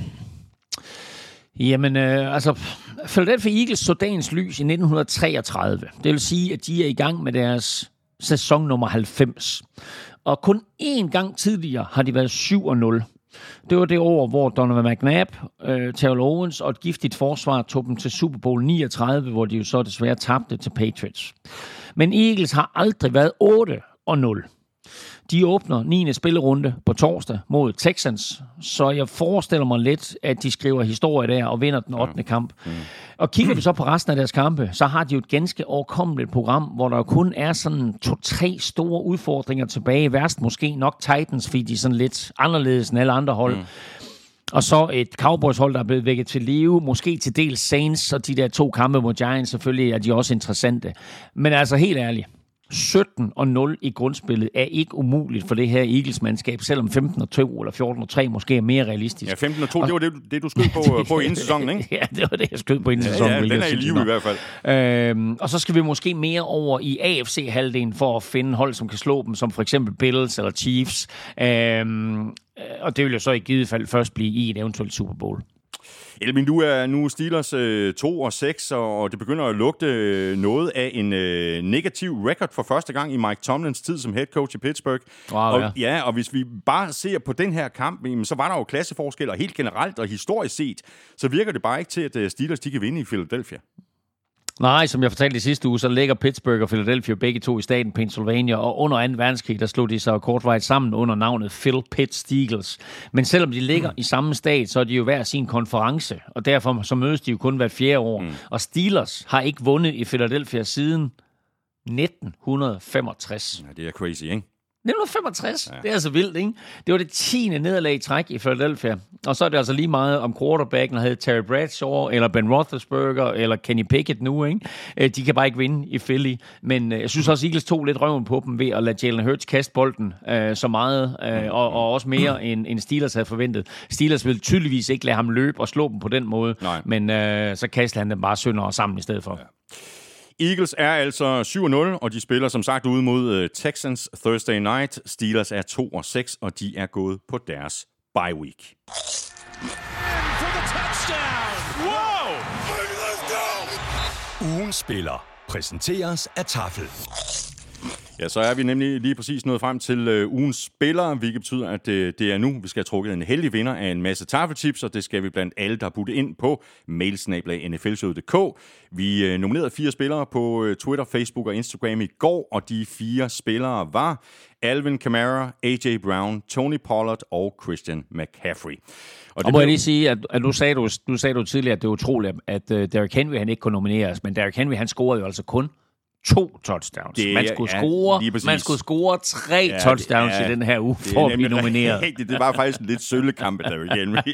Jamen, øh, altså, Philadelphia Eagles så dagens lys i nitten treogtredive. Det vil sige, at de er i gang med deres sæson nummer halvfems. Og kun én gang tidligere har de været syv nul. Det var det år, hvor Donovan McNabb, øh, Terrell Owens og et giftigt forsvar tog dem til Super Bowl niogtredive, hvor de jo så desværre tabte til Patriots. Men Eagles har aldrig været otte nul. De åbner niende spillerunde på torsdag mod Texans, så jeg forestiller mig lidt, at de skriver historie der og vinder den ottende kamp. Mm. Og kigger vi så på resten af deres kampe, så har de jo et ganske overkommeligt program, hvor der kun er sådan to-tre store udfordringer tilbage. Værst måske nok Titans, fordi de er sådan lidt anderledes end alle andre hold. Mm. Og så et Cowboys-hold, der er blevet vækket til live, måske til dels Saints, og de der to kampe mod Giants, selvfølgelig er de også interessante. Men altså helt ærligt, sytten nul i grundspillet er ikke umuligt for det her Eagles-mandskab, selvom femten to eller fjorten tre måske er mere realistisk. Ja, femten to, det var det, det du skød på, på inden sæsonen, ikke? Ja, det var det, jeg skød på inden sæsonen. Ja, ja, den er i live i hvert fald. Øhm, og så skal vi måske mere over i A F C-halvdelen for at finde hold, som kan slå dem, som for eksempel Bills eller Chiefs. Øhm, og det vil jo så i givet fald først blive i et eventuelt Super Bowl. Elvin, du er nu Steelers øh, to og seks, og det begynder at lugte øh, noget af en øh, negativ record for første gang i Mike Tomlins tid som head coach i Pittsburgh. Wow, og, ja. ja, og hvis vi bare ser på den her kamp, jamen, så var der jo klasseforskelle, og helt generelt og historisk set, så virker det bare ikke til, at Steelers de kan vinde i Philadelphia. Nej, som jeg fortalte i sidste uge, så ligger Pittsburgh og Philadelphia begge to i staten Pennsylvania, og under anden verdenskrig, der slog de sig kortvejt sammen under navnet Phil Pitt Eagles. Men selvom de ligger mm. i samme stat, så er de jo hver sin konference, og derfor så mødes de jo kun hvert fjerde år. Mm. Og Steelers har ikke vundet i Philadelphia siden nitten femogtres. Ja, det er crazy, ikke? nitten femogtres, ja. Det er altså vildt, ikke? Det var det tiende nederlag i træk i Philadelphia. Og så er det altså lige meget om quarterbacken havde Terry Bradshaw, eller Ben Roethlisberger, eller Kenny Pickett nu, ikke? De kan bare ikke vinde i Philly. Men jeg synes også, Eagles tog lidt røven på dem ved at lade Jalen Hurts kaste bolden øh, så meget, øh, og, og også mere end, end Steelers havde forventet. Steelers ville tydeligvis ikke lade ham løbe og slå dem på den måde, Nej. men øh, så kastede han dem bare sønder sammen i stedet for. Ja. Eagles er altså syv nul, og de spiller som sagt ude mod Texans Thursday night. Steelers er to og seks, og de er gået på deres bye week. Ugens spiller præsenteres af Tafel. Ja, så er vi nemlig lige præcis nået frem til øh, ugens spillere, hvilket betyder, at øh, det er nu, vi skal have trukket en heldig vinder af en masse taffeltips, og det skal vi blandt alle, der har puttet ind på mailsnablag n f l showet punktum d k. Vi øh, nominerede fire spillere på øh, Twitter, Facebook og Instagram i går, og de fire spillere var Alvin Kamara, A J Brown, Tony Pollard og Christian McCaffrey. Og, og må blev... jeg lige sige, at, at nu, sagde du, nu sagde du tidligere, at det er utroligt, at uh, Derrick Henry han ikke kunne nomineres, men Derrick Henry han scorede jo altså kun to touchdowns. Det, man, skulle ja, score, man skulle score tre ja, touchdowns ja, i den her uge for at blive nomineret. Det, det var faktisk en lidt søllekamp, Derrick Henry.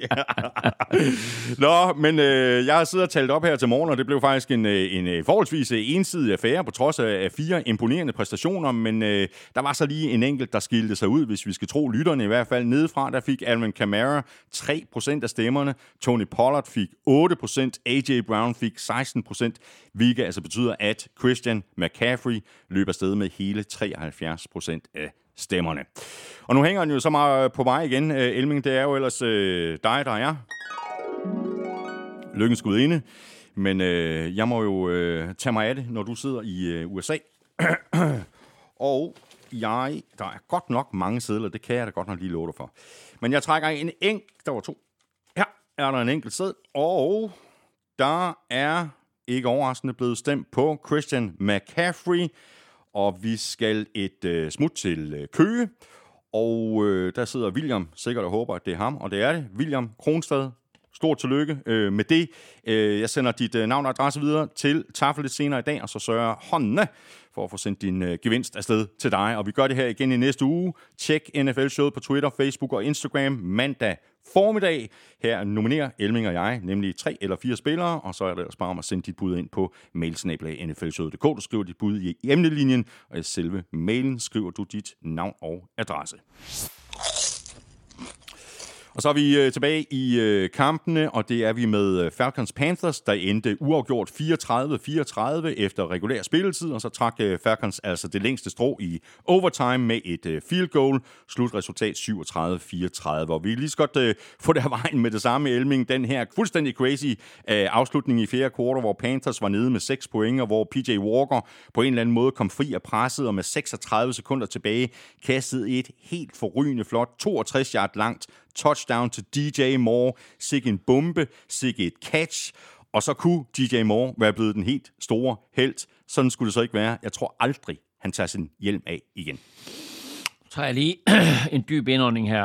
Nå, men øh, jeg har siddet og talt op her til morgen, og det blev faktisk en, en forholdsvis ensidig affære, på trods af fire imponerende præstationer, men øh, der var så lige en enkelt, der skilte sig ud, hvis vi skal tro lytterne i hvert fald. Nedefra, der fik Alvin Kamara tre procent af stemmerne, Tony Pollard fik otte procent, A J Brown fik seksten procent, hvilket altså betyder, at Christian McCaffrey løber afsted med hele treoghalvfjerds procent af stemmerne. Og nu hænger han jo så meget på vej igen. Elming, det er jo ellers øh, dig, der er lykkens gudinde. Men øh, jeg må jo øh, tage mig af det, når du sidder i øh, U S A. Og jeg, der er godt nok mange sedler, det kan jeg da godt nok lige love dig for. Men jeg trækker en enkelt, der var to. Her er der en enkelt seddel, og der er ikke overraskende blevet stemt på Christian McCaffrey, og vi skal et øh, smut til øh, Køge, og øh, der sidder William, sikkert og håber, at det er ham, og det er det. William Kronstad, stort tillykke øh, med det. Øh, jeg sender dit øh, navn og adresse videre til Tafel lidt senere i dag, og så sørger håndene for at få sendt din øh, gevinst afsted til dig, og vi gør det her igen i næste uge. Tjek N F L-showet på Twitter, Facebook og Instagram mandag formiddag. Her nominerer Elming og jeg nemlig tre eller fire spillere, og så er det ellers bare om at sende dit bud ind på mailsnablag n f l showet punktum d k. Du skriver dit bud i emnelinjen, og i selve mailen skriver du dit navn og adresse. Og så er vi øh, tilbage i øh, kampene, og det er vi med øh, Falcons Panthers, der endte uafgjort fireogtredive fireogtredive efter regulær spilletid, og så trak øh, Falcons altså det længste strå i overtime med et øh, field goal. Slutresultat syvogtredive fireogtredive, og vi kan lige så godt øh, få det af vejen med det samme, Elming. Den her fuldstændig crazy øh, afslutning i fjerde kvartal, hvor Panthers var nede med seks point, og hvor P J Walker på en eller anden måde kom fri af presset, og med seksogtredive sekunder tilbage kastede et helt forrygende flot toogtres yard langt touchdown til D J Moore. Sikke en bombe, sikke et catch. Og så kunne D J Moore være blevet den helt store helt. Sådan skulle det så ikke være. Jeg tror aldrig, han tager sin hjelm af igen. Så tager jeg lige en dyb indånding her.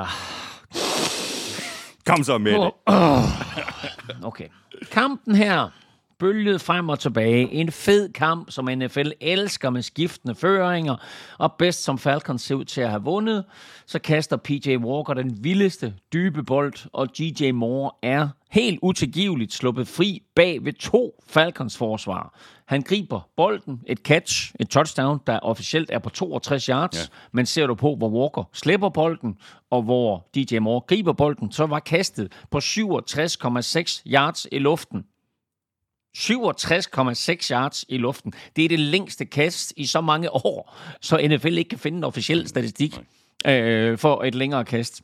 Kom så med oh, det. Oh. Okay. Kampen her bølgede frem og tilbage. En fed kamp, som N F L elsker med skiftende føringer, og bedst som Falcons ser ud til at have vundet, så kaster P J Walker den vildeste dybe bold, og D J Moore er helt utilgiveligt sluppet fri bag ved to Falcons forsvar. Han griber bolden, et catch, et touchdown, der officielt er på toogtres yards, ja. Men ser du på, hvor Walker slipper bolden, og hvor D J Moore griber bolden, så var kastet på syvogtres komma seks yards i luften. syvogtres komma seks yards i luften. Det er det længste kast i så mange år, så N F L ikke kan finde en officiel statistik øh, for et længere kast.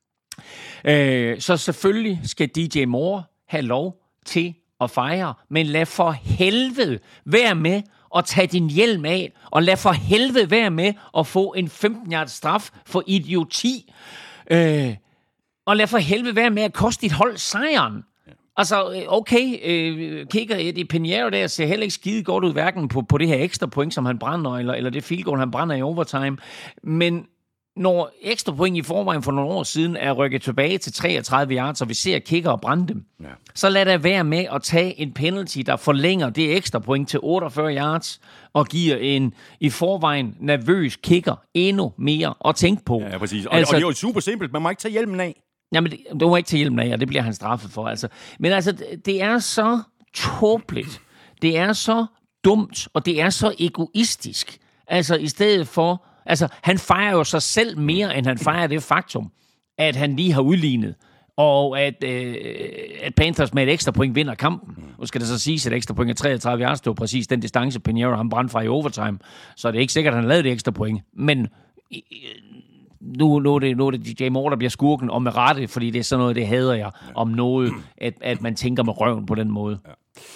Øh, så selvfølgelig skal D J Moore have lov til at fejre, men lad for helvede være med at tage din hjelm af, og lad for helvede være med at få en femten yards straf for idioti. Øh, og lad for helvede være med at koste dit hold sejren. Altså, okay, øh, kigger Eddie Pinheiro der, ser heller ikke skide godt ud, hverken på, på det her ekstra point, som han brænder, eller, eller det field goal, han brænder i overtime. Men når ekstra point i forvejen for nogle år siden er rykket tilbage til treogtredive yards, og vi ser kicker og brænde dem, ja. Så lad der være med at tage en penalty, der forlænger det ekstra point til otteogfyrre yards, og giver en i forvejen nervøs kicker endnu mere at tænke på. Ja, præcis. Og, altså, og det er jo super simpelt. Man må ikke tage hjelmen af. Jamen, det, det må ikke tage hjelmen af, og det bliver han straffet for. Altså. Men altså, det er så tåbeligt. Det er så dumt, og det er så egoistisk. Altså, i stedet for... Altså, han fejrer jo sig selv mere, end han fejrer det faktum, at han lige har udlignet, og at, øh, at Panthers med et ekstra point vinder kampen. Nu skal det så siges, at ekstra point er treogtredive yards, det var præcis den distance, Pinheiro han brændte fra i overtime, så det er ikke sikkert, at han lavede det ekstra point. Men... Øh, Nu, nu, er det, nu er det D J Moore, der bliver skurken, og med rette, fordi det er sådan noget, det hader jeg, om noget, at, at man tænker med røven på den måde. Ja.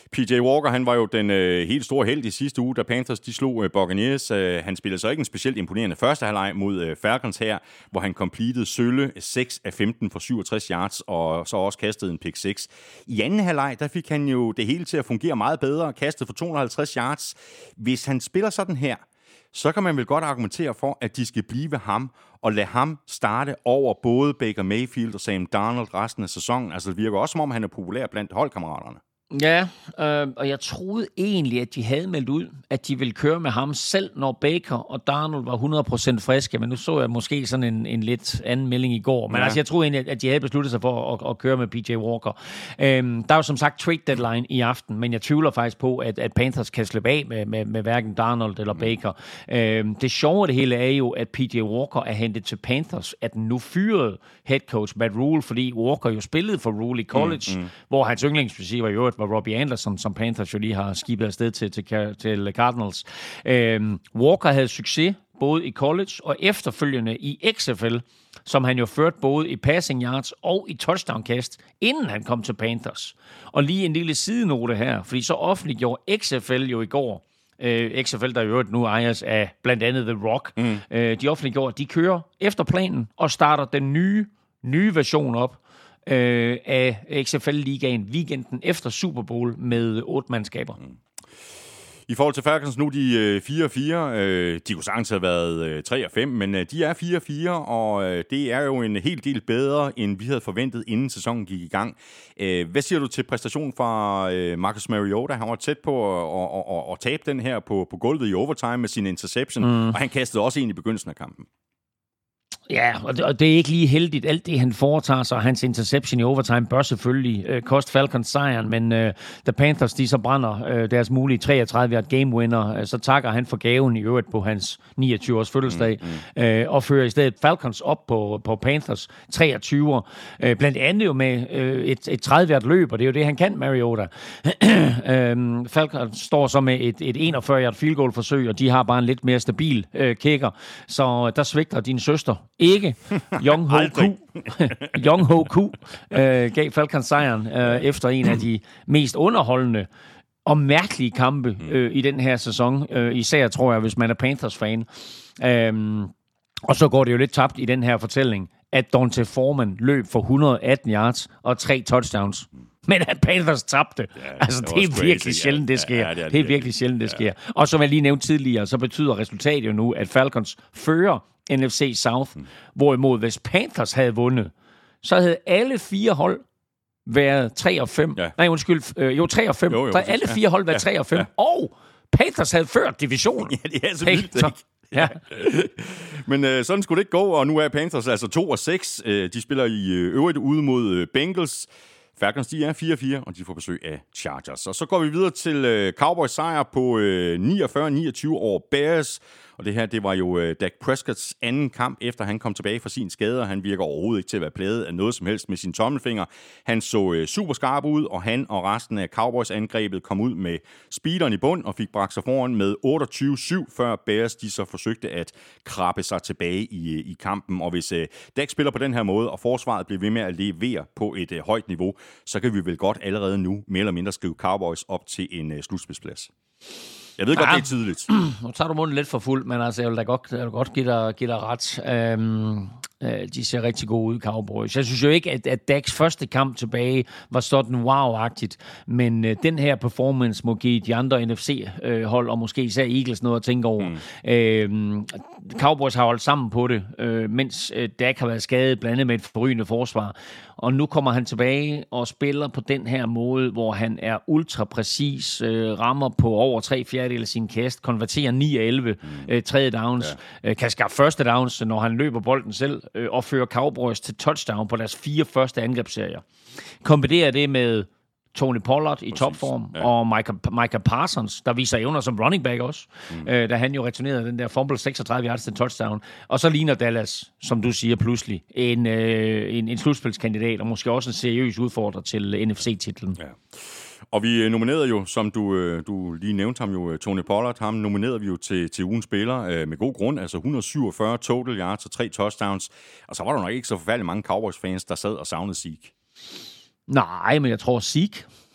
P J Walker, han var jo den øh, helt store held i sidste uge, da Panthers de slog øh, Buccaneers. Øh, han spillede så ikke en specielt imponerende første halvleg mod øh, Falcons her, hvor han completed sølle seks af femten for syvogtres yards, og så også kastede en pick seks. I anden halvleg, der fik han jo det hele til at fungere meget bedre, kastet for to hundrede og halvtreds yards. Hvis han spiller sådan her, så kan man vel godt argumentere for, at de skal blive ved ham, og lade ham starte over både Baker Mayfield og Sam Darnold resten af sæsonen. Altså, det virker også, som om han er populær blandt holdkammeraterne. Ja, øh, og jeg troede egentlig, at de havde meldt ud, at de ville køre med ham selv, når Baker og Darnold var hundrede procent friske, men nu så jeg måske sådan en, en lidt anden melding i går. Men ja. altså, jeg troede egentlig, at de havde besluttet sig for at, at køre med P J Walker. Øhm, der er jo som sagt trade deadline i aften, men jeg tvivler faktisk på, at, at Panthers kan slippe af med, med, med hverken Darnold eller Baker. Øhm, det sjove af det hele er jo, at P J Walker er hentet til Panthers, at den nu fyrede head coach Matt Rule, fordi Walker jo spillede for Rule i college, mm, mm. hvor hans yndlingsreceiver i øvrigt var Robbie Anderson, som Panthers jo lige har skibet afsted til, til, til Cardinals. Øhm, Walker havde succes både i college og efterfølgende i X F L, som han jo førte både i passing yards og i touchdown-kast, inden han kom til Panthers. Og lige en lille sidenote her, fordi så offentliggjorde X F L jo i går, øh, X F L, der jo nu ejes af blandt andet The Rock, mm. øh, de offentliggjorde, at de kører efter planen og starter den nye, nye version op, Øh, af X F L-ligaen weekenden efter Super Bowl med otte mandskaber. Mm. I forhold til Falcons nu, de øh, fire og fire. Øh, de kunne sagtens have været øh, tre og fem, men øh, de er fire og fire, og øh, det er jo en hel del bedre, end vi havde forventet, inden sæsonen gik i gang. Øh, hvad siger du til præstationen fra øh, Marcus Mariota? Han var tæt på at, at, at, at tabe den her på, på gulvet i overtime med sin interception, mm. og han kastede også en i begyndelsen af kampen. Ja, og det, og det er ikke lige heldigt. Alt det, han foretager sig, hans interception i overtime, bør selvfølgelig øh, koste Falcons sejren, men øh, da Panthers de så brænder øh, deres mulige treogtredive yard game winner, øh, så takker han for gaven i øvrigt på hans niogtyve års fødselsdag, mm, mm. Øh, og fører i stedet Falcons op på, på Panthers treogtyve. Øh, blandt andet jo med øh, et, et tredive yard løb, og det er jo det, han kan, Mariota. øh, Falcons står så med et, et enogfyrre yard field goal forsøg, og de har bare en lidt mere stabil øh, kicker, så der svigter din søster ikke. Young Ho Ku, Young Ho Ku øh, gav Falcons sejren øh, efter en af de mest underholdende og mærkelige kampe øh, i den her sæson. Øh, især, tror jeg, hvis man er Panthers-fan. Øhm, og så går det jo lidt tabt i den her fortælling, at Dante Foreman løb for et hundrede og atten yards og tre touchdowns. Men at Panthers tabte. Ja, altså, det, det er virkelig crazy, sjældent, det sker. Ja, ja, det, er det, det er virkelig sjældent, det sker. Ja. Og som jeg lige nævnte tidligere, så betyder resultatet jo nu, at Falcons fører N F C South, mm. hvorimod hvis Panthers havde vundet, så havde alle fire hold været tre og fem. Ja. Nej, undskyld, øh, jo tre og fem. Jo, jo, så havde alle fire hold været tre og fem. Ja. Og Panthers havde ført divisionen. Ja, det er altså vildt, ikke? Ja. Men øh, sådan skulle det ikke gå, og nu er Panthers altså to og seks. Øh, de spiller i øh, øvrigt ude mod øh, Bengals. Falcons, de er fire og fire, og de får besøg af Chargers. Og så går vi videre til øh, Cowboys sejr på øh, niogfyrre niogtyve over Bears. Og det her, det var jo øh, Dak Prescotts anden kamp, efter han kom tilbage fra sin skade, og han virker overhovedet ikke til at være plaget af noget som helst med sin tommelfinger. Han så øh, super skarp ud, og han og resten af Cowboys-angrebet kom ud med speederen i bund og fik bragt sig foran med otteogtyve syv, før Bears de så forsøgte at krabbe sig tilbage i, i kampen. Og hvis øh, Dak spiller på den her måde, og forsvaret bliver ved med at levere på et øh, højt niveau, så kan vi vel godt allerede nu mere eller mindre skrive Cowboys op til en øh, slutspidsplads. Jeg ved ja, godt, det er tidligt. Nu tager du munden lidt for fuld, men altså, jeg vil da godt, jeg vil godt give, dig, give dig ret. Øhm, øh, de ser rigtig gode ud, Cowboys. Jeg synes jo ikke, at, at Daks første kamp tilbage var sådan wow-agtigt, men øh, den her performance må give de andre N F C-hold, og måske især Eagles, noget at tænke over. Mm. Øhm, Cowboys har holdt sammen på det, øh, mens øh, Dak har været skadet, blandt andet med et forrygende forsvar. Og nu kommer han tilbage og spiller på den her måde, hvor han er ultra præcis, øh, rammer på over tre fjerdedele af sin kast, konverterer ni af elleve mm. øh, tredje downs, ja. øh, kan skaffe første downs, når han løber bolden selv, øh, og fører Cowboys til touchdown på deres fire første angrebsserier. Kombinerer det med Tony Pollard i topform, ja. og Micah, Micah Parsons, der viser evner som running back også, mm. øh, da han jo returnerede den der fumble seksogtredive yards til touchdown. Og så ligner Dallas, som du siger pludselig, en, øh, en, en slutspilskandidat, og måske også en seriøs udfordrer til N F C-titlen. Ja. Og vi nominerede jo, som du, du lige nævnte ham jo, Tony Pollard, ham nominerede vi jo til, til ugens spiller øh, med god grund, altså et hundrede og syvogfyrre total yards og tre touchdowns. Og så var der nok ikke så forfærdeligt mange Cowboys-fans, der sad og savnede Zeke. Nej, men jeg tror Zeke,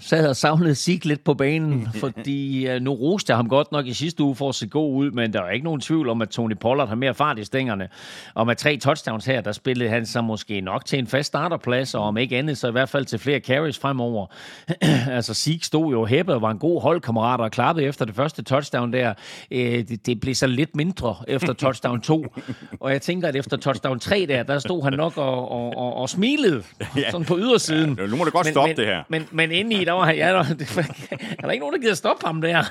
sad og savnede Zeke lidt på banen, fordi uh, nu roste jeg ham godt nok i sidste uge for at se god ud, men der er ikke nogen tvivl om, at Tony Pollard har mere fart i stængerne. Og med tre touchdowns her, der spillede han så måske nok til en fast starterplads, og om ikke andet, så i hvert fald til flere carries fremover. Altså Zeke stod jo hæppet og var en god holdkammerat og klappede efter det første touchdown der. Øh, det, det blev så lidt mindre efter touchdown to, og jeg tænker, at efter touchdown tre der, der stod han nok og, og, og, og smilede sådan på ydersiden. Ja, nu må det godt stoppe men, det her. Men, men inde i, der var ja, der, er der ikke nogen, der gider stoppe ham der?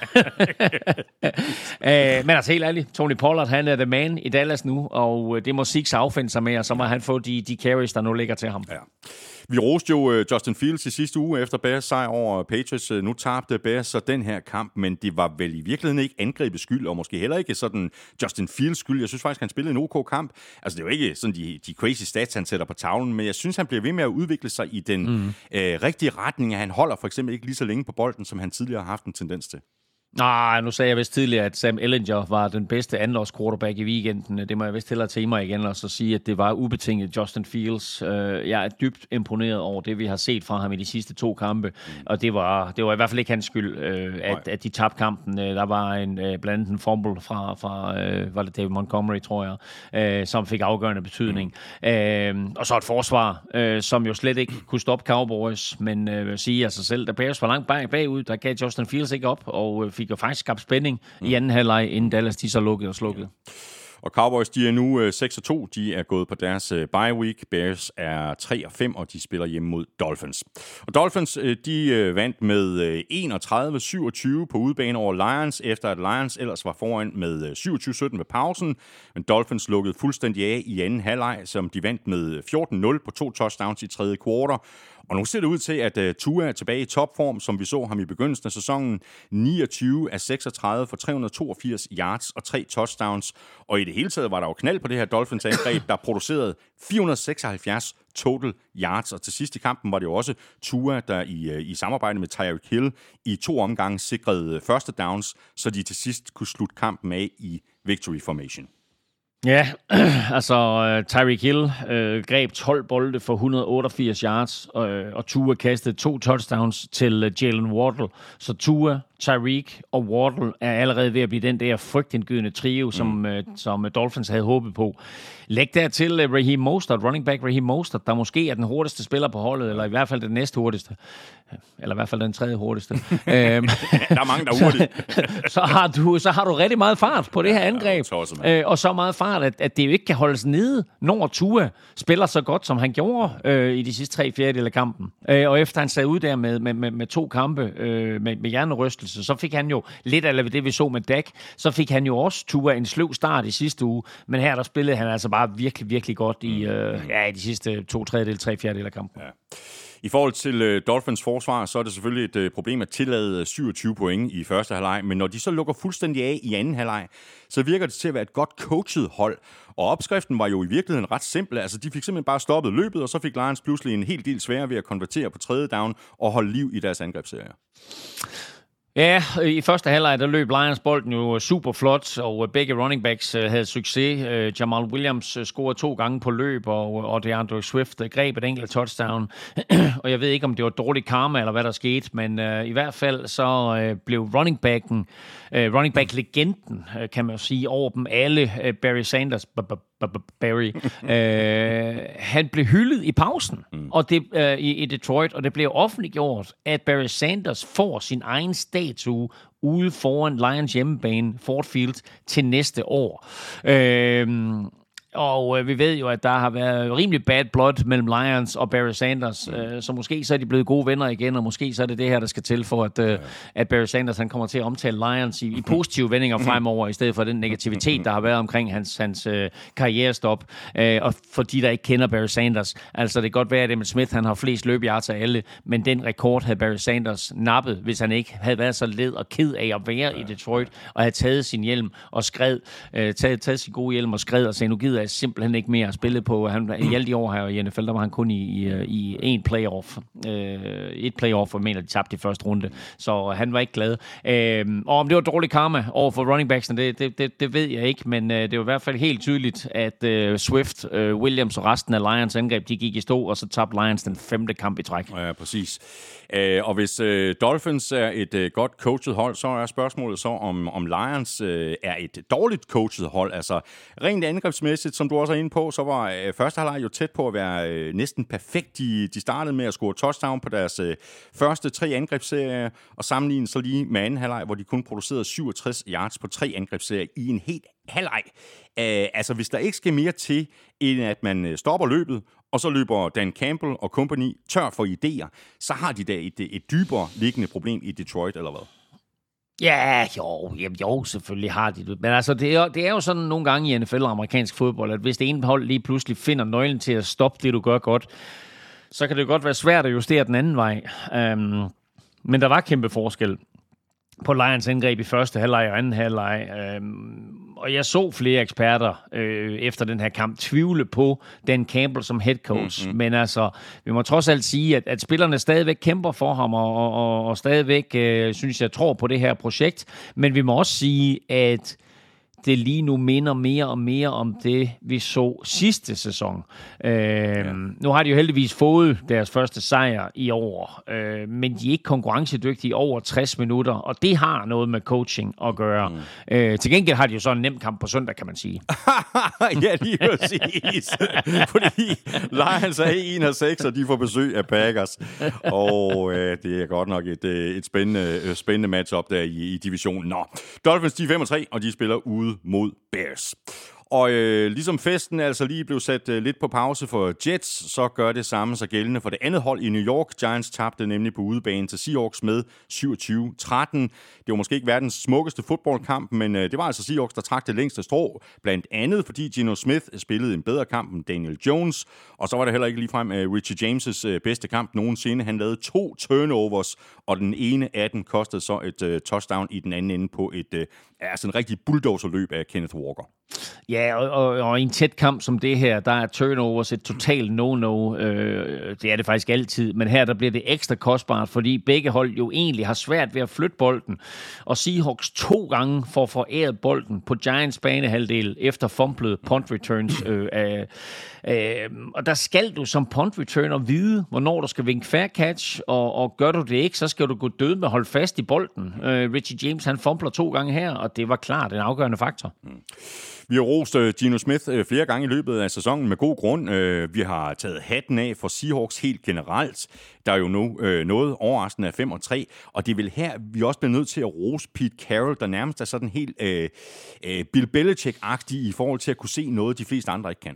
øh, men altså helt ærligt, Tony Pollard, han er the man i Dallas nu, og det må Zeke affinde sig med, og så må han få de, de carries, der nu ligger til ham. Ja. Vi roste jo Justin Fields i sidste uge efter Bears sejr over Patriots. Nu tabte Bears så den her kamp, men det var vel i virkeligheden ikke angrebets skyld, og måske heller ikke sådan Justin Fields skyld. Jeg synes faktisk, han spillede en OK kamp. Altså, det er jo ikke sådan de, de crazy stats, han sætter på tavlen, men jeg synes, han bliver ved med at udvikle sig i den mm. øh, rigtige retning. Han holder for eksempel ikke lige så længe på bolden, som han tidligere har haft en tendens til. Nej, nu sagde jeg vist tidligere, at Sam Ehlinger var den bedste andenårs quarterback i weekenden. Det må jeg vist hellere til mig igen, og så sige, at det var ubetinget Justin Fields. Jeg er dybt imponeret over det, vi har set fra ham i de sidste to kampe, og det var, det var i hvert fald ikke hans skyld, at, at de tabte kampen. Der var en, blandt andet en fumble fra, fra var det David Montgomery, tror jeg, som fik afgørende betydning. Mm. Og så et forsvar, som jo slet ikke kunne stoppe Cowboys, men vil sige af sig selv, da Bears var langt bag, bagud, der gav Justin Fields ikke op, og fik jo faktisk skabt spænding mm. i anden halvleg, inden Dallas de så lukkede og slukkede. Ja. Og Cowboys, de er nu øh, seks og to. De er gået på deres øh, bye week. Bears er tre og fem, og de spiller hjemme mod Dolphins. Og Dolphins, øh, de øh, vandt med øh, enogtredive syvogtyve på udebane over Lions, efter at Lions ellers var foran med øh, syvogtyve sytten ved pausen. Men Dolphins lukkede fuldstændig af i anden halvleg, som de vandt med fjorten nul på to touchdowns i tredje kvartal. Og nu ser det ud til, at uh, Tua er tilbage i topform, som vi så ham i begyndelsen af sæsonen. niogtyve af seksogtredive for tre hundrede og toogfirs yards og tre touchdowns. Og i det hele taget var der jo knald på det her Dolphins-angreb, der producerede fire hundrede og seksoghalvfjerds total yards. Og til sidst i kampen var det jo også Tua, der i, uh, i samarbejde med Tyreek Hill i to omgange sikrede første downs, så de til sidst kunne slutte kampen af i victory formation. Ja, altså uh, Tyreek Hill uh, greb tolv bolde for et hundrede og otteogfirs yards, uh, og Tua kastede to touchdowns til uh, Jalen Waddle. Så Tua, Tyreek og Waddle er allerede ved at blive den der frygtindgydende trio, som, mm. uh, som uh, Dolphins havde håbet på. Læg dertil uh, Raheem Mostert, running back Raheem Mostert, der måske er den hurtigste spiller på holdet, eller i hvert fald den næste hurtigste. Eller i hvert fald den tredje hurtigste. Der er mange, der er hurtige. så, har du, så har du rigtig meget fart på det her angreb. Ja, øh, og så meget fart, at, at det jo ikke kan holdes nede, når Tua spiller så godt, som han gjorde øh, i de sidste tre fjerdedele af kampen. Øh, og efter han sad ud der med, med, med, med to kampe øh, med, med hjernerystelse, så fik han jo lidt af det, vi så med Dak. Så fik han jo også Tua en sløv start i sidste uge. Men her der spillede han altså bare virkelig, virkelig godt i, øh, ja, i de sidste to tredjedele, tre fjerdedele af kampen. Ja. I forhold til uh, Dolphins forsvar, så er det selvfølgelig et uh, problem at tillade syvogtyve point i første halvleg, men når de så lukker fuldstændig af i anden halvleg, så virker det til at være et godt coachet hold. Og opskriften var jo i virkeligheden ret simpel. Altså, de fik simpelthen bare stoppet løbet, og så fik Lions pludselig en hel del sværere ved at konvertere på tredje down og holde liv i deres angrebsserier. Ja, i første halvleg der løb Lions bolden jo super flot, og begge running backs havde succes. Jamal Williams scorede to gange på løb, og, og DeAndre Swift greb et enkelt touchdown. Og jeg ved ikke, om det var dårlig karma, eller hvad der skete, men uh, i hvert fald så uh, blev running backen, uh, running back-legenden, uh, kan man jo sige, over dem alle, uh, Barry Sanders, Barry, uh, han blev hyldet i pausen mm. og det, uh, i, i Detroit, og det blev offentliggjort, at Barry Sanders får sin egen statue ude foran Lions hjemmebane, Ford Field, til næste år. Øh, Og øh, vi ved jo, at der har været rimelig bad blood mellem Lions og Barry Sanders, øh, så måske så er de blevet gode venner igen, og måske så er det det her, der skal til for, at, øh, at Barry Sanders han kommer til at omtale Lions i, i positive vendinger fremover, i stedet for den negativitet, der har været omkring hans, hans øh, karrierestop. Øh, og for de, der ikke kender Barry Sanders, altså det kan godt være, at Emmitt Smith han har flest løbeyards af alle, men den rekord havde Barry Sanders nappet, hvis han ikke havde været så led og ked af at være i Detroit, og havde taget sin hjelm og skred, øh, taget, taget sin gode hjelm og skred og sagde, nu gider gider jeg simpelthen ikke mere at spille på. Han, i alle de år her i N F L, der var han kun i, i, i en playoff. Øh, et playoff, og mener, de tabte i første runde. Så han var ikke glad. Øh, og om det var dårlig karma over for running backsene, det, det, det, det ved jeg ikke, men øh, det var i hvert fald helt tydeligt, at øh, Swift, øh, Williams og resten af Lions angreb, de gik i stå, og så tabte Lions den femte kamp i træk. Ja, præcis. Øh, og hvis øh, Dolphins er et øh, godt coachet hold, så er spørgsmålet så, om, om Lions øh, er et dårligt coachet hold. Altså rent angrebsmæssigt, som du også er inde på, så var øh, første halvleg jo tæt på at være øh, næsten perfekt. De, de startede med at score touchdown på deres øh, første tre angrebsserier, og sammenlignet så lige med anden halvleg, hvor de kun producerede syvogtres yards på tre angrebsserier i en helt halvleg. Øh, altså hvis der ikke skal mere til, end at man stopper løbet, og så løber Dan Campbell og company tør for idéer, så har de da et, et dybere liggende problem i Detroit, eller hvad? Ja, jo, jamen, jo, selvfølgelig har de det. Men altså, det er, det er jo sådan nogle gange i N F L og amerikansk fodbold, at hvis det ene hold lige pludselig finder nøglen til at stoppe det, du gør godt, så kan det godt være svært at justere den anden vej. Um, men der var kæmpe forskel på Lions angreb i første halvleg og anden halvleg. Øhm, og jeg så flere eksperter øh, efter den her kamp tvivle på Dan Campbell som head coach. Mm-hmm. Men altså, vi må trods alt sige, at, at spillerne stadigvæk kæmper for ham, og, og, og stadigvæk, øh, synes jeg, tror på det her projekt. Men vi må også sige, at det lige nu minder mere og mere om det, vi så sidste sæson. Øh, ja. Nu har de jo heldigvis fået deres første sejr i år, øh, men de er ikke konkurrencedygtige over tres minutter, og det har noget med coaching at gøre. Mm. Øh, til gengæld har de jo så en nem kamp på søndag, kan man sige. Ja, lige præcis. Fordi Lions er en og seks, og de får besøg af Packers. Og øh, det er godt nok et, et spændende, spændende matchup der i, i divisionen. Nå, Dolphins de er fem og tre, og de spiller ude mod Bears. Og øh, ligesom festen altså lige blev sat øh, lidt på pause for Jets, så gør det samme sig gældende for det andet hold i New York. Giants tabte nemlig på udebane til Seahawks med syvogtyve tretten. Det var måske ikke verdens smukkeste fodboldkamp, men øh, det var altså Seahawks, der trak det længste strå. Blandt andet fordi Geno Smith spillede en bedre kamp end Daniel Jones. Og så var det heller ikke ligefrem øh, Richie James' øh, bedste kamp nogensinde. Han lavede to turnovers, og den ene af dem kostede så et øh, touchdown i den anden ende på et øh, altså en rigtig bulldozer-løb af Kenneth Walker. Ja, og, og, og i en tæt kamp som det her, der er turnovers et totalt no-no. Øh, det er det faktisk altid, men her der bliver det ekstra kostbart, fordi begge hold jo egentlig har svært ved at flytte bolden. Og Seahawks to gange får foræret bolden på Giants banehalvdel efter fumblet punt returns. Øh, øh, øh, og der skal du som punt returner vide, hvornår du skal vinke fair catch, og, og gør du det ikke, så skal du gå død med at holde fast i bolden. Øh, Richie James, han fumbler to gange her, og det var klart en afgørende faktor. Mm. Vi har rost Geno Smith flere gange i løbet af sæsonen med god grund. Vi har taget hatten af for Seahawks helt generelt. Der er jo nu noget overraskende af fem og tre, og det er vel her, vi også bliver nødt til at rose Pete Carroll, der nærmest er sådan helt øh, Bill Belichick-agtig i forhold til at kunne se noget, de fleste andre ikke kan.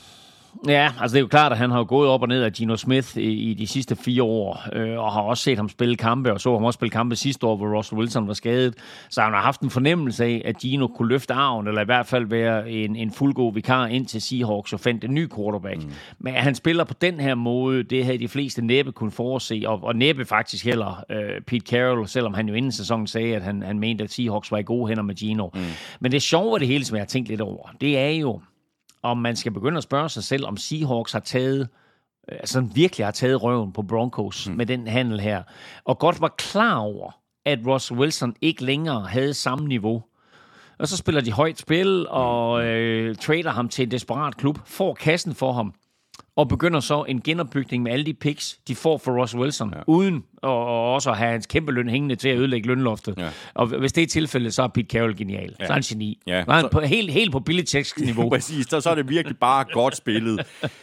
Ja, altså det er jo klart, at han har gået op og ned af Geno Smith i, i de sidste fire år, øh, og har også set ham spille kampe, og så ham også spille kampe sidste år, hvor Russell Wilson var skadet. Så han har haft en fornemmelse af, at Geno kunne løfte arven, eller i hvert fald være en, en fuldgod vikar ind til Seahawks og fandt en ny quarterback. Mm. Men at han spiller på den her måde, det havde de fleste næppe kunne forudse, og, og næppe faktisk heller øh, Pete Carroll, selvom han jo inden sæsonen sagde, at han, han mente, at Seahawks var i gode hænder med Geno. Mm. Men det sjove af det hele, som jeg har tænkt lidt over, det er jo, om man skal begynde at spørge sig selv, om Seahawks har taget, altså virkelig har taget røven på Broncos mm. med den handel her, og godt var klar over, at Russell Wilson ikke længere havde samme niveau. Og så spiller de højt spil, og øh, trader ham til en desperat klub, får kassen for ham, og begynder så en genopbygning med alle de picks, de får for Russell Wilson, ja. Uden og også at have hans kæmpe løn hængende til at ødelægge lønloftet. Ja. Og hvis det er tilfældet, så er Pete Carroll genial. Ja. Så er han geni. Ja. Så er han på, helt, helt på Belichicks niveau. Præcis, så, så er det virkelig bare godt spillet.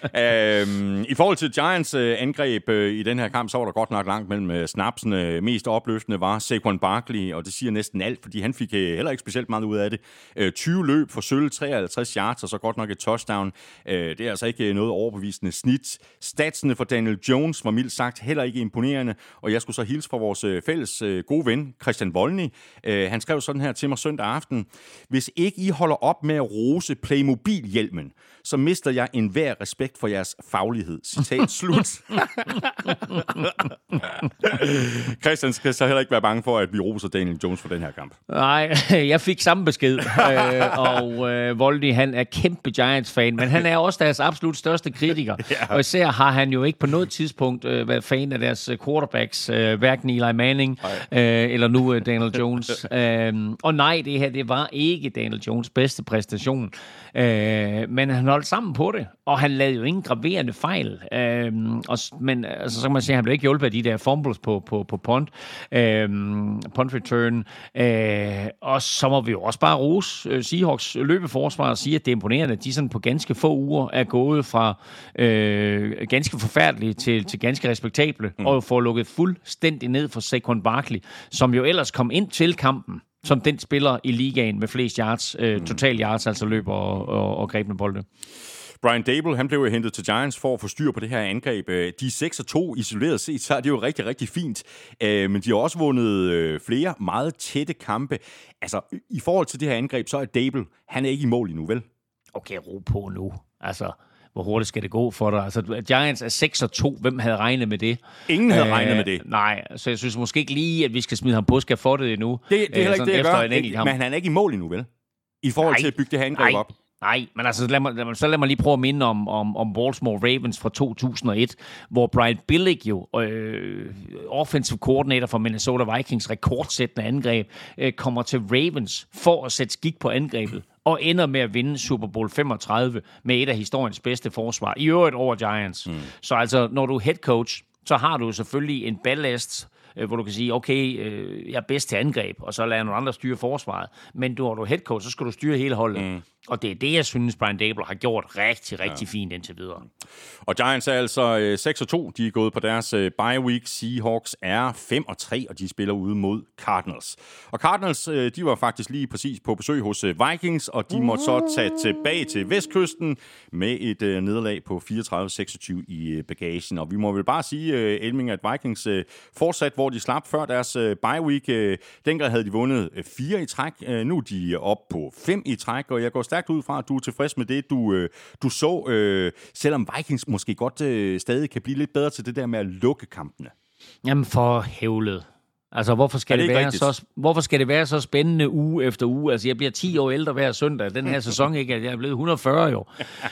øhm, I forhold til Giants øh, angreb øh, i den her kamp, så var der godt nok langt mellem øh, snapsene. Mest opløftende var Saquon Barkley, og det siger næsten alt, fordi han fik øh, heller ikke specielt meget ud af det. Øh, tyve løb for sølv, treoghalvtreds yards, og så godt nok et touchdown. Øh, det er altså ikke noget overbevisende snit. Statsene for Daniel Jones var mildt sagt heller ikke imponerende, og jeg skulle så hilse fra vores fælles øh, gode ven, Christian Voldny. Øh, han skrev sådan her til mig søndag aften: hvis ikke I holder op med at rose Playmobil-hjelmen, så mister jeg enhver respekt for jeres faglighed. Citat slut. Christian skal så heller ikke være bange for, at vi roser Daniel Jones for den her kamp. Nej, jeg fik samme besked. øh, og øh, Voldy, han er kæmpe Giants-fan, men han er også deres absolut største kritiker. Ja. Og især har han jo ikke på noget tidspunkt øh, været fan af deres quarterbacks, øh, hverken Eli Manning øh, eller nu øh, Daniel Jones. øh, og nej, det her, det var ikke Daniel Jones' bedste præstation. Øh, men han holdt sammen på det, og han lavede jo ingen graverende fejl. Øh, og, men altså, så kan man sige, at han blev ikke hjulpet af de der fumbles på, på, på punt, øh, punt return. Øh, og så må vi jo også bare rose øh, Seahawks løbeforsvar og sige, at det er imponerende, at de sådan på ganske få uger er gået fra øh, ganske forfærdelige til, til ganske respektable, mm. og får lukket fuldstændig ned for Saquon Barkley, som jo ellers kom ind til kampen som den spiller i ligaen med flest yards, øh, mm. total yards, altså løber og, og, og grebne bolde. Brian Dable, han blev jo hentet til Giants for at få styr på det her angreb. De er seks og to isoleret set, så er det jo rigtig, rigtig fint. Men de har også vundet flere meget tætte kampe. Altså, i forhold til det her angreb, så er Dable, han er ikke i mål endnu, vel? Okay, ro på nu. Altså, hvor hurtigt skal det gå for dig? Altså, Giants er seks og to. Hvem havde regnet med det? Ingen havde Æh, regnet med det. Nej, så jeg synes måske ikke lige, at vi skal smide ham på skal få det endnu. Det, det er heller ikke det, jeg gør. Ikke, men han er ikke i mål endnu, vel? I forhold nej, til at bygge det her angreb nej. op. Nej, men altså, lad mig, lad mig, så lad mig lige prøve at minde om, om, om Baltimore Ravens fra to tusind og et, hvor Brian Billick jo, øh, offensive coordinator for Minnesota Vikings, rekordsættende angreb, øh, kommer til Ravens for at sætte skik på angrebet, og ender med at vinde Super Bowl femogtredive med et af historiens bedste forsvar, i øvrigt over Giants. Mm. Så altså, når du er head coach, så har du selvfølgelig en ballast, hvor du kan sige, okay, øh, jeg er bedst til angreb, og så lader nogle andre styre forsvaret. Men du, når du er head coach, så skal du styre hele holdet. Mm. Og det er det, jeg synes, Brian Dable har gjort rigtig, rigtig ja. fint indtil videre. Og Giants er altså øh, seks og to. De er gået på deres øh, bye week. Seahawks er fem og tre, og de spiller ude mod Cardinals. Og Cardinals, øh, de var faktisk lige præcis på besøg hos øh, Vikings, og de måtte så tage tilbage til Vestkysten med et øh, nederlag på fireogtredive seksogtyve i øh, bagagen. Og vi må vel bare sige, øh, Elming, at Vikings øh, fortsat, hvor de slap før deres øh, bye week. Øh, dengang havde de vundet øh, fire i træk. Øh, nu er de op på fem i træk, og jeg går stærkt ud fra, at du er tilfreds med det, du, øh, du så, øh, selvom Vikings måske godt øh, stadig kan blive lidt bedre til det der med at lukke kampene. Jamen for hævlet. Altså, hvorfor skal, det det være så, hvorfor skal det være så spændende uge efter uge? Altså, jeg bliver ti år ældre hver søndag. Den her sæson, ikke? Jeg er blevet et hundrede og fyrre jo.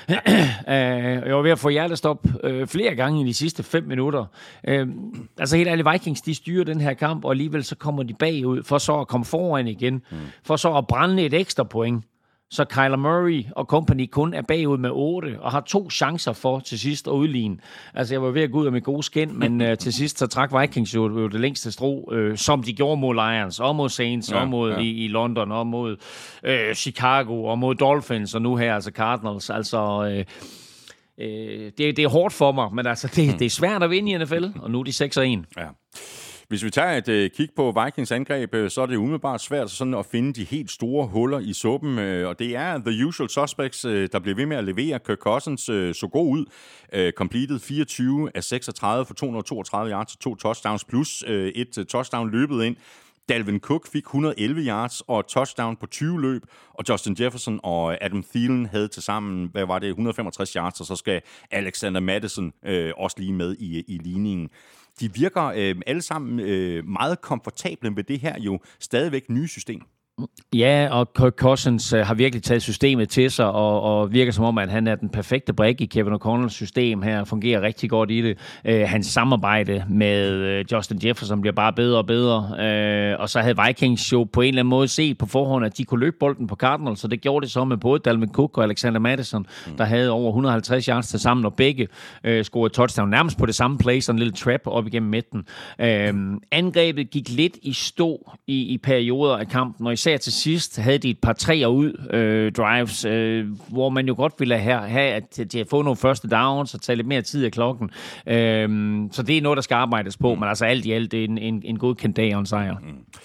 Jeg var ved at få hjertestop øh, flere gange i de sidste fem minutter. Øh, altså, helt ærligt, Vikings, de styrer den her kamp, og alligevel så kommer de bagud, for så at komme foran igen. Mm. For så at brænde et ekstra point. Så Kyler Murray og company kun er bagud med otte, og har to chancer for til sidst at udligne. Altså, jeg var ved at gå ud af mit gode skin, men uh, til sidst så trak Vikings jo, jo det længste strå, uh, som de gjorde mod Lions, og mod Saints, ja, og mod ja. i, i London, og mod uh, Chicago, og mod Dolphins, og nu her altså Cardinals. Altså, uh, uh, det, det er hårdt for mig, men altså, det, det er svært at vinde i N F L, og nu er de seks og en. Ja. Hvis vi tager et øh, kig på Vikings angreb, øh, så er det umiddelbart svært sådan at finde de helt store huller i suppen, øh, og det er the usual suspects, øh, der bliver ved med at levere. Kirk Cousins øh, så god ud, øh, completed fireogtyve af seksogtredive for to hundrede og toogtredive yards og to touchdowns, plus øh, et uh, touchdown løbet ind. Dalvin Cook fik et hundrede og elleve yards og touchdown på tyve løb, og Justin Jefferson og Adam Thielen havde tilsammen, hvad var det, et hundrede og femogtres yards, og så skal Alexander Mattison øh, også lige med i, i ligningen. De virker øh, alle sammen øh, meget komfortable med det her jo stadigvæk nye system. Ja, og Kirk Cousins øh, har virkelig taget systemet til sig, og, og virker som om, at han er den perfekte brik i Kevin O'Connells system her, fungerer rigtig godt i det. Øh, hans samarbejde med øh, Justin Jefferson bliver bare bedre og bedre, øh, og så havde Vikings jo på en eller anden måde set på forhånd, at de kunne løbe bolden på Cardinals, så det gjorde det så med både Dalvin Cook og Alexander Mattison, mm. der havde over et hundrede og halvtreds yards til sammen, og begge øh, scorede touchdown, nærmest på det samme play, sådan en lille trap op igennem midten. Øh, angrebet gik lidt i stå i, i perioder af kampen, og især til sidst havde de et par treer ud øh, drives, øh, hvor man jo godt ville have, have at de har fået nogle første downs og tage lidt mere tid af klokken. Øh, så det er noget, der skal arbejdes på, mm. men altså alt i alt det er en, en, en godkendt dag og en sejr. Mm.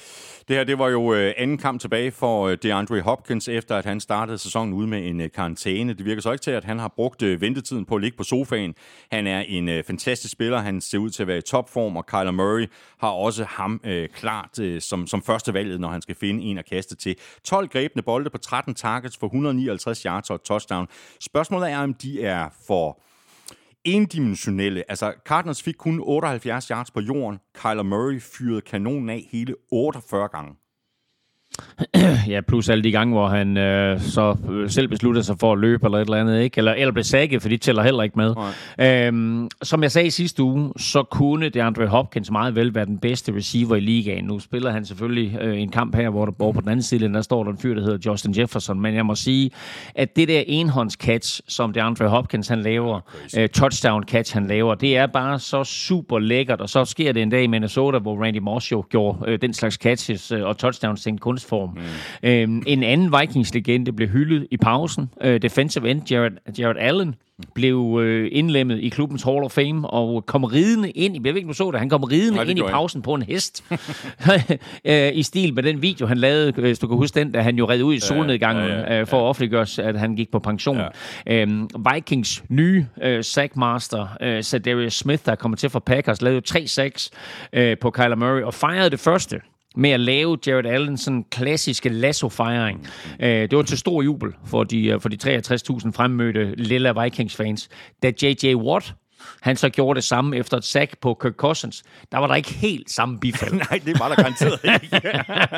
Det her, det var jo øh, anden kamp tilbage for øh, DeAndre Hopkins, efter at han startede sæsonen ude med en øh, karantæne. Det virker så ikke til, at han har brugt øh, ventetiden på at ligge på sofaen. Han er en øh, fantastisk spiller. Han ser ud til at være i topform, og Kyler Murray har også ham øh, klart øh, som, som første valget, når han skal finde en at kaste til. tolv grebne bolde på tretten targets for et hundrede og nioghalvtreds yards og et touchdown. Spørgsmålet er, om de er for endimensionelle. Altså, Cardinals fik kun otteoghalvfjerds yards på jorden. Kyler Murray fyrede kanonen af hele otteogfyrre gange. Ja, plus alle de gange, hvor han øh, så selv besluttede sig for at løbe eller et eller andet, ikke? Eller, eller blev sækket, for de tæller heller ikke med. Øhm, som jeg sagde i sidste uge, så kunne DeAndre Hopkins meget vel være den bedste receiver i ligaen. Nu spiller han selvfølgelig øh, en kamp her, hvor der bor på den anden side, der står der en fyr, der hedder Justin Jefferson. Men jeg må sige, at det der enhåndscatch, som DeAndre Hopkins han laver, øh, touchdown-catch han laver, det er bare så super lækkert. Og så sker det en dag i Minnesota, hvor Randy Moss jo gjorde øh, den slags catches øh, og touchdowns til en kunstform. Mm. Øhm, en anden Vikings-legende blev hyldet i pausen. Øh, defensive end Jared, Jared Allen blev øh, indlemmet i klubbens Hall of Fame og kom ridende ind. Jeg ved ikke, du så det. Han kom ridende Nej, ind i pausen på en hest. øh, I stil med den video, han lavede, hvis du kan huske den, da han jo redde ud i solnedgangen ja, ja, ja, ja. for at offentliggøre, at han gik på pension. Ja. Øhm, Vikings nye øh, sackmaster, øh, Zadarius Smith, der kommer til for Packers, lavede tre sacks øh, på Kyler Murray og fejrede det første med at lave Jared Allen sådan klassiske lasso-fejring. Mm. Øh, det var til stor jubel for de, for de treogtres tusind fremmødte lille Vikings-fans. Da J J Watt, han så gjorde det samme efter et sack på Kirk Cousins, der var der ikke helt samme bifald. Nej, det var der garanteret ikke.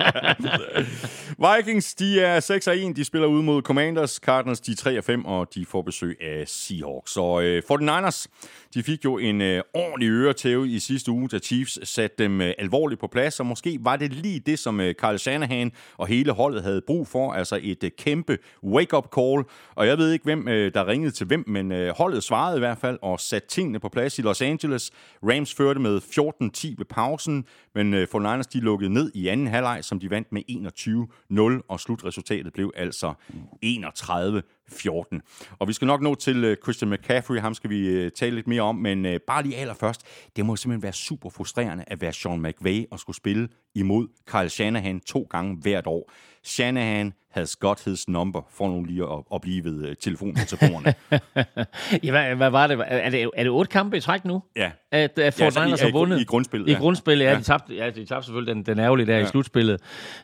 Vikings, de er seks og en. De spiller ud mod Commanders. Cardinals, de er tre og fem, og de får besøg af Seahawks. Så øh, forty-niners, de fik jo en øh, ordentlig øretæve i sidste uge, da Chiefs satte dem øh, alvorligt på plads, og måske var det lige det, som øh, Kyle Shanahan og hele holdet havde brug for, altså et øh, kæmpe wake-up call. Og jeg ved ikke, hvem øh, der ringede til hvem, men øh, holdet svarede i hvert fald og satte tingene på plads i Los Angeles. Rams førte med fjorten ti ved pausen, men øh, forty-niners, de lukkede ned i anden halvleg, som de vandt med enogtyve nul, og slutresultatet blev altså enogtredive fjorten. Og vi skal nok nå til uh, Christian McCaffrey, ham skal vi uh, tale lidt mere om, men uh, bare lige allerførst, det må simpelthen være super frustrerende at være Sean McVay og skulle spille imod Kyle Shanahan to gange hvert år. Shanahan has got his number, for nu lige at, at blive ved uh, telefonmetaforerne. ja, hvad, hvad var det? Er det, er det otte kampe i træk nu? Ja. At, at Fort Niners har vundet? I grundspillet, I ja. grundspillet, ja. ja. De tabte, ja, de tabte selvfølgelig den, den ærgerlige der ja. i slutspillet,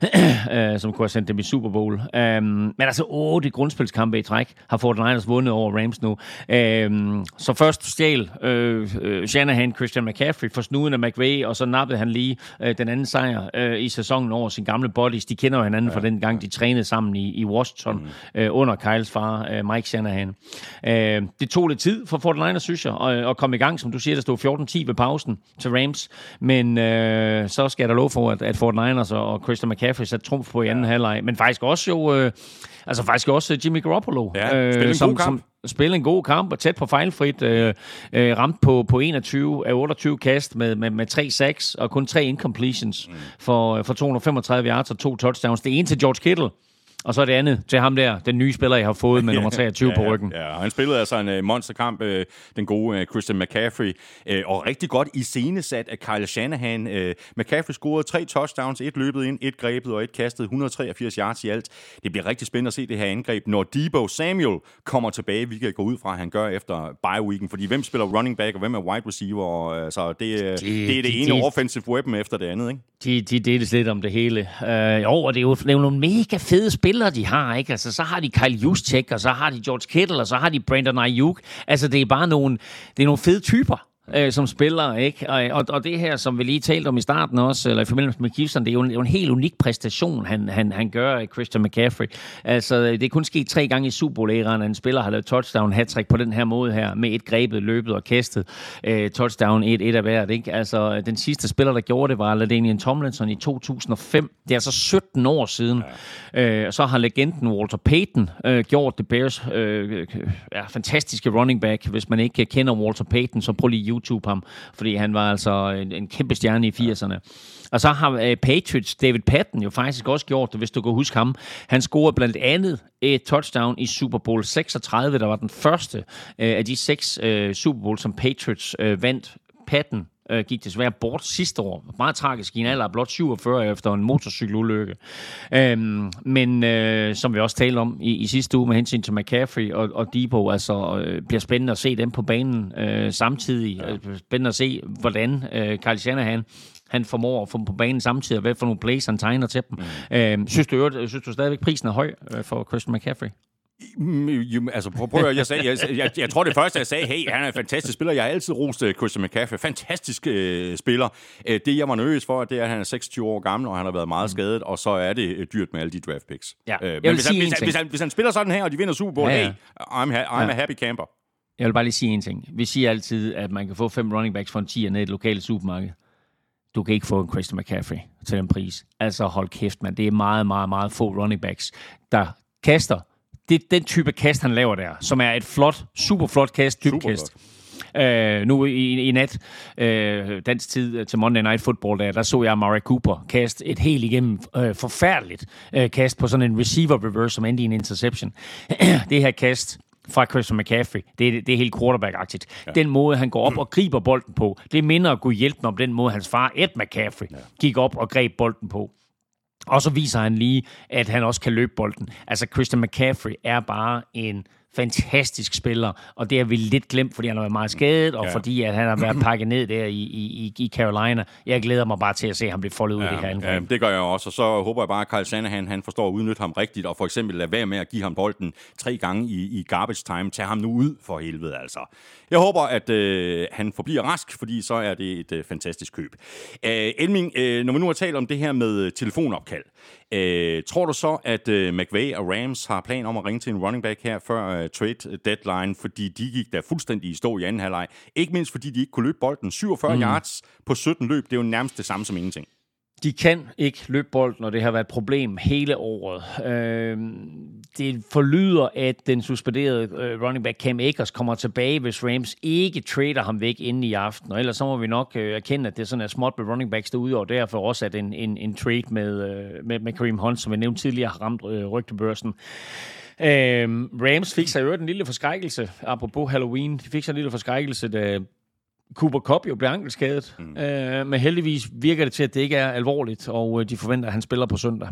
som kunne have sendt dem i Super Bowl. Um, men altså otte grundspilskampe i træk har Fort Niners vundet over Rams nu. Um, så først stjal uh, uh, Shanahan Christian McCaffrey for snuden af McVay, og så nappede han lige uh, den anden sejr uh, i sæsonen over sin gamle buddies. De kender jo hinanden ja. fra den gang, de trænede sammen i, i Washington mm. uh, under Kyles far, uh, Mike Shanahan. Uh, det tog lidt tid for Fort Niners, synes jeg, at, at komme i gang. Som du siger, der stod fjorten ti ved pausen til Rams, men øh, så skal jeg da love for, at, at Fort Niners og Christian McCaffrey satte trumf på i anden ja. halvleg, men faktisk også jo, øh, altså faktisk også Jimmy Garoppolo, ja, øh, som, som spillede en god kamp og tæt på fejlfrit, øh, øh, ramt på, på enogtyve af otteogtyve kast med, med, med tre sacks og kun tre incompletions mm. for, for to hundrede og femogtredive yards og to touchdowns. Det ene til George Kittle, og så det andet til ham der, den nye spiller, jeg har fået med nummer treogtyve ja, på ryggen. Ja, ja, han spillede altså en uh, monsterkamp, uh, den gode uh, Christian McCaffrey, uh, og rigtig godt iscenesat af Kyle Shanahan. Uh, McCaffrey scorede tre touchdowns, et løbet ind, et grebet og et kastet, et hundrede og treogfirs yards i alt. Det bliver rigtig spændende at se det her angreb, når Deebo Samuel kommer tilbage, vi kan gå ud fra, at han gør efter bye-weeken, fordi hvem spiller running back, og hvem er wide receiver, og, uh, så det, uh, de, det er det de, ene de, offensive weapon efter det andet, ikke? De, de deles lidt om det hele. Uh, jo, og det er jo, det er jo nogle mega fede spil, de har, ikke? Altså, så har de Kyle Juszczyk, og så har de George Kittle, og så har de Brandon Ayuk. Altså, det er bare nogle, det er nogle fede typer, øh, som spiller, ikke? Og, og, og det her, som vi lige talte om i starten også, eller i forbindelse med Gibson, det er jo en, det er jo en helt unik præstation, han, han, han gør, Christian McCaffrey. Altså, det er kun sket tre gange i Super Bowl-æraen, at en spiller har lavet touchdown, hat-trick på den her måde her, med et grebet, løbet og kastet. Øh, touchdown, et, et af hvert, ikke? Altså, den sidste spiller, der gjorde det, var LaDainian Tomlinson i to tusind og fem. Det er altså sytten år siden. Ja. Øh, så har legenden Walter Payton øh, gjort det. Bears øh, ja, fantastiske running back. Hvis man ikke kender Walter Payton, så prøv lige YouTube ham, fordi han var altså en, en kæmpe stjerne i firserne. Og så har øh, Patriots David Patton jo faktisk også gjort det, hvis du kan huske ham. Han scorede blandt andet et touchdown i Super Bowl seksogtredive, der var den første øh, af de seks øh, Super Bowl, som Patriots øh, vandt. Patton øh, gik desværre bort sidste år. Meget tragisk i en alder af blot syvogfyrre efter en motorcykelulykke. Øhm, men øh, som vi også talte om i, i sidste uge med hensyn til McCaffrey og, og Debo, altså øh, bliver spændende at se dem på banen øh, samtidig. Ja. Øh, spændende at se, hvordan øh, Kyle Shanahan han formår at få dem på banen samtidig, og hvad for nogle plays han tegner til dem. Mm. Øh, synes, du, synes du stadigvæk, prisen er høj øh, for Christian McCaffrey? Altså, prøv, prøv at høre, jeg, sagde, jeg, jeg, jeg tror det første, jeg sagde, hey, han er en fantastisk spiller. Jeg har altid rost Christian McCaffrey. Fantastisk øh, spiller. Det, jeg var nervøs for, det er, at han er seksogtyve år gammel, og han har været meget skadet, og så er det øh, dyrt med alle de draft picks. Ja. Øh, men hvis han, hvis, han, hvis, han, hvis han spiller sådan her, og de vinder Super Bowl, ja, ja. hey, I'm, ha- I'm ja. a happy camper. Jeg vil bare lige sige en ting. Vi siger altid, at man kan få fem running backs for en tier ned i et lokalt supermarked. Du kan ikke få en Christian McCaffrey til den pris. Altså hold kæft, man. Det er meget, meget, meget få running backs, der kaster. Det er den type kast, han laver der, som er et flot, super flot kast, dybt kast. Uh, nu i, i nat, uh, dansk tid til Monday Night Football, der, der så jeg Amari Cooper kaste et helt igennem uh, forfærdeligt uh, kast på sådan en receiver reverse, som endte i en interception. Det her kast fra Christian McCaffrey, det er, det er helt quarterback-agtigt. Ja. Den måde, han går op og griber bolden på, det minder at kunne hjælpe mig om den måde, hans far, Ed McCaffrey, ja. gik op og greb bolden på. Og så viser han lige, at han også kan løbe bolden. Altså, Christian McCaffrey er bare en fantastisk spiller, og det har vi lidt glemt, fordi han har været meget skadet, og ja. fordi at han har været pakket ned der i, i, i Carolina. Jeg glæder mig bare til at se ham blive foldet ud ja, i det her angreb. Ja, det gør jeg også, og så håber jeg bare, at Kyle Shanahan han forstår at udnytte ham rigtigt, og for eksempel lade være med at give ham bolden tre gange i, i garbage time. Tag ham nu ud for helvede, altså. Jeg håber, at øh, han forbliver rask, fordi så er det et øh, fantastisk køb. Æh, Elming, øh, når vi nu har talt om det her med telefonopkald, øh, tror du så, at øh, McVay og Rams har plan om at ringe til en running back her før trade deadline, fordi de gik der fuldstændig i stå i anden halvleg. Ikke mindst fordi de ikke kunne løbe bolden. syvogfyrre mm. yards på sytten løb, det er jo nærmest det samme som ingenting. De kan ikke løbe bolden, og det har været et problem hele året. Øh, det forlyder, at den suspenderede øh, running back Cam Akers kommer tilbage, hvis Rams ikke trader ham væk inden i aften. Og ellers så må vi nok øh, erkende, at det er sådan et småt med running backs derude, og derfor også at en, en, en trade med, øh, med, med Kareem Hunt, som vi nævnte tidligere, har ramt øh, rygtebørsen. Øhm, Rams fik sig i øvrigt en lille forskrækkelse, apropos Halloween. De fik sig en lille forskrækkelse, da Cooper Kupp jo blev ankelskadet. Mm. Øh, men heldigvis virker det til, at det ikke er alvorligt, og øh, de forventer, at han spiller på søndag.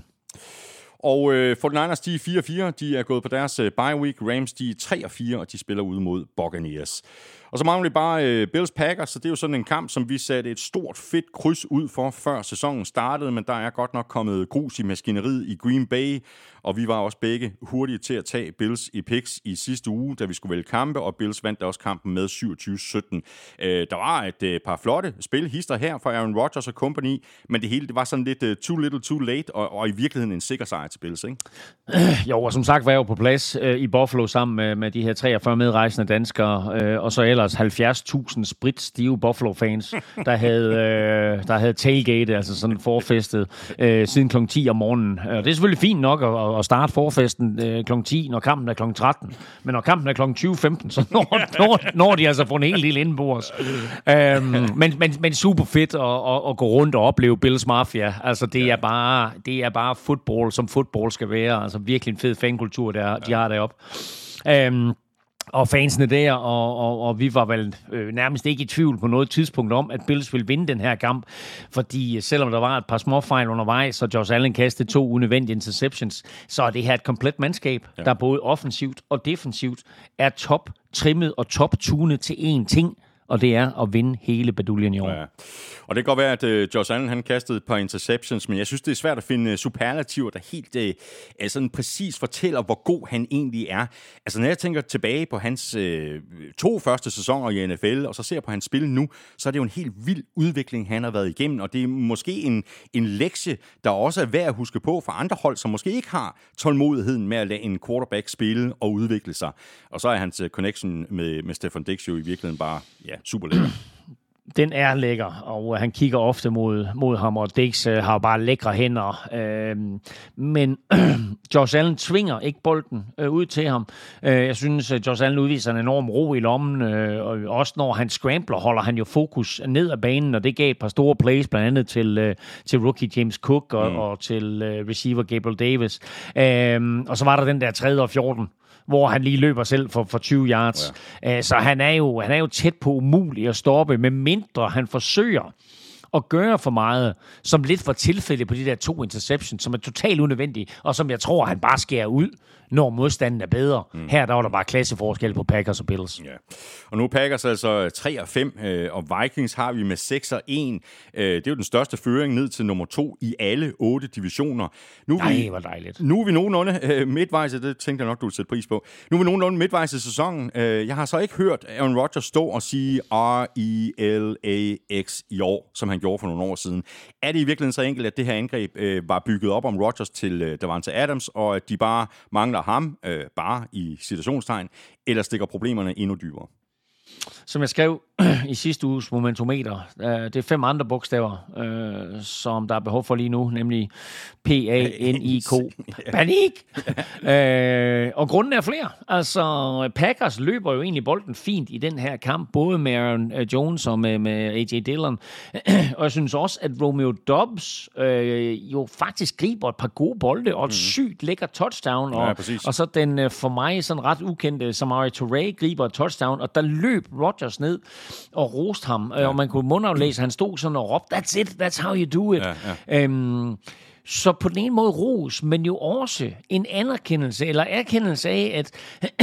Og øh, forty-niners, de er fire og fire. De er gået på deres øh, bye week. Rams, de er tre og fire, og de spiller ude mod Buccaneers. Og så mangler vi bare øh, Bills Packers, så det er jo sådan en kamp, som vi satte et stort fedt kryds ud for, før sæsonen startede, men der er godt nok kommet grus i maskineriet i Green Bay, og vi var også begge hurtige til at tage Bills i picks i sidste uge, da vi skulle vælge kampe, og Bills vandt også kampen med syvogtyve sytten. Øh, der var et øh, par flotte spilhister her fra Aaron Rodgers og company, men det hele det var sådan lidt uh, too little too late, og, og i virkeligheden en sikker sejr til Bills, ikke? Øh, jo, og som sagt var jeg jo på plads øh, i Buffalo sammen med, med de her treogfyrre medrejsende danskere, øh, og så ellers halvfjerds tusind spritstive Buffalo-fans, der havde, øh, der havde tailgate, altså sådan forfestet, øh, siden klokken ti om morgenen. Og det er selvfølgelig fint nok at, at starte forfesten øh, klokken ti, når kampen er klokken tretten. Men når kampen er klokken tyve femten, så når, når, når de altså få en hel del indenbords. øhm, men, men, men super fedt at, at, at gå rundt og opleve Bills Mafia. Altså det er bare, det er bare football, som football skal være. Altså virkelig en fed fankultur, der, de har deroppe. Øhm, Og fansene der, og, og, og vi var vel øh, nærmest ikke i tvivl på noget tidspunkt om, at Bills ville vinde den her kamp. Fordi selvom der var et par småfejl undervejs, og Josh Allen kastede to unødvendige interceptions, så er det her et komplet mandskab, ja. der både offensivt og defensivt er top trimmet og top tunet til én ting, og det er at vinde hele baduljen i år. Ja. Og det kan godt være, at uh, Josh Allen han kastede et par interceptions, men jeg synes, det er svært at finde superlativer, der helt uh, sådan præcis fortæller, hvor god han egentlig er. Altså, når jeg tænker tilbage på hans uh, to første sæsoner i N F L, og så ser på hans spil nu, så er det jo en helt vild udvikling, han har været igennem, og det er måske en, en lektie, der også er værd at huske på for andre hold, som måske ikke har tålmodigheden med at lade en quarterback spille og udvikle sig. Og så er hans uh, connection med, med Stefan Diggs jo i virkeligheden bare, ja, super lækker. Den er lækker, og han kigger ofte mod, mod ham, og Diggs øh, har bare lækre hænder. Øh, men Josh Allen tvinger ikke bolden øh, ud til ham. Øh, jeg synes, at Josh Allen udviser en enorm ro i lommen, øh, og også når han scrambler, holder han jo fokus ned ad banen, og det gav et par store plays, blandt andet til, øh, til rookie James Cook og, mm. og til øh, receiver Gabriel Davis. Øh, og så var der den der tredje og fjorten, hvor han lige løber selv for, for tyve yards. Ja. Uh, så han er, jo, han er jo tæt på umulig at stoppe, med mindre han forsøger at gøre for meget, som lidt var tilfældet på de der to interceptions, som er totalt unødvendige, og som jeg tror, han bare skærer ud, når modstanden er bedre. Mm. Her der var der bare klasseforskel på Packers og Bills. Ja. Og nu er Packers altså tre og fem, og Vikings har vi med seks og en. Det er jo den største føring ned til nummer to i alle otte divisioner. Nu Nej, det var dejligt. Nu er vi nogenlunde midtvejs, det tænkte jeg nok, du ville sætte pris på. Nu er vi nogenlunde midtvejs i sæsonen. Jeg har så ikke hørt Aaron Rodgers stå og sige R E L A X i år, som han gjorde for nogle år siden. Er det i virkeligheden så enkelt, at det her angreb var bygget op om Rodgers til Davante Adams, og at de bare mangler ham, øh, bare i situationstegn, eller stikker problemerne endnu dybere? Som jeg skrev i sidste uges momentometer, øh, det er fem andre bogstaver, øh, som der er behov for lige nu, nemlig P A N I K. Panik! øh, og grunden er flere. Altså, Packers løber jo egentlig bolden fint i den her kamp, både med Aaron Jones og med, med A J Dillon. Og jeg synes også, at Romeo Doubs øh, jo faktisk griber et par gode bolde, og et mm. sygt lækker touchdown. Og, ja, og så den for mig sådan ret ukendte Samori Touré griber et touchdown, og der løb Rodgers ned og roste ham, ja. Og man kunne mundaflæse, han stod sådan og råbte, that's it, that's how you do it. Ja, ja. Øhm, så på den ene måde ros, men jo også en anerkendelse, eller erkendelse af, at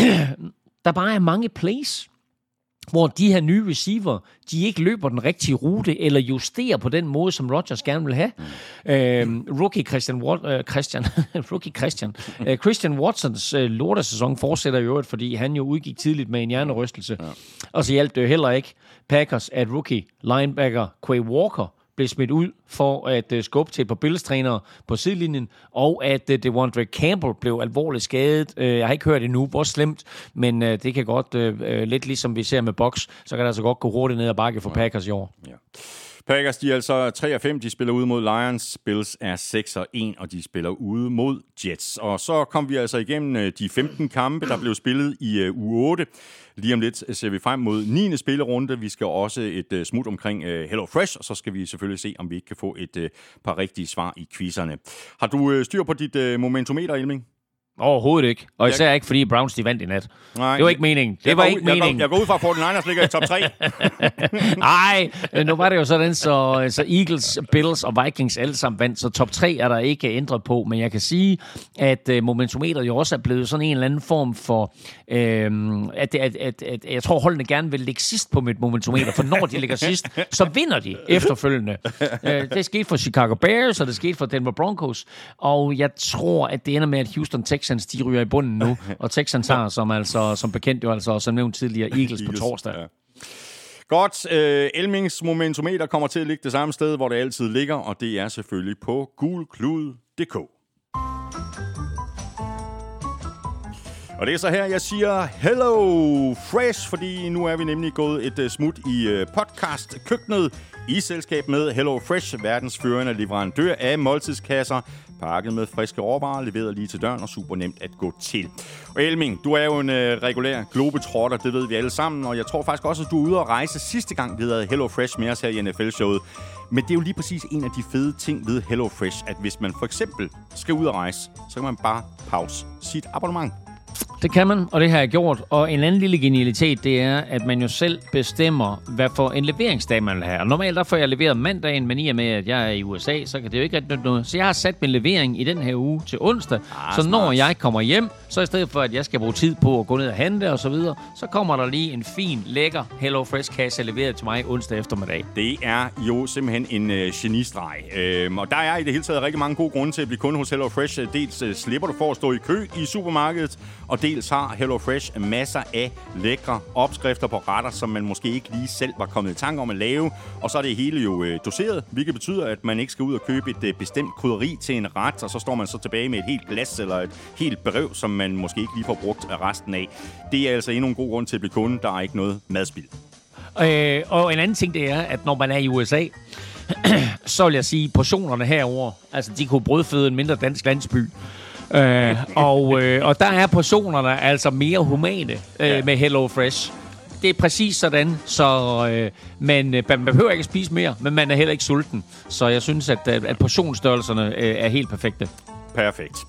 der bare er mange plays, hvor de her nye receiver, de ikke løber den rigtige rute, eller justerer på den måde, som Rodgers gerne vil have. Mm. Øhm, rookie Christian, Wat- øh, Christian, rookie Christian, øh, Christian Watsons øh, lortesæson fortsætter jo, fordi han jo udgik tidligt med en hjernerystelse. Ja. Og så hjalp det jo heller ikke Packers, at rookie linebacker Quay Walker blev smidt ud for at uh, skubbe til et par Bills-trænere på sidelinjen, og at uh, Devondre Campbell blev alvorligt skadet. Uh, jeg har ikke hørt endnu, hvor slemt, men uh, det kan godt, uh, lidt ligesom vi ser med Bucs, så kan det altså godt gå hurtigt ned ad bakke for Packers i år. Ja. Packers, de er altså tre og fem, de spiller ude mod Lions. Bills er seks og en, og de spiller ude mod Jets. Og så kom vi altså igennem de femten kampe, der blev spillet i uge otte. Lige om lidt ser vi frem mod niende spillerunde. Vi skal også et smut omkring Hello Fresh, og så skal vi selvfølgelig se, om vi ikke kan få et par rigtige svar i quizzerne. Har du styr på dit momentometer, Elming? Overhovedet ikke. Og især ikke, fordi Browns de vandt i nat. Nej, det var ikke meningen. Det var ikke ud, meningen. Jeg går, jeg går ud fra, at forty-niners ligger i top tre. Nej, nu var det jo sådan, så, så Eagles, Bills og Vikings alle sammen vandt, så top tre er der ikke ændret på. Men jeg kan sige, at uh, momentometeret jo også er blevet sådan en eller anden form for... Øhm, at, at, at, at jeg tror, holdene gerne vil ligge sidst på mit momentometer, for når de ligger sidst, så vinder de efterfølgende. uh, det skete for Chicago Bears, og det skete for Denver Broncos. Og jeg tror, at det ender med, at Houston Texans de ryger i bunden nu, og Texans har som, altså, som bekendt jo altså, som nævnt tidligere, Eagles, Eagles på torsdag. Ja. Godt. Øh, Elmings momentometer kommer til at ligge det samme sted, hvor det altid ligger, og det er selvfølgelig på gulklud punktum d k. Og det er så her, jeg siger Hello Fresh, fordi nu er vi nemlig gået et uh, smut i uh, podcast-køkkenet i selskab med Hello Fresh, verdens førende leverandør af måltidskasser, pakket med friske råvarer, leveret lige til døren og super nemt at gå til. Og Elming, du er jo en uh, regulær globetrotter, det ved vi alle sammen, og jeg tror faktisk også, at du er ude at rejse sidste gang, vi havde Hello Fresh med os her i N F L-showet. Men det er jo lige præcis en af de fede ting ved Hello Fresh, at hvis man for eksempel skal ud at rejse, så kan man bare pause sit abonnement. Det kan man, og det har jeg gjort. Og en anden lille genialitet, det er, at man jo selv bestemmer, hvad for en leveringsdag man vil have. Og normalt der får jeg leveret mandagen, men i og med, at jeg er i U S A, så kan det jo ikke rigtig noget. Så jeg har sat min levering i den her uge til onsdag. Ah, så når smart. Jeg kommer hjem, så i stedet for, at jeg skal bruge tid på at gå ned og hente og så videre, så kommer der lige en fin, lækker Hello Fresh-kasse leveret til mig onsdag eftermiddag. Det er jo simpelthen en øh, genistreg. Øhm, og der er i det hele taget rigtig mange gode grunde til at blive kunde hos Hello Fresh. Dels øh, slipper du for at stå i kø i supermarkedet, og dels har Hello Fresh masser af lækre opskrifter på retter, som man måske ikke lige selv var kommet i tanke om at lave. Og så er det hele jo øh, doseret, hvilket betyder, at man ikke skal ud og købe et øh, bestemt krydderi til en ret, og så står man så tilbage med et helt glas eller et helt brev, som man måske ikke lige får brugt resten af. Det er altså endnu en god grund til at blive kunde. Der er ikke noget madspild. Øh, og en anden ting, det er, at når man er i U S A, så vil jeg sige, portionerne herover, altså de kunne brødføde en mindre dansk landsby. Øh, og, øh, og der er portionerne altså mere humane øh, ja. med Hello Fresh. Det er præcis sådan, så øh, man, man behøver ikke at spise mere, men man er heller ikke sulten. Så jeg synes, at, at portionsstørrelserne øh, er helt perfekte. Perfekt.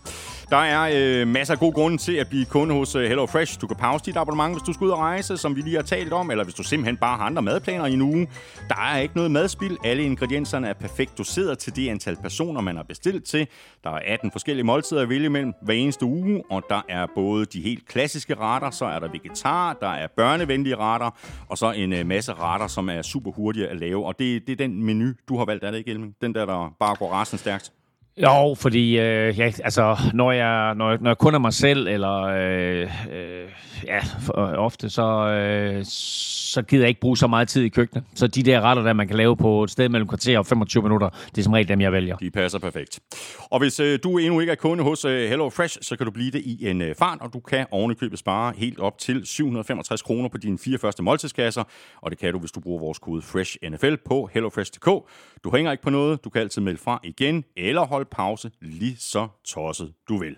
Der er øh, masser af gode grunde til at blive kunde hos øh, HelloFresh. Du kan pause dit abonnement, hvis du skal ud og rejse, som vi lige har talt om, eller hvis du simpelthen bare har andre madplaner i en uge. Der er ikke noget madspild. Alle ingredienserne er perfekt doseret til det antal personer, man har bestilt til. Der er atten forskellige måltider at vælge imellem hver eneste uge, og der er både de helt klassiske retter, så er der vegetar, der er børnevenlige retter, og så en øh, masse retter, som er super hurtige at lave. Og det, det er den menu, du har valgt, er det ikke, Elming? Den der, der bare går rasende stærkt. Jo, fordi øh, ja, altså, når, jeg, når, jeg, når jeg kun er mig selv, eller øh, øh, ja, for, øh, ofte, så, øh, så gider jeg ikke bruge så meget tid i køkkenet. Så de der retter, der man kan lave på et sted mellem kvarter og femogtyve minutter, det er som regel dem, jeg vælger. De passer perfekt. Og hvis øh, du endnu ikke er kunde hos øh, HelloFresh, så kan du blive det i en øh, fart, og du kan ovenikøbet spare helt op til syv hundrede og femogtres kroner på dine fire første måltidskasser. Og det kan du, hvis du bruger vores kode FreshNFL på hellofresh punktum d k. Du hænger ikke på noget, du kan altid melde fra igen, eller holde pause lige så tosset du vil.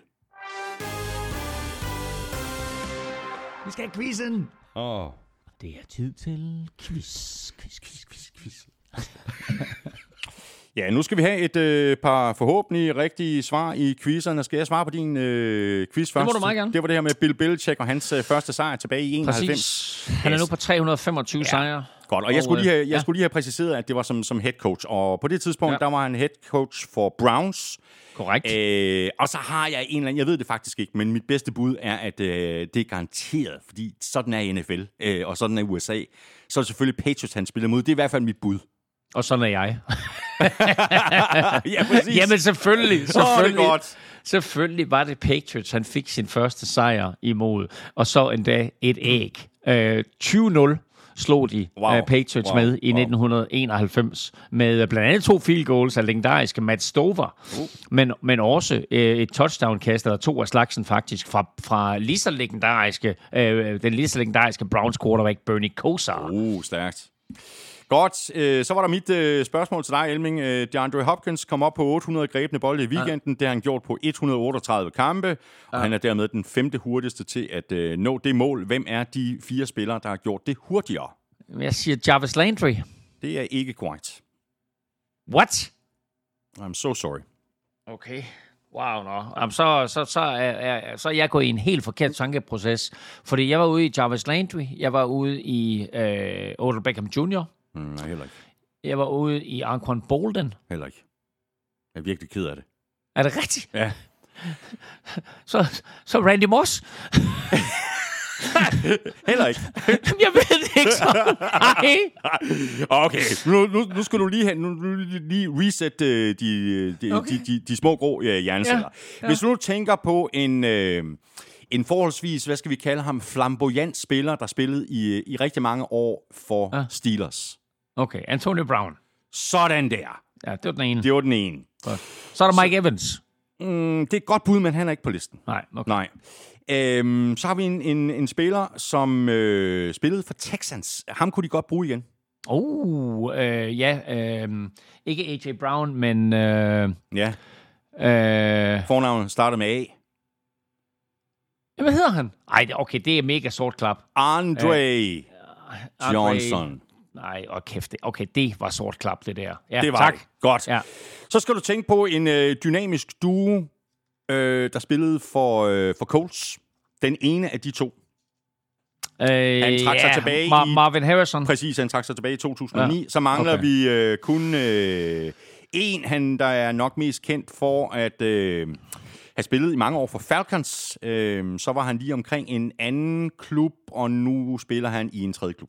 Vi skal have quizzen. Åh. Oh. Det er tid til quiz, quiz, quiz, quiz, quiz. Ja, nu skal vi have et øh, par forhåbentlig rigtige svar i quizzerne. Skal jeg svare på din øh, quiz først? Det må du meget gerne. Det var det her med Bill Belichick og hans øh, første sejr tilbage i enoghalvfems. Præcis. Han er nu på tre hundrede og femogtyve ja. sejre. Godt, og jeg skulle, lige have, jeg ja. skulle lige have præciseret, at det var som, som head coach. Og på det tidspunkt, ja. der var han head coach for Browns. Korrekt. Øh, og så har jeg en eller anden, jeg ved det faktisk ikke, men mit bedste bud er, at øh, det er garanteret, fordi sådan er N F L, øh, og sådan er U S A. Så er det selvfølgelig Patriots, han spiller mod. Det er i hvert fald mit bud. Og sådan er jeg. Ja, præcis. Jamen selvfølgelig. Selvfølgelig, oh, det godt. selvfølgelig var det Patriots, han fik sin første sejr imod. Og så endda et æg. Øh, tyve nul slog de wow. uh, Patriots wow. med i wow. nitten enoghalvfems med uh, blandt andet to field goals af legendariske Matt Stover, uh. men, men også uh, et touchdown-kast, eller to af slagsen faktisk, fra, fra lige så legendariske, uh, den lige så legendariske Browns quarterback Bernie Kosar. Uh, stærkt. Godt, øh, så var der mit øh, spørgsmål til dig, Elming. Øh, DeAndre Hopkins kom op på otte hundrede grebne bolde i weekenden. Ja. Det har han gjort på et hundrede og otteogtredive kampe, ja. og han er dermed den femte hurtigste til at øh, nå det mål. Hvem er de fire spillere, der har gjort det hurtigere? Jeg siger Jarvis Landry. Det er ikke korrekt. What? I'm so sorry. Okay. Wow, no. Jamen, så, så, så, er, er, så er jeg gået i en helt forkert tankeproces. Fordi jeg var ude i Jarvis Landry, jeg var ude i øh, Odell Beckham junior Mm, nej, heller ikke. Jeg var ude i Anquan Bolden. Heller ikke. Jeg er virkelig ked af det. Er det rigtigt? Ja. så, så Randy Moss? Heller ikke. Jeg ved det ikke så. Nej. Okay, nu, nu, nu skal du lige, have, nu, nu lige reset uh, de, de, okay. de, de, de små grå uh, hjerneceller. Ja, ja. Hvis du nu tænker på en... Uh, En forholdsvis, hvad skal vi kalde ham, flamboyant spiller, der spillede i, i rigtig mange år for ja. Steelers. Okay, Antonio Brown. Sådan der. Ja, det var den ene. Det var den ene. Godt. Så er der Mike så, Evans. Mm, det er et godt bud, men han er ikke på listen. Nej, okay. Nej. Øhm, så har vi en, en, en spiller, som øh, spillede for Texans. Ham kunne de godt bruge igen. Oh, øh, ja. Øh, ikke A J Brown, men... Øh, ja. Øh, Fornavnet starter med A. Hvad hedder han? Ej, okay, det er mega sort klap. Andre uh, Johnson. Nej, og kæft, okay, det var sort klap, det der. Ja, det var tak. Det. Godt. Ja. Så skal du tænke på en øh, dynamisk duo, øh, der spillede for, øh, for Colts. Den ene af de to. Øh, han trak ja, sig tilbage Mar- i... Marvin Harrison. Præcis, han trak sig tilbage i to tusind og ni. Ja. Så mangler okay. vi øh, kun øh, en, han der er nok mest kendt for at... Øh, har spillet i mange år for Falcons. Øh, så var han lige omkring en anden klub, og nu spiller han i en tredje klub.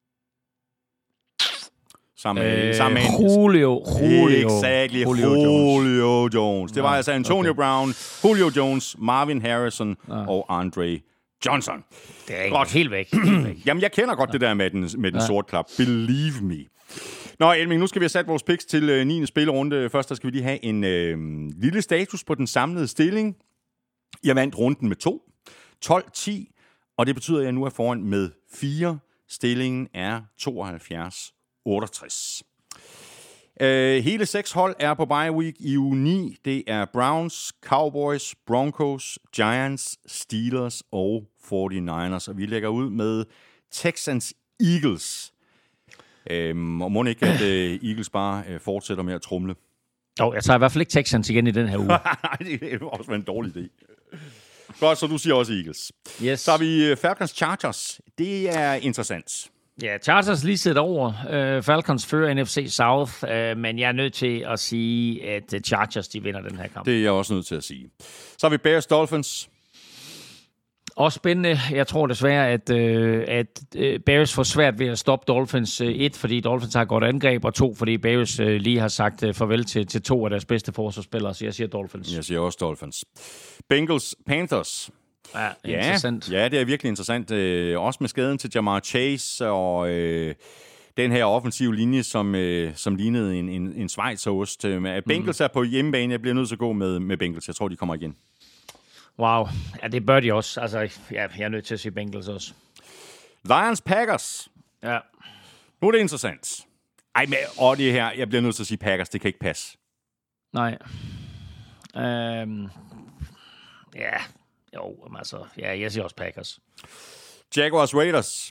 Sammen med, øh, sammen med Julio. Julio. Exactly. Julio, Julio Jones. Jones. Det var ja, altså Antonio okay. Brown, Julio Jones, Marvin Harrison ja. og Andre Johnson. Det er ikke godt. Helt væk. Helt væk. Jamen, jeg kender godt ja. det der med den, med den ja. sorte klap. Believe me. Nå, Elming, nu skal vi have sat vores picks til øh, niende spillerunde. Først der skal vi lige have en øh, lille status på den samlede stilling. Jeg vandt runden med to. tolv ti, og det betyder, at jeg nu er foran med fire. Stillingen er tooghalvfjerds otteogtres. Øh, hele seks hold er på bye week i uge ni. Det er Browns, Cowboys, Broncos, Giants, Steelers og forty-niners. Og vi lægger ud med Texans Eagles. Øhm, og må ikke, at uh, Eagles bare uh, fortsætter med at tromle? Jo, jeg tager i hvert fald ikke Texans igen i den her uge. Nej, det er også en dårlig idé. Godt, så du siger også Eagles. Yes. Så har vi Falcons Chargers. Det er interessant. Ja, Chargers lige siddet over. Uh, Falcons fører N F C South, uh, men jeg er nødt til at sige, at Chargers de vinder den her kamp. Det er jeg også nødt til at sige. Så har vi Bears Dolphins. Også spændende. Jeg tror desværre, at, uh, at uh, Bears får svært ved at stoppe Dolphins. Uh, et, fordi Dolphins har et godt angreb, og to, fordi Bears uh, lige har sagt uh, farvel til, til to af deres bedste forsvarsspillere, så jeg siger Dolphins. Jeg siger også Dolphins. Bengals Panthers. Ja, interessant. Ja, det er virkelig interessant. Øh, også med skaden til Jamar Chase og øh, den her offensive linje, som, øh, som lignede en, en, en schweizerost. Øh, Bengals mm. er på hjemmebane. Jeg bliver nødt til at gå med, med Bengals. Jeg tror, de kommer igen. Wow. Ja, det bør de også. Altså, ja, jeg er nødt til at sige Bengals også. Lions Packers. Ja. Nu er det interessant. Ej, men og det her, jeg bliver nødt til at sige Packers. Det kan ikke passe. Nej. Øhm. Ja. Jo, altså, ja, jeg siger også Packers. Jaguars Raiders.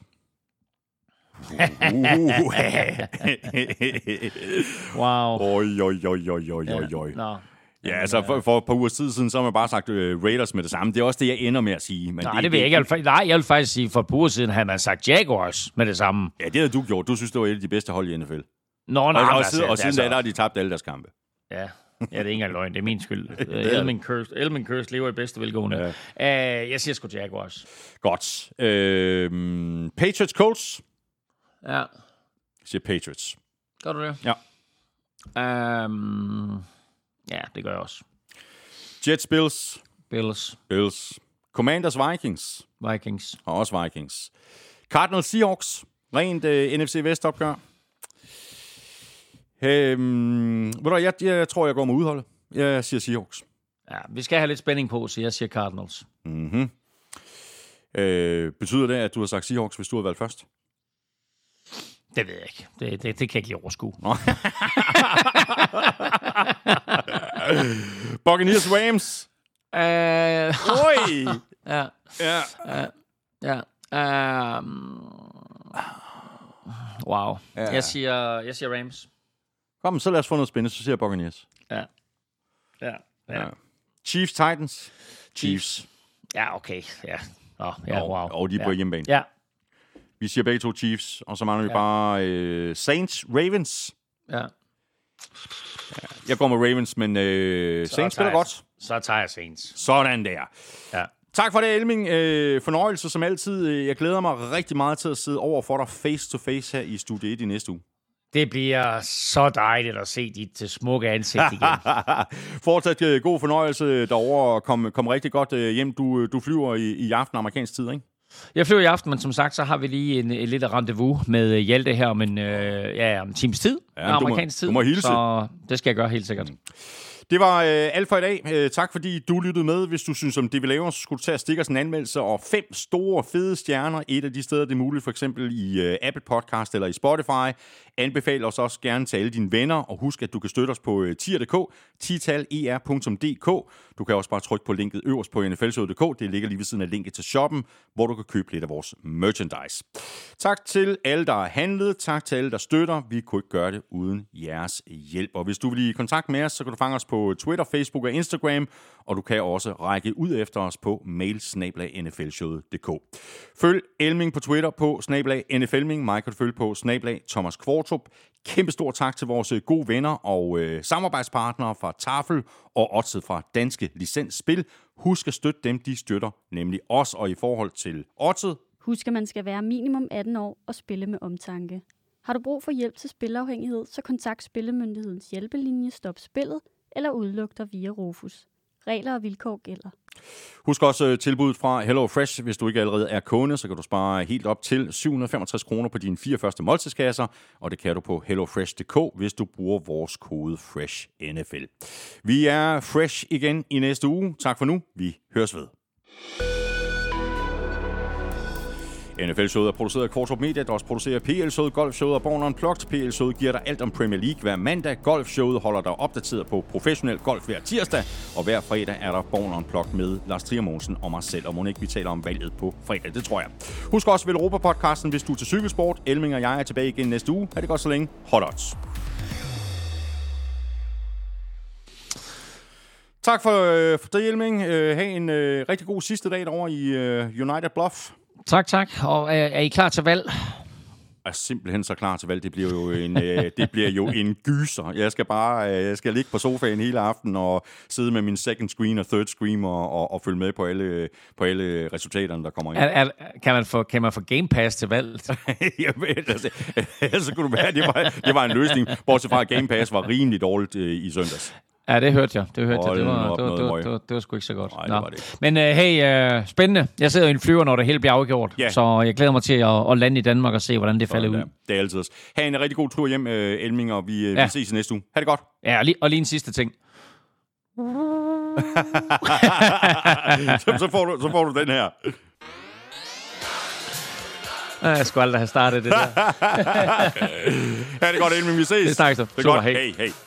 Uh. Wow. Oj, oj, oj, oj, oj, oj, oj. Ja, no. Ja, altså for, for et par uger siden, så har man bare sagt uh, Raiders med det samme. Det er også det, jeg ender med at sige. Men Nej, det, det vil jeg ikke. Jeg vil, nej, jeg vil faktisk sige, for et par uger siden havde man sagt Jaguars med det samme. Ja, det havde du gjort. Du synes, det var et af de bedste hold i N F L. Nå, nej. Og, og, altså, siden, og siden altså, da, der har de tabt alle deres kampe. Ja, ja, det er ikke engang løgn. Det er min skyld. Elmin Curse, Elmin Curse lever i bedste velgående. Ja. Uh, jeg siger sgu Jaguars. Godt. Uh, Patriots Colts. Ja. Jeg siger Patriots. Gør du det? Ja. Um, ja, det gør jeg også. Jets Bills. Bills. Bills. Commanders Vikings. Vikings. Og også Vikings. Cardinals Seahawks. Rent uh, N F C Vest opgør. Øhm, ved du, jeg, jeg tror, jeg går med udholdet. Jeg siger Seahawks. Ja, vi skal have lidt spænding på, så jeg siger Cardinals. Mm-hmm. Øh, betyder det, at du har sagt Seahawks, hvis du har valgt først? Det ved jeg ikke. Det, det, det kan jeg ikke lige overskue. Buccaneers Rams. Uh, Oj! ja. Ja. Ja. Ja. Um, wow. Ja. Jeg siger, jeg siger Rams. Kom, så lad os få noget spændende, så siger jeg Buccaneers. Ja. Ja. Ja. Ja. Chiefs Titans. Chiefs. Ja, okay. Ja. Oh, ja, wow. Og, og de er på ja. hjemmebane. Ja. Vi siger begge to Chiefs, og så mangler vi ja. bare øh, Saints Ravens. Ja. Ja. Jeg går med Ravens, men øh, Saints spiller jeg, godt. Så tager jeg Saints. Sådan der. Ja. Tak for det, Elming. Øh, fornøjelse som altid. Jeg glæder mig rigtig meget til at sidde over for dig face to face her i Studie et i næste uge. Det bliver så dejligt at se dit smukke ansigt igen. Fortsat uh, god fornøjelse derovre og kom, kom rigtig godt uh, hjem. Du, du flyver i, i aften amerikansk tid, ikke? Jeg flyver i aften, men som sagt, så har vi lige en, en lille rendezvous med Hjalte her om en, øh, ja, om en times tid. Ja, amerikansk tid. Du må hilse. Så det skal jeg gøre helt sikkert. Mm. Det var øh, alt for i dag. Øh, tak fordi du lyttede med. Hvis du synes om det, vi laver, så skulle du tage og stikke os en anmeldelse og fem store, fede stjerner. Et af de steder, det er muligt, for eksempel i øh, Apple Podcast eller i Spotify. Anbefal os også gerne til alle dine venner, og husk, at du kan støtte os på øh, tier punktum d k, tital punktum e r punktum d k. Du kan også bare trykke på linket øverst på n f l punktum d k. Det ligger lige ved siden af linket til shoppen, hvor du kan købe lidt af vores merchandise. Tak til alle, der har handlet. Tak til alle, der støtter. Vi kunne ikke gøre det uden jeres hjælp. Og hvis du vil i kontakt med os, så kan du fange os på Twitter, Facebook og Instagram, og du kan også række ud efter os på mail snabel-a n f l showet punktum d k. Følg Elming på Twitter på snabel-a n f elming. Mig kan du følge på snabel-a Thomas Kvartrup. Kæmpe stor tak til vores gode venner og øh, samarbejdspartnere fra Tafel og Odset fra Danske Licensspil. Husk at støtte dem, de støtter, nemlig os. Og i forhold til Odset, husk, at man skal være minimum atten år og spille med omtanke. Har du brug for hjælp til spilafhængighed, så kontakt Spillemyndighedens hjælpelinje Stop Spillet eller udluk dig via Rufus. Regler og vilkår gælder. Husk også tilbuddet fra Hello Fresh. Hvis du ikke allerede er kunde, så kan du spare helt op til syv hundrede og femogtres kroner på dine fire første måltidskasser, og det kan du på hello fresh punktum d k, hvis du bruger vores kode Fresh N F L. Vi er fresh igen i næste uge. Tak for nu. Vi høres ved. N F L-showet er produceret af Kvartrup Media, der også producerer P L-showet, Golf-showet og Born Unplugged. P L-showet giver dig alt om Premier League hver mandag. Golf-showet holder dig opdateret på professionel golf hver tirsdag. Og hver fredag er der Born Unplugged med Lars Trier Mogensen og mig selv. Og må ikke vi taler om valget på fredag, det tror jeg. Husk også vel Europa-podcasten, hvis du er til cykelsport. Elming og jeg er tilbage igen næste uge. Ha' det godt så længe. Hot odds. Tak for, øh, for det, Hjelming. Øh, ha' en øh, rigtig god sidste dag derovre i øh, United Bluff. Tak, tak. Og er, er I klar til valg? Er simpelthen så klar til valg. Det bliver jo en, øh, det bliver jo en gyser. Jeg skal bare øh, jeg skal ligge på sofaen hele aften og sidde med min second screen og third screen og, og, og følge med på alle, på alle resultaterne, der kommer ind. Er, er, kan, man få, kan man få Game Pass til valget? Jeg ved, altså, så kunne du være, det var, det var en løsning. Bortset fra, at Game Pass var rimelig dårligt øh, i søndags. Ja, det hørte jeg. Det hørte jeg. Det var, op, det, var, det, var, noget det, var, det var sgu ikke så godt. Nej, det var det ikke. Men uh, hey, uh, spændende. Jeg sidder i en flyver, når det hele bliver afgjort. Ja. Så jeg glæder mig til at, at lande i Danmark og se, hvordan det falder ud. Det er altid os. Ha' en rigtig god tur hjem, Elming, og vi, ja. vi ses i næste uge. Ha' det godt. Ja, og lige, og lige en sidste ting. så, så, får du, så får du den her. Jeg skulle aldrig have startet det der. Ha' det godt, Elming. Vi ses. Det er tak så. Det er Super, godt. hey. Hey, hey.